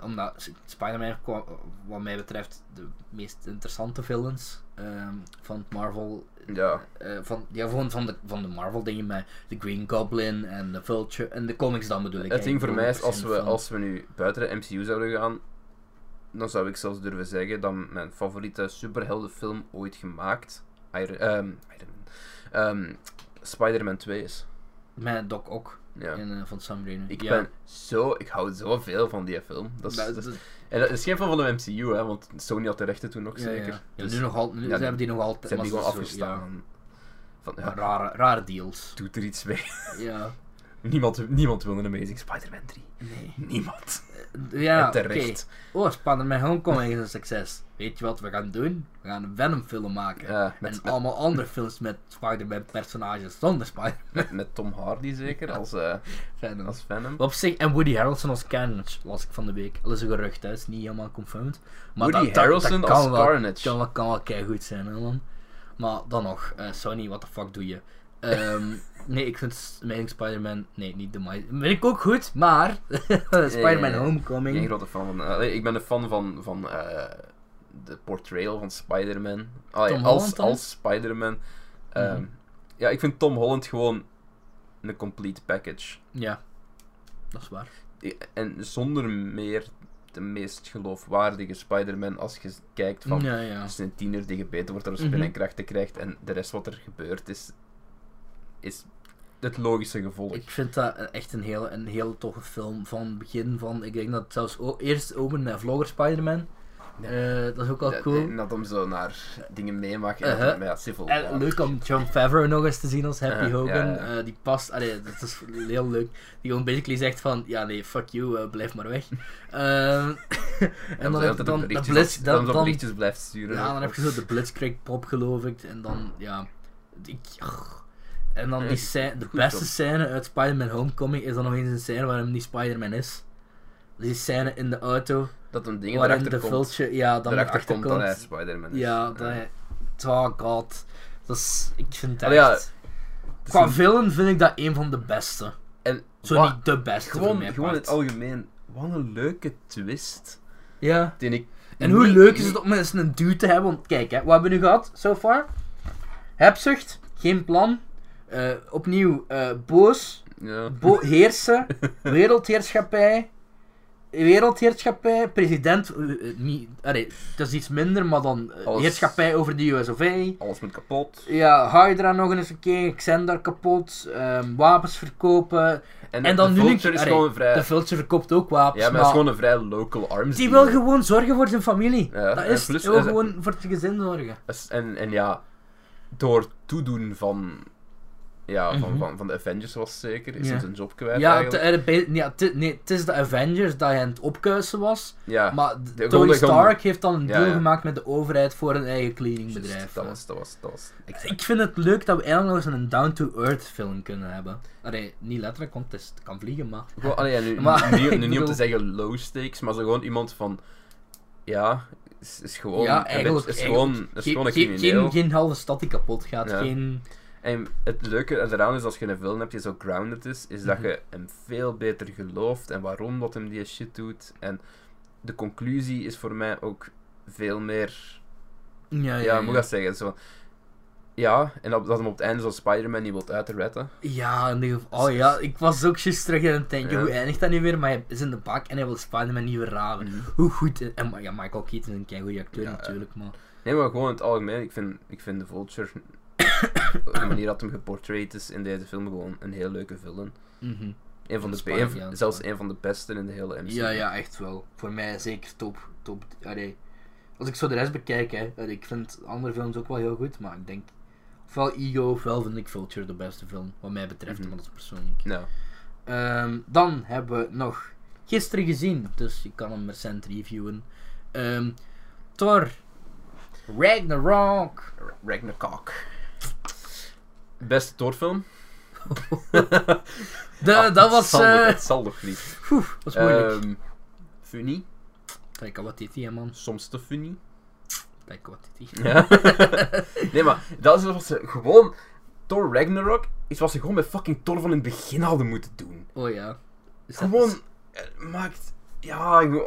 omdat S- Spider-Man kwa- wat mij betreft de meest interessante villains um, van het Marvel... Ja. Uh, van, ja, gewoon van de, van de Marvel dingen met de Green Goblin en de Vulture en de comics dan bedoel ik. Het ding voor mij is, als we, van... als we nu buiten de M C U zouden gaan, dan zou ik zelfs durven zeggen dat mijn favoriete superheldenfilm ooit gemaakt, Iron, um, Iron Man, um, Spider-Man twee is. Met Doc Ock Ja. in, uh, van Sam Raimi. Ik ja. ben zo, ik hou zoveel van die film. Dat is, Dat- dat is- dat- en dat is geen film van de M C U, hè, want Sony had de rechten toen nog ja, zeker. Ja, ja. Dus nu nog al, nu, ja, ze hebben die nog altijd. ze hebben die maar gewoon zo- afgestaan. Van, Ja, ja, rare, rare deals. doet er iets mee. Ja. Niemand, niemand wil een Amazing Spider-Man drie. Nee. Niemand. Ja, En oké. terecht. Oh, Spider-Man Homecoming is een succes. Weet je wat we gaan doen? We gaan een Venom film maken. Ja, met, en met, allemaal andere films met Spider-Man personages zonder Spider-Man. met, met Tom Hardy zeker, als, uh, Venom. als Venom. Op zich, en Woody Harrelson als Carnage, las ik van de week. Dat is een gerucht, hè. Het is niet helemaal confirmed. Maar Woody dat, dat- Harrelson dat als kan wel, Carnage. Kan wel, kan wel keigoed zijn, hè, man. Maar dan nog, uh, Sony, what the fuck doe je? Um, nee, ik vind Amazing Spider-Man... Nee, niet de My... Vind ik ook goed, maar... Spider-Man nee, Homecoming... Geen grote fan van... Uh, ik ben een fan van, van uh, de portrayal van Spider-Man. Ah, ja, Tom als, Holland dan? als Spider-Man. Um, Mhm. Ja, ik vind Tom Holland gewoon een complete package. Ja, dat is waar. I- En zonder meer de meest geloofwaardige Spider-Man als je kijkt van... Ja, ja. Het is een tiener die gebeten wordt door een Mhm. spin en krachten krijgt en de rest wat er gebeurt is... is het logische gevolg. Ik vind dat echt een hele, een hele toffe film van het begin van... Ik denk dat het zelfs o- eerst opent met Vlogger Spider-Man. Ja. Uh, dat is ook wel Dat- cool. En dat hem zo naar dingen meemaakt. En Uh-huh. dat hem, ja, Civil En War. leuk om John Favreau nog eens te zien als Happy Uh, Hogan. ja, ja. Uh, die past, allee, dat is heel leuk. Die gewoon basically zegt van, ja nee, fuck you, uh, blijf maar weg. Um, en En dan heb je dan de berichtjes, blitz, dan, dan, dan, dan, berichtjes blijft sturen. ja, dan heb je zo de Blitzkrieg pop geloof ik. En dan, ja, ik, en dan die scène, de Goed beste zo. scène uit Spider-Man Homecoming is dan nog eens een scène waar hem niet Spider-Man is. Die scène in de auto, Dat een ding waarin erachter de komt. Vulture, ja, dan Erachter erachter komt dat hij Spider-Man is. ja, dat hij... Oh god. Dat is... Ik vind het Allee, ja, echt... Het is Qua een- villain vind ik dat een van de beste. En Zo wat- niet de beste voor gewoon, mij gewoon in part. het algemeen, wat een leuke twist. Ja. Die ik En hoe niet- leuk is niet- het om eens een dude te hebben? Want kijk, hè, wat hebben we nu gehad, so far? Hebzucht, geen plan. Eh, opnieuw, eh, boos, Ja. bo heersen, wereldheerschappij, wereldheerschappij, president, eh, eh, niet, allee, dat is iets minder, maar dan eh, Alles- heerschappij over de U S of A. Alles moet kapot. Ja, Hydra nog eens een keer, Xandar kapot, ehm, wapens verkopen. En, En dan de nu een Vulture keer- is allee, gewoon vrij... De Vulture verkoopt ook wapens, ja, maar maar dat is gewoon een vrij local arms die dealer. wil gewoon zorgen voor zijn familie. Ja, Dat en is, plus- die wil en- gewoon voor het gezin zorgen. Dus- En, en ja, door toedoen van, ja, van, Mhm. van, van de Avengers was zeker, is Ja. hij zijn job kwijt Ja, eigenlijk. het, eh, bij- ja, het- nee, het is de Avengers dat hij aan het opkuisen was, ja, maar de- Tony gewoon de- gewoon- Stark heeft dan een Ja, deal ja. gemaakt met de overheid voor een eigen juist, cleaningbedrijf. dat hè. was, dat was, dat was. Ik vind het leuk dat we eigenlijk nog eens een down-to-earth film kunnen hebben. Allee, niet letterlijk, want het, is, het kan vliegen, maar... Gewoon, allee, ja, nu, Maar, nu, nu ik niet om bedoel- te zeggen low stakes, maar zo gewoon iemand van, ja, is, is gewoon, ja, een eigenlijk... beetje- is eigenlijk gewoon, is geen, gewoon een geen, crimineel. geen, geen halve stad die kapot gaat, Ja. geen... En het leuke eraan is, als je een film hebt die zo grounded is, is dat Mhm. je hem veel beter gelooft en waarom dat hem die shit doet. En de conclusie is voor mij ook veel meer, Ja, ja, ja, ja. moet ik dat zeggen, zo... Ja, en dat, dat hem op het einde zo Spider-Man niet wilt uitredden. Ja, in ieder geval. Oh ja, ik was ook juist terug in het denken, Ja. hoe eindigt dat nu weer? Maar hij is in de bak en hij wil Spider-Man niet verraden. Hoe goed... En ja, Michael Keaton is een keigoede acteur Ja, natuurlijk, maar... Nee, maar gewoon in het algemeen, ik vind, ik vind de Vulture, de manier dat hem geportrayed is in deze film, gewoon een heel leuke villain. Mhm. Een van de, Spider- een van- ja, zelfs Spider- een van de beste in de hele M C U. Ja, ja, echt wel. Voor mij zeker top. top. Allee, als ik zo de rest bekijk, hè, allee, ik vind andere films ook wel heel goed, maar ik denk... Ofwel Ego, ofwel vind ik Vulture de beste film, wat mij betreft, Mhm. maar dat is persoonlijk. Ja. Ehm, dan hebben we nog gisteren gezien, dus je kan hem recent reviewen. Ehm, Thor Ragnarok. Ragnarok. Beste Thor-film? De, Ah, dat het was... zal, eh het zal nog niet. Oeh, dat is moeilijk. Ehm, funny. Taika Waititi, hè, man. Soms te funny. Taika Waititi. Ja. Nee, maar dat is wat ze gewoon... Thor Ragnarok is wat ze gewoon met fucking Thor van in het begin hadden moeten doen. Oh ja. Is dat- Gewoon... Het maakt... Ja, ik-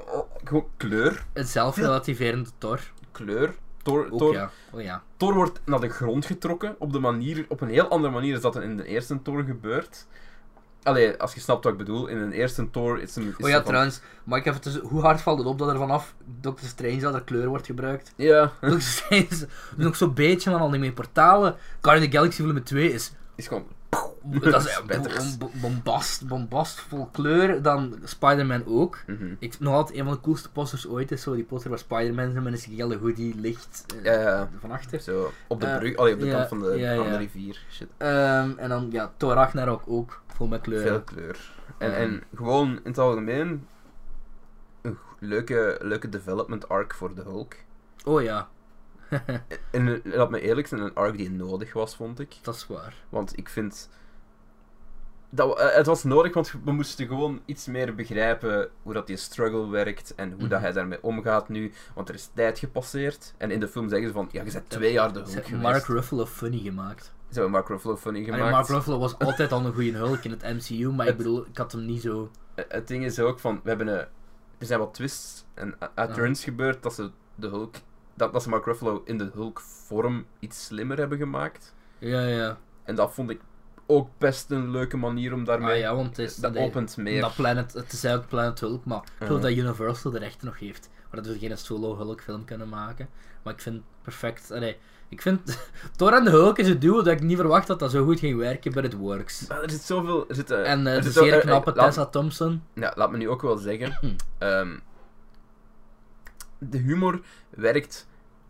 gewoon kleur. Een zelfrelativerende Thor. Kleur. Thor, Ook Thor, ja. Oh ja. Thor wordt naar de grond getrokken op, de manier, op een heel andere manier dan dat er in de eerste Thor gebeurt. Allee, als je snapt wat ik bedoel, in een eerste Thor is een... Is Oh ja, van... trouwens, maar ik even tussen, hoe hard valt het op dat er vanaf Doctor Strange dat er kleur wordt gebruikt? Ja. Doctor Strange is nog zo'n beetje, maar al niet meer portalen. Guardians of the Galaxy Volume twee is... Is gewoon... Dat is Spetters. bom- bombast, bombast vol kleur, dan Spider-Man ook. Mhm. Ik nog altijd een van de coolste posters ooit is zo die poster waar Spider-Man is met een gele hoodie ligt eh, Ja, ja. van achter. Zo, op de Eh, brug, allee, op de ja, kant van de, ja, van ja. de rivier. Shit. Ehm, en dan ja, Thor Ragnarok ook, vol met kleuren. Veel kleur. En, Ja. en gewoon in het algemeen een g- leuke, leuke development arc voor de Hulk. Oh ja, En eh, laat me eerlijk zijn, een arc die nodig was, vond ik. dat is waar. Want ik vind... Dat, eh, het was nodig, want we moesten gewoon iets meer begrijpen hoe dat die struggle werkt en hoe dat Mhm. hij daarmee omgaat nu. Want er is tijd gepasseerd. En in de film zeggen ze van, ja, je bent twee jaar de Ze Hulk hebben geweest. Mark Ruffalo funny gemaakt. Ze hebben Mark Ruffalo funny Allee, gemaakt. Mark Ruffalo was altijd al een goede Hulk in het M C U, maar ik Het- bedoel, ik had hem niet zo... Eh, Het ding is ook van, we hebben een... Er zijn wat twists en u- uit Ja. turns gebeurd dat ze de Hulk... Dat, dat ze Mark Ruffalo in de Hulk-vorm iets slimmer hebben gemaakt. Ja, ja. En dat vond ik ook best een leuke manier om daarmee... Ah ja, want het is... dat allee, opent meer... Dat Planet, het is eigenlijk Planet Hulk, maar ik geloof Uh-huh. dat Universal de rechten nog heeft. Maar dat we geen solo Hulk film kunnen maken. Maar ik vind het perfect. Allee, ik vind Thor en de Hulk is een duo dat ik niet verwacht dat dat zo goed ging werken, but it works. Maar er zit zoveel... Er zit, eh, En eh, er de zit zo- zeer eh, knappe eh, laat- Tessa Thompson. Ja, laat me nu ook wel zeggen. ehm, de humor werkt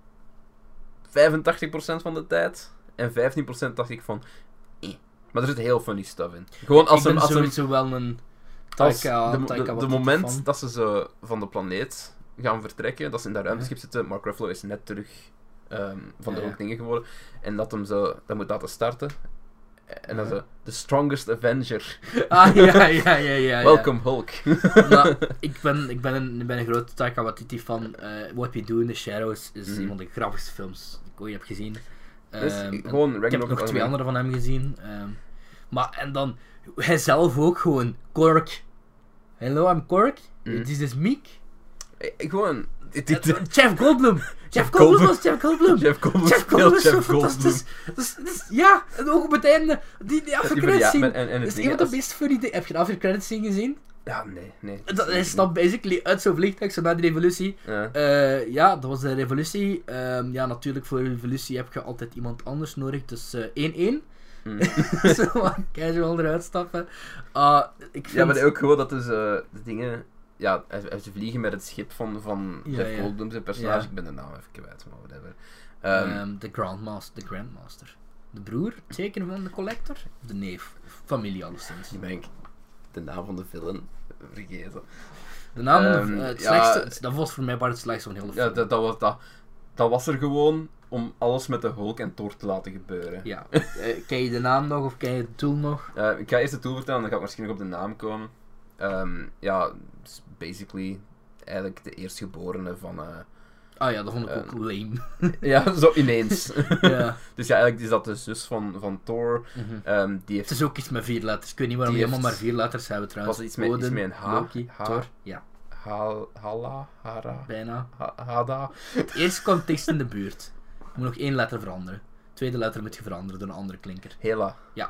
vijfentachtig procent van de tijd. En vijftien procent dacht ik van... Eh. Maar er zit heel funny stuff in. Gewoon als ik hem... ben Als hem sowieso wel een als Taika, de, de, Taika de Waititi moment fan. dat ze zo van de planeet gaan vertrekken, dat ze in dat ruimteschip zitten, Mark Ruffalo is net terug ehm, van de Ja, ja. Hulk dingen geworden, en dat hem zo, dat moet laten starten. En dan Ja. zo, the strongest Avenger, Ah ja, ja, ja, ja. ja. welcome Hulk. Nou, ik ben, ik ben, een, ik ben een grote Taika Waititi fan. Uh, What We Do in the Shadows is Mhm. een van de grappigste films die ik ooit heb gezien. Dus Ehm, en gewoon ik heb Ragnarok nog als twee een- andere van hem gezien. ehm, maar en dan, hij zelf ook gewoon, Kork. Hello, I'm Kork. Mhm. This is Meek. Eh, Gewoon, dit, dit, Eh, Jeff Goldblum. Jeff Goldblum. Goldblum was Jeff Goldblum. Jeff Goldblum Jeff speelt Goldblum is zo Jeff Goldblum. fantastisch. Dat is, dat is- ja, en ook op het einde, die, die after Ja, credits scene. en- en het Dat is ding een van de is- meest funny dingen. Heb je de after credits scene gezien? Ja, nee, nee. Dat, hij stapt basically uit zo'n vliegtuig, zo na de revolutie. Ja. Eh, ja, dat was de revolutie. Ehm, ja, natuurlijk, voor de revolutie heb je altijd iemand anders nodig. Dus eh, één-één. Hm. Zo wat casual eruit stappen. Ah, ik vind... Ja, maar ook gewoon dat dus, eh, de dingen... Ja, ze ze vliegen met het schip van, van Ja, Jeff ja. Goldblum, zijn personage. Ja. Ik ben de naam even kwijt, maar whatever. Ehm, Ehm, de Grandmaster. De Grandmaster. De broer, zeker van de Collector? De neef. Familie, alleszins. Nu ben ik de naam van de villain vergeten. De naam van Ehm, de, eh, het ja, slechtste... Dat was voor mij part het slechtste van heel de Ja, film. dat, dat, was, dat, dat was er gewoon om alles met de Hulk en Thor te laten gebeuren. Ja. Eh, ken je de naam nog, of ken je het doel nog? Eh, ik ga eerst het tool vertellen, dan ga ik waarschijnlijk op de naam komen. Ehm, ja, het is basically eigenlijk de eerstgeborene van... eh, Ah ja, dat vond ik Ehm, ook lame. ja, zo ineens. Ja. Dus ja, eigenlijk is dat de zus van, van Thor. Mhm. Ehm, die heeft... Het is ook iets met vier letters. Ik weet niet waarom Die die allemaal heeft- maar vier letters hebben trouwens. Was het iets met- iets Odin, met een H? Loki, H? Thor. Ja, Hal, Hala, Hara, bijna. Ha- Hada. Het eerste kwam tekst in de buurt. Je moet nog één letter veranderen. De tweede letter moet je veranderen door een andere klinker. Hela. you,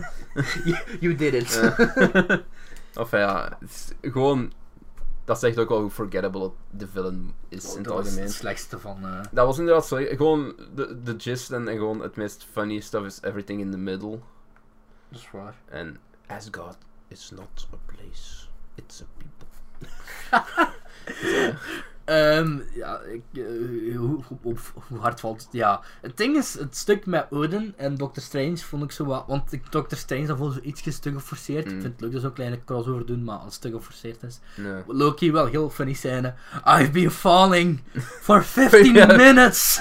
you did it. Eh. Of ja, het is gewoon... Dat zegt ook wel hoe forgettable de villain is in het dat was algemeen. het slechtste van... eh, Dat was inderdaad zo. Gewoon de, de gist en, en gewoon het meest funny stuff is everything in the middle. dat is waar. En Asgard is not a place, it's a people. Ja. Ehm, ja, ik, eh, hoe, hoe, hoe- hoe hard valt het? Ja, het ding is, het stuk met Odin en Doctor Strange vond ik zo wat... Want ik- Doctor Strange, dat vond ik zo ietsje te geforceerd. Mm. Ik vind het leuk dat ze zo'n kleine crossover doen, maar als het te geforceerd is. Nee. Loki, wel heel funny scène. I've been falling for fifteen Ja. minutes.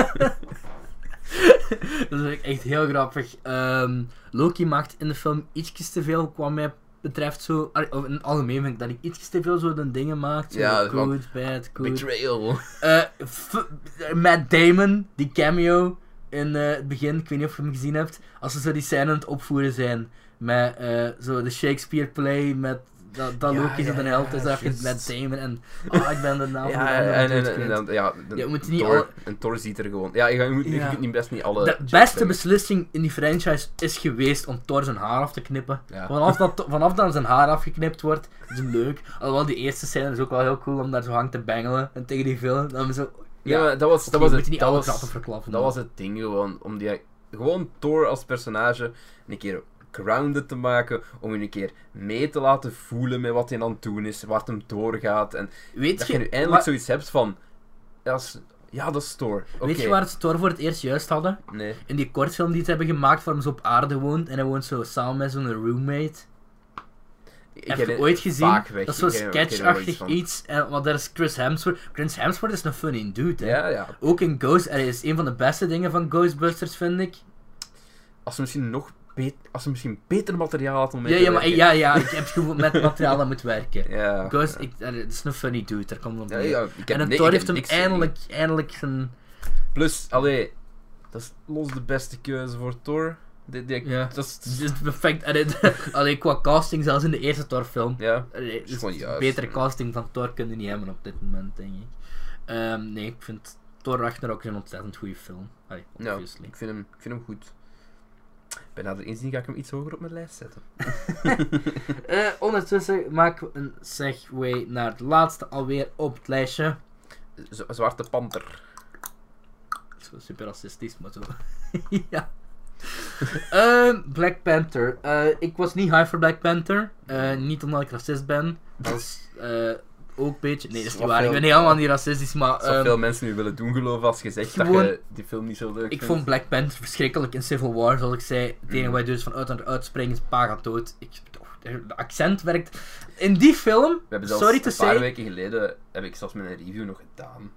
Dat is echt heel grappig. Ehm, Loki maakt in de film ietsjes te veel, qua mij betreft zo... allee, Of in het algemeen vind ik dat hij ietsjes te veel zo de dingen maakt. Zo Ja, good, want- bad, good. Betrayal. Eh, f- Matt Damon, die cameo in eh, het begin, ik weet niet of je hem gezien hebt, als ze zo die scène aan het opvoeren zijn met eh, zo de Shakespeare play met dat, dat Ja, Loki zo ja, de held is, ja, dat je juist. met Damon en... Oh, ik ben de naam van Ja, de andere en, en, dude en, kwijt. en- ja, de- Je moet niet Thor, alle- en Thor ziet er gewoon... Ja, je, je moet, je Ja. kunt niet best niet alle... De jokes beste brengen. beslissing in die franchise is geweest om Thor zijn haar af te knippen. Ja. Vanaf, dat, vanaf dat zijn haar afgeknipt wordt, is het leuk. Alhoewel die eerste scène is ook wel heel cool om daar zo hang te bengelen en tegen die film. Dan zo... Ja, maar dat was, Oké, dat was je het, moet niet dat alle was, grappen verklappen. dat was het ding gewoon, om die, gewoon Thor als personage een keer grounded te maken, om je een keer mee te laten voelen met wat hij aan het doen is, waar het hem doorgaat, en Weet dat je, je nu eindelijk waar, zoiets hebt van, dat is, ja, dat is Thor. Oké. weet je waar het Thor voor het eerst juist hadden? Nee. In die kortfilm die ze hebben gemaakt waar hij zo op aarde woont en hij woont zo samen met zo'n roommate. Ik Heb je het ooit gezien? vaak weg. Dat is zo Ik ken- ik ken er wel sketchachtig van. iets. En, want daar is Chris Hemsworth. Chris Hemsworth is een funny dude, hè. Ja, ja. Ook in Ghost, er is een van de beste dingen van Ghostbusters, vind ik. Als ze misschien nog beter, als ze misschien beter materiaal had om mee Ja, te ja, maar, werken. ja, ja, ik heb het gevoel met materiaal dat moet werken. Ja. Ghost, ja. ik, er is een funny dude, daar komt op Ja, neer. ja, ik heb En een ni- Thor ik heeft heb hem niks tegen. eindelijk, eindelijk zijn... Plus, allee, dat is los de beste keuze voor Thor. Die, die, Ja. Dat is, Het is perfect. En het- Allee, qua casting, zelfs in de eerste Thor-film. ja. Allee, is gewoon dus juist. betere casting van Thor kun je niet hebben op dit moment, denk ik. Ehm, nee, ik vind Thor Ragnarok een ontzettend goede film. Allee, Ja, obviously. ik vind hem, ik vind hem goed. Bij nader inzien ga ik hem iets hoger op mijn lijst zetten. Eh, ondertussen maken we een segue naar het laatste alweer op het lijstje. Z- Zwarte Panter. Zo super racistisch, maar zo. Ja. Ehm, Black Panther. Eh, ik was niet high voor Black Panther. Eh, niet omdat ik racist ben. Dat is eh, ook een beetje... Nee, dat is niet Wat waar. Ik veel- ben helemaal niet racistisch, maar... Zou ehm, veel mensen nu willen doen geloven als je zegt gewoon- dat je die film niet zo leuk Ik vindt. vond Black Panther verschrikkelijk in Civil War, zoals ik zei. Het enige Mm. wat je doet is van uit naar uit springen, is pa gaat dood. Ik, oh, de accent werkt... In die film, We hebben zelfs sorry to een paar say... weken geleden heb ik zelfs mijn review nog gedaan.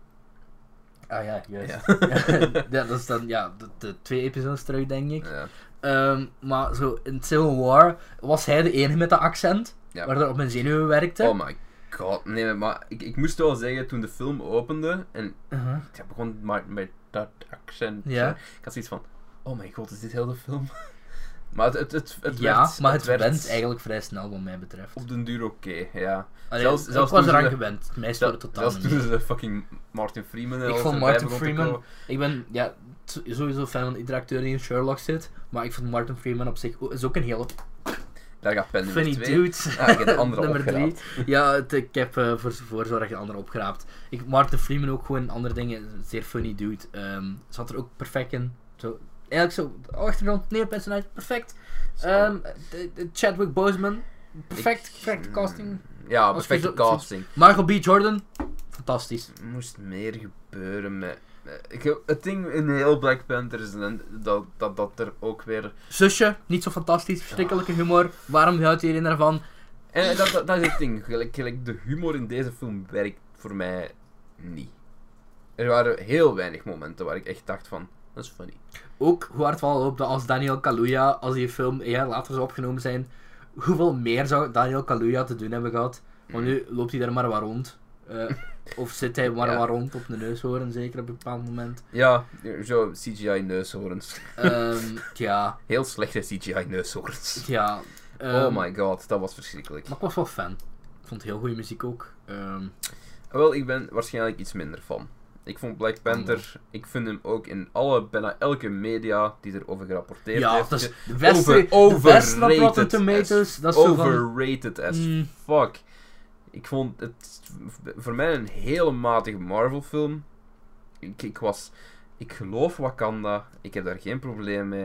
Ah ja, juist. Ja. Ja, ja, dat is dan ja, de, de twee episodes terug, denk ik. Ja. Ehm, maar zo in Civil War was hij de enige met dat accent, Ja. waardoor op mijn zenuwen werkte. Oh my god. Nee, maar ik, ik moest wel zeggen, toen de film opende en Uh-huh. ik begon maar met dat accent. Ja. Ik had zoiets van, oh my god, is dit heel de film? Maar het, het, het, het Ja, werd, maar het werd went eigenlijk vrij snel, wat mij betreft. op den duur oké, ja. Allee, zelfs- ik zelfs was toen eraan ze- gewend. Mij Zelfs, stoorde totaal zelfs niet toen meer. ze fucking Martin Freeman en Ik alles vond erbij Martin begon te Freeman... komen. Ik ben ja, t- sowieso fan van iedere acteur die in Sherlock zit, maar ik vond Martin Freeman op zich o- is ook een hele Daar gaat pen nummer funny twee. dude. Ah, ik heb de andere Nummer drie. opgeraapt. Ja, het, ik heb uh, voor voor zorg een andere opgeraapt. Ik, Martin Freeman ook gewoon andere dingen, zeer funny dude. Ehm, zat er ook perfect in. Zo, eigenlijk zo, achtergrond, nee, personage, perfect. Ehm, de- de Chadwick Boseman, perfect, Ik- perfecte casting. Ja, Als je perfecte zo- casting. Michael B. Jordan, fantastisch. Er moest meer gebeuren met... met- ik, het ding in heel Black Panther is dan dat, dat, dat er ook weer... Zusje, niet zo fantastisch, verschrikkelijke humor. Waarom houdt iedereen daarvan? En dat, dat, dat is het ding. Gelijk, gelijk de humor in deze film werkt voor mij niet. Er waren heel weinig momenten waar ik echt dacht van, dat is funny. Ook hoe hard wel op dat als Daniel Kaluuya, als die film een jaar later zou opgenomen zijn, hoeveel meer zou Daniel Kaluuya te doen hebben gehad? Want nu loopt hij er maar wat rond. Eh, of zit hij maar Ja. wat rond op de neushoorn, zeker op een bepaald moment. Ja, zo C G I neushoorns. Ehm ja, Heel slechte C G I neushoorns. ja. ehm, Oh my god, dat was verschrikkelijk. Maar ik was wel fan. Ik vond heel goede muziek ook. Ehm, Wel, ik ben waarschijnlijk iets minder fan. Ik vond Black Panther, ik vind hem ook in alle, bijna elke media die erover gerapporteerd ja, heeft. dat is de beste, Over- de beste van Rotten overrated Tomatoes. as- Dat is zo van... Overrated as Mm. fuck. Ik vond het voor mij een hele matige Marvel film. Ik, ik was... Ik geloof Wakanda. Ik heb daar geen probleem mee.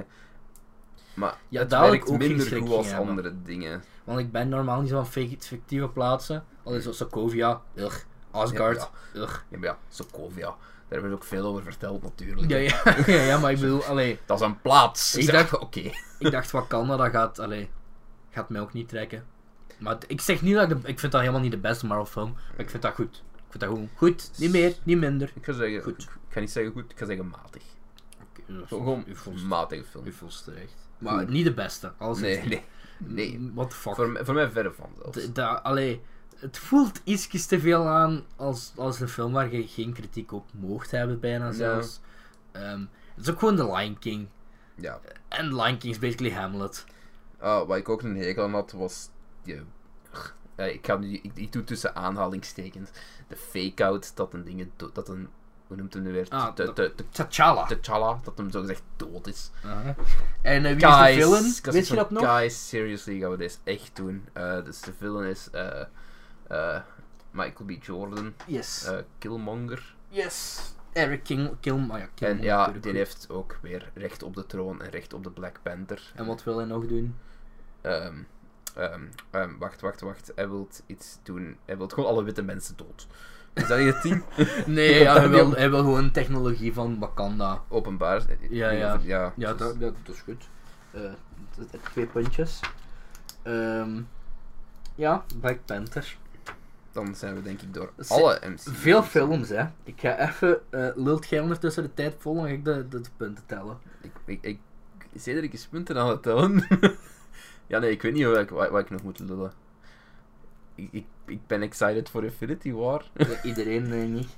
Maar Ja, het daar had ik werkt ook geen minder schrik goed in als hebben. andere dingen. Want ik ben normaal niet zo van fake- fictieve plaatsen. Al is het Sokovia, ugh. Asgard, ugh. Ja, maar ja, Sokovia. Daar hebben we ook veel over verteld natuurlijk. Ja, ja, ja, ja, maar ik bedoel, allee, Dat is een plaats. Ik Ik dacht- dacht, oké. ik dacht Wakanda, dat gaat, allee, gaat mij ook niet trekken. Maar het- ik zeg niet dat ik, de, ik vind dat helemaal niet de beste Marvel film, maar ik vind dat goed. Ik vind dat gewoon goed, niet meer, niet minder. Ik ga zeggen, Goed. ik ga niet zeggen goed, ik ga zeggen matig. Oké, Gewoon u volst- een matige film. u volst terecht. Maar niet de beste, alles Nee, is niet. nee. Nee. What the fuck. Voor, mij- voor mij verre van zelfs. D- da- allee, het voelt ietsjes te veel aan als, als een film waar je geen kritiek op moogt hebben, bijna zelfs. Ehm, het is ook gewoon The Lion King. Ja. En The Lion King is basically Hamlet. Ah, wat ik ook een hekel aan had, was die Uh, ik, ga nu, ik, ik doe tussen aanhalingstekens. De fake-out dat een ding... do- Dat een... Hoe noemt hem nu weer? Ah, de, de, de, T'Challa. T'Challa. Dat hem zogezegd dood is. Uh-huh. En uh, wie is de villain? Guys, Weet je dat nog? Guys, seriously gaan we dit echt doen. Uh, dus de villain is... Uh, uh, Michael B. Jordan. Yes. Uh, Killmonger. Yes. Eric King, Kilm, oh ja, En Killmonger ja, natuurlijk die goed. heeft ook weer recht op de troon en recht op de Black Panther. En wat wil hij nog doen? Um, um, um, wacht, wacht, wacht. Hij wil iets doen. Hij wil gewoon alle witte mensen dood. Is dat niet het ding? Nee, ja, hij, wil, hij wil gewoon technologie van Wakanda. Openbaar. Ja, ja. ja, Ja, dus- dat, dat, dat is goed. Uh, t- t- twee puntjes. Um, ja, Black Panther. Dan zijn we denk ik door Dat alle M C U's. Veel films, hè. Ik ga even... Uh, lult jij ondertussen de tijd vol en ga ik de, de, de punten tellen. Ik, ik, ik, Cedric is punten aan het tellen. Ja, nee, ik weet niet wat ik, wat, wat ik nog moet lullen. Ik, ik, ik ben excited voor Infinity War. Ja, iedereen uh, niet.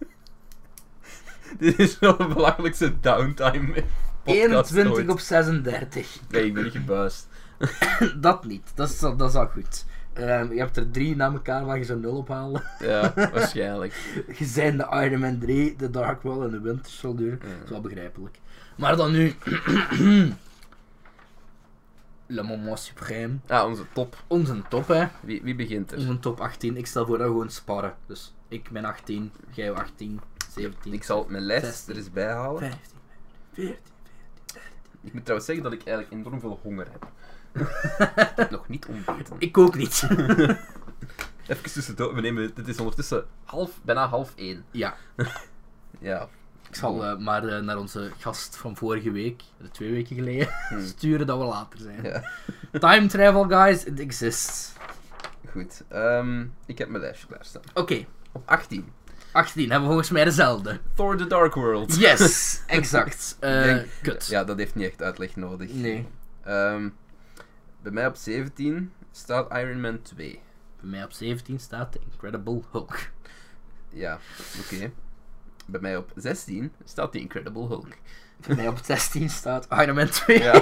Dit is wel de belangrijkste downtime podcast eenentwintig ooit. op zesendertig. Nee, ik ben niet gebuist. Dat niet. Dat is, dat is al goed. Um, je hebt er drie na elkaar waar je zo'n nul ophalen. Ja, waarschijnlijk. Je zijn de Iron Man drie, de Dark World en de Winter Soldier. Ja. Dat is wel begrijpelijk. Maar dan nu... Le moment suprême. Ah, onze top. Onze top, hè. Wie, wie begint er? Onze top achttien. Ik stel voor dat we gewoon sparren. Dus ik ben achttien, jij achttien, zeventien, Ik zal mijn lijst zestien, er eens bij halen. vijftien, veertien. Ik moet trouwens zeggen dat ik eigenlijk enorm veel honger heb. Ik heb nog niet ontbeten. Ik ook niet. Even tussendoor, we nemen, het is ondertussen half, bijna half één. Ja, Ja. ik zal uh, maar uh, naar onze gast van vorige week, de twee weken geleden, Hmm. sturen dat we later zijn. Ja. Time travel, guys, it exists. Goed. Ehm, ik heb mijn lijstje klaarstaan. Oké, Op achttien. achttien hebben we volgens mij dezelfde. Thor The Dark World. Yes, exact. Uh, Ik denk- kut. Ja, dat heeft niet echt uitleg nodig. Nee, Ehm, bij mij op zeventien staat Iron Man twee. bij mij op zeventien staat de Incredible Hulk. Ja, oké. Bij mij op zestien staat The Incredible Hulk. Bij mij op zestien staat Iron Man twee. Ja.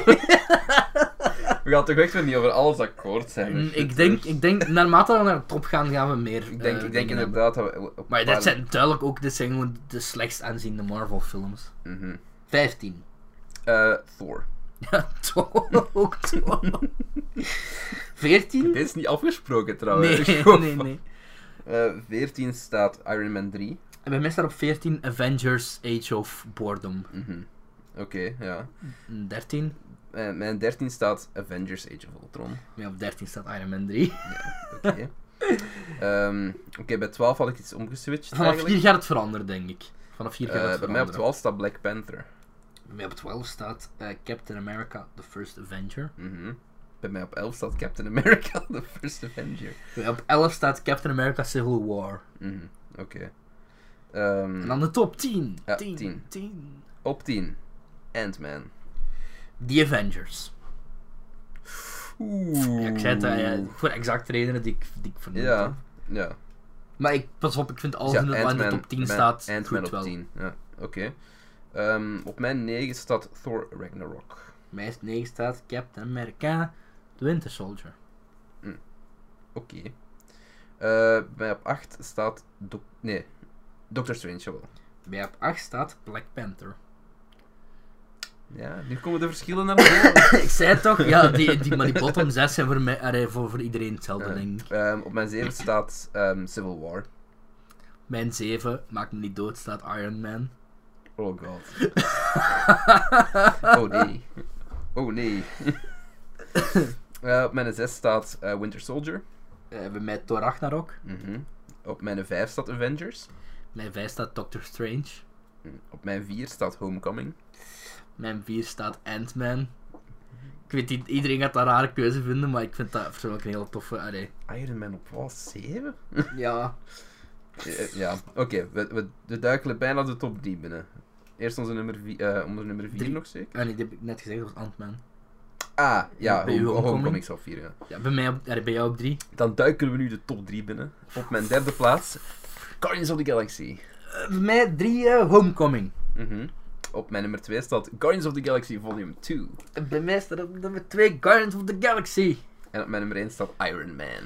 We gaan toch echt wel niet over alles akkoord zijn. met Mm, shit, ik, denk, hoor. ik denk, naarmate we naar de top gaan, gaan we meer. Ik denk, eh, ik denk dingen hebben. inderdaad dat we... op Maar een dit paar- zijn duidelijk ook dit zijn gewoon de slechtst aanziende Marvel films. Mhm. vijftien. Eh, Thor. Ja, toch ook zo. veertien? Dit is niet afgesproken trouwens. Nee, Ik geloof- nee, nee. Eh, veertien staat Iron Man drie. En bij mij staat op veertien Avengers Age of Boredom. Mhm. Oké, ja. dertien. Eh, mijn dertien staat Avengers Age of Ultron. Bij mij op dertien staat Iron Man drie. Oké. Ehm, Oké, bij twaalf had ik iets omgeswitcht Vanaf eigenlijk. vier gaat het veranderen, denk ik. Vanaf vier gaat Eh, het bij mij op veranderen. twaalf staat Black Panther. Bij mij op twaalf staat eh, Captain America, The First Avenger. Mhm. Bij mij op elf staat Captain America, The First Avenger. Bij mij op elf staat Captain America Civil War. Mhm. Oké. Ehm, En dan de top tien. Ja, tien. tien. tien. Op tien. Ant-Man. The Avengers. Oeh. Ja, ik zei het uh, ja, voor exact redenen die ik, die ik vernoemd Ja, heb. ja. Maar ik, pas op, ik vind alles Ja, in de, wat in de Ant-Man- top tien mijn- staat Ant-Man goed op wel. tien. Ja, oké. Ehm, op mijn negen staat Thor Ragnarok. Bij negen staat Captain America, The Winter Soldier. Oké. Eh, bij mij op acht staat... Doc- nee. Doctor Strange, jawel. Bij op acht staat Black Panther. Ja, nu komen de verschillen naar voren. Ik zei het toch? Ja, die, die, maar die bottom zes zijn voor, mij, allee, voor, voor iedereen hetzelfde, Ja. denk ik. Ehm, op mijn zeven staat ehm, Civil War. Mijn zeven, maakt me niet dood, staat Iron Man. Oh god. Oh nee. Oh nee. Eh, op mijn zes staat eh, Winter Soldier. Uh, bij mij Thor Ragnarok. Mhm. Op mijn vijf staat Avengers. Mijn vijf staat Doctor Strange. Mm, Op mijn vier staat Homecoming. Mijn vier staat Ant-Man. Ik weet niet, iedereen gaat dat een rare keuze vinden, maar ik vind dat persoonlijk een hele toffe. Allee. Iron Man op wat? zeven? Ja. Eh, ja, oké. We, we, we duikelen bijna de top drie binnen. Eerst onze nummer vier, eh, onze nummer vier Drie. nog zeker? Ah nee, die heb ik net gezegd, dat was Ant-Man. Ah, ja, Bij u Home- Homecoming? Homecoming staat vier, ja. Ja, bij mij op, allee, bij jou op drie. Dan duikelen we nu de top drie binnen. Op mijn derde plaats, Guardians of the Galaxy. Uh, bij mij drie uh, Homecoming. Mhm. Op mijn nummer twee staat Guardians of the Galaxy Volume twee. En bij mij staat op nummer twee Guardians of the Galaxy. En op mijn nummer één staat Iron Man.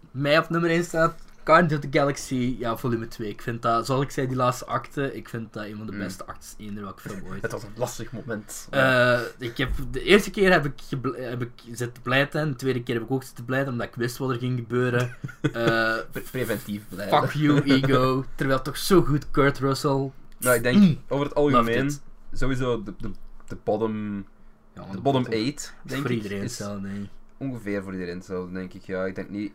mij op nummer één staat Guardians of the Galaxy, ja, volume twee. Ik vind dat, zoals ik zei, die laatste acte, ik vind dat een van de Mm. beste actes in eender welke film ooit. Het was een lastig moment. Uh, ik heb, de eerste keer heb ik, gebl- heb ik zitten blijten, de tweede keer heb ik ook zitten blijten, omdat ik wist wat er ging gebeuren. Uh, Pre- preventief blijven. fuck you, ego. Terwijl toch zo goed Kurt Russell. Nou, ik denk, over het algemeen, Loved sowieso de, de, de bottom, Ja, de bottom eight, is denk voor ik, iedereen is hetzelfde, nee. ongeveer voor iedereen hetzelfde, denk ik. Ja, ik denk niet...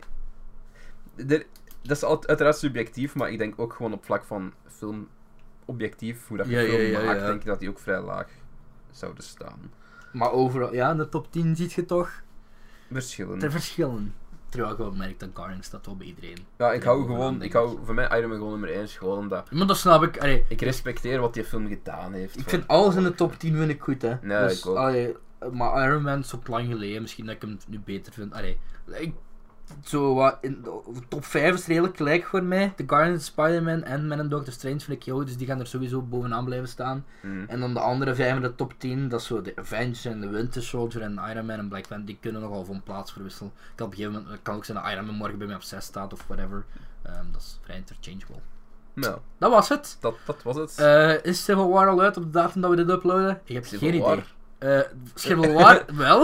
Er, dat is altijd, uiteraard subjectief, maar ik denk ook gewoon op vlak van film objectief, hoe dat je Ja, film ja, ja, maakt, ja. denk ik dat die ook vrij laag zouden staan. Maar overal, ja, in de top tien ziet je toch Verschillen. ter verschillen. Terwijl ik wel merk dat Guardians staat wel bij iedereen. Ja, ik Ja, hou bovenaan, gewoon, denk ik hou voor mij Iron Man gewoon nummer één, gewoon omdat Maar dat snap ik. Allee, ik respecteer wat die film gedaan heeft. ik voor- vind alles in de top tien vind ik goed, hè. Ja, dus, ik ook. allee, maar Iron Man is op lang geleden, misschien dat ik hem nu beter vind. Allee, ik, zo wat, in de top vijf is redelijk gelijk voor mij. The Guardians, Spider-Man, Ant-Man en Doctor Strange vind ik heel goed, dus die gaan er sowieso bovenaan blijven staan. Mm. En dan de andere vijf in de top tien, dat is zo de Avengers en de Winter Soldier en Iron Man en Black Panther, die kunnen nogal van plaats verwisselen. Ik kan op een gegeven moment, het kan ook zijn dat Iron Man morgen bij mij op zes staat of whatever. Um, dat is vrij interchangeable. Nou, Dat was het. dat, dat was het. Uh, is Civil War al uit op de datum dat we dit uploaden? Ik heb Civil geen War? idee. Uh, Civil War, wel.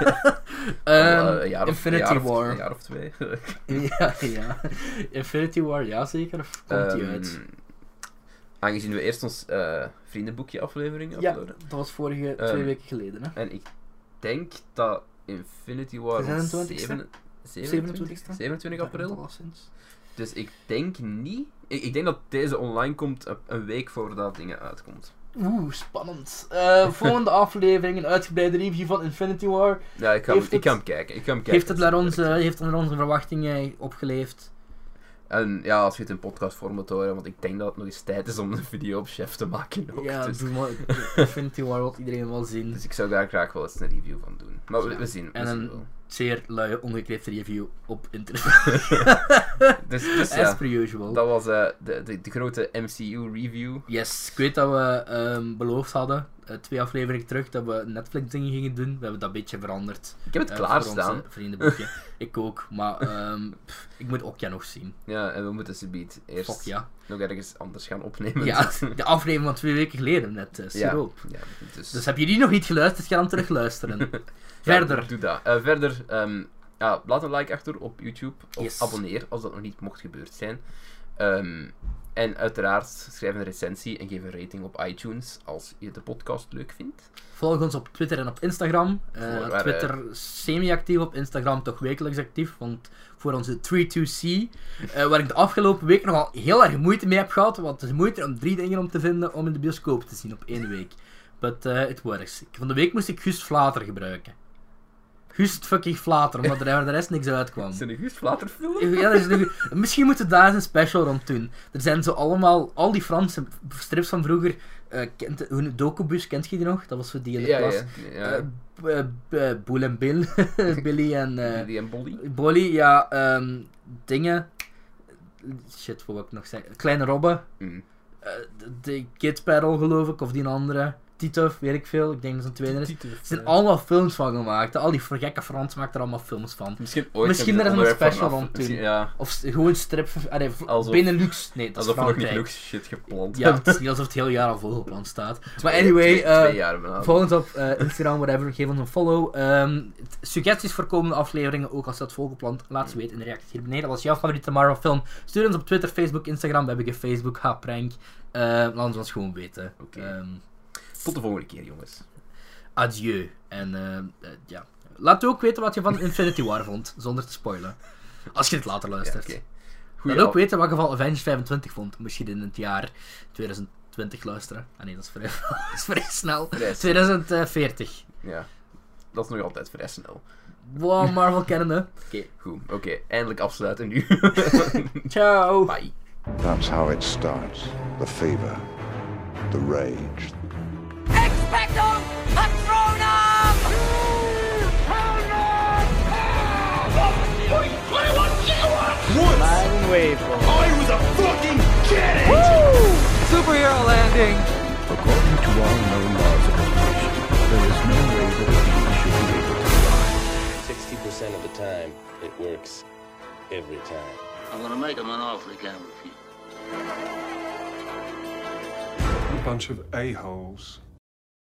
um, Uh, een jaar of, Infinity een jaar of, War. Een jaar of twee. ja, ja. Infinity War, ja zeker. Of komt die Ehm, uit? Aangezien we eerst ons eh, vriendenboekje aflevering Ja, uploaden. dat was vorige twee Ehm, weken geleden. Hè? En ik denk dat Infinity War De rond zevenentwintigste? zeven- zevenentwintigste? zevenentwintig april. Alleszins. Dus ik denk niet... Ik, ik denk dat deze online komt een, een week voordat dingen uitkomt. Oeh, spannend. Uh, volgende aflevering, een uitgebreide review van Infinity War. Ja, ik ga, hem, Heeft ik ga het- hem kijken. Ik ga hem kijken. Heeft het naar onze, heeft het naar onze verwachtingen opgeleefd? En ja, als je het in podcastvorm moet horen, want ik denk dat het nog eens tijd is om een video op Chef te maken ook. Ja, dus, doe maar. Infinity War wil iedereen wel zien. dus ik zou daar graag wel eens een review van doen. Maar we, we zien. We En zien een wel. zeer luie, ongekleefde review op internet. Dus, dus As ja, per usual. dat was eh, de, de, de grote M C U review. Yes, ik weet dat we ehm, beloofd hadden, uh, twee afleveringen terug, dat we Netflix dingen gingen doen. We hebben dat een beetje veranderd. Ik heb het eh, klaarstaan. Voor onze vriendenboekje. Ik ook, maar ehm, pff, ik moet ook ja nog zien. Ja, en we moeten subiet eerst Fuck ja. nog ergens anders gaan opnemen. Ja, de aflevering van twee weken geleden net, uh, ja, siroop. ja, dus, Dus heb je die nog niet geluisterd, ga dan terug luisteren. ja, Verder. Doe dat. Uh, verder, um, ja, laat een like achter op YouTube. Of Yes. abonneer als dat nog niet mocht gebeurd zijn. Um, en uiteraard schrijf een recensie en geef een rating op iTunes als je de podcast leuk vindt. Volg ons op Twitter en op Instagram. Uh, Voor waar, Twitter semi-actief, op Instagram toch wekelijks actief. Want voor onze drie twee C, uh, waar ik de afgelopen week nogal heel erg moeite mee heb gehad. Want het is moeite om drie dingen om te vinden om in de bioscoop te zien op één week. But uh, it works. Van de week moest ik Gust Vlater gebruiken. Gust fucking Vlater, omdat er de rest niks uitkwam. Is het een Guus Vlater film? Ja, dat is een, misschien moeten we daar eens een special rond doen. Er zijn zo allemaal, al die Franse strips van vroeger. Uh, kent, hoe, Dokubus, kent je die nog? Dat was zo die in de Ja, klas. ja. ja. Eh, b- eh, b- eh, Boel en Bill, Billy en eh Die en Bolly. Bolly, ja, ehm, dingen. Shit, wat wil ik nog zeggen? Kleine Robbe, Mm. eh, de, de Kid Battle geloof ik, of die andere. Tito, weet ik veel, ik denk dat het een tweede is. Er zijn allemaal films van gemaakt. Al die vergekke Frans maakt er allemaal films van. Misschien ooit Misschien er er is een onderwerp special van af- rond doen. misschien- Ja, Of s- gewoon strip, allee, v- Alsof- Benelux, nee, dat is alsof we nog niet Frankrijk. genoeg shit gepland Ja, het is niet alsof het heel jaar al volgepland staat. Maar Twee- anyway, twee, eh, twee jaar bijna. volg ons op eh, Instagram, whatever, geef ons een follow. Ehm, t- suggesties voor komende afleveringen, ook als dat volgepland, laat ze weten in de reacties hier beneden. Wat is jouw favoriete Marvel film? Stuur ons op Twitter, Facebook, Instagram. We hebben geen Facebook, ha, prank. Uh, laat ons ons gewoon weten. Oké. Ehm, Tot de volgende keer, jongens. adieu. En eh, eh, ja, laat ook weten wat je van Infinity War vond, zonder te spoilen. Als je het later Ja, luistert. oké. Laat Goeie ook af- weten wat je van Avengers vijfentwintig vond. Misschien in het jaar twintig twintig luisteren. Ah nee, dat is vrij, dat is vrij snel. Vrij snel. twintig veertig. Ja, dat is nog altijd vrij snel. Wow, Marvel kennen, hè. Oké. Goed, oké. Eindelijk afsluiten nu. Ciao. Bye. That's how it starts. The fever, the rage, Expecto Patronum! Mighty waveful. I was a fucking cannon! Superhero landing! according to all known laws of evolution, there is no way that a bee should be able to fly. sixty percent of the time, it works. every time. I'm gonna make him an offer he can't refuse. A bunch of a-holes.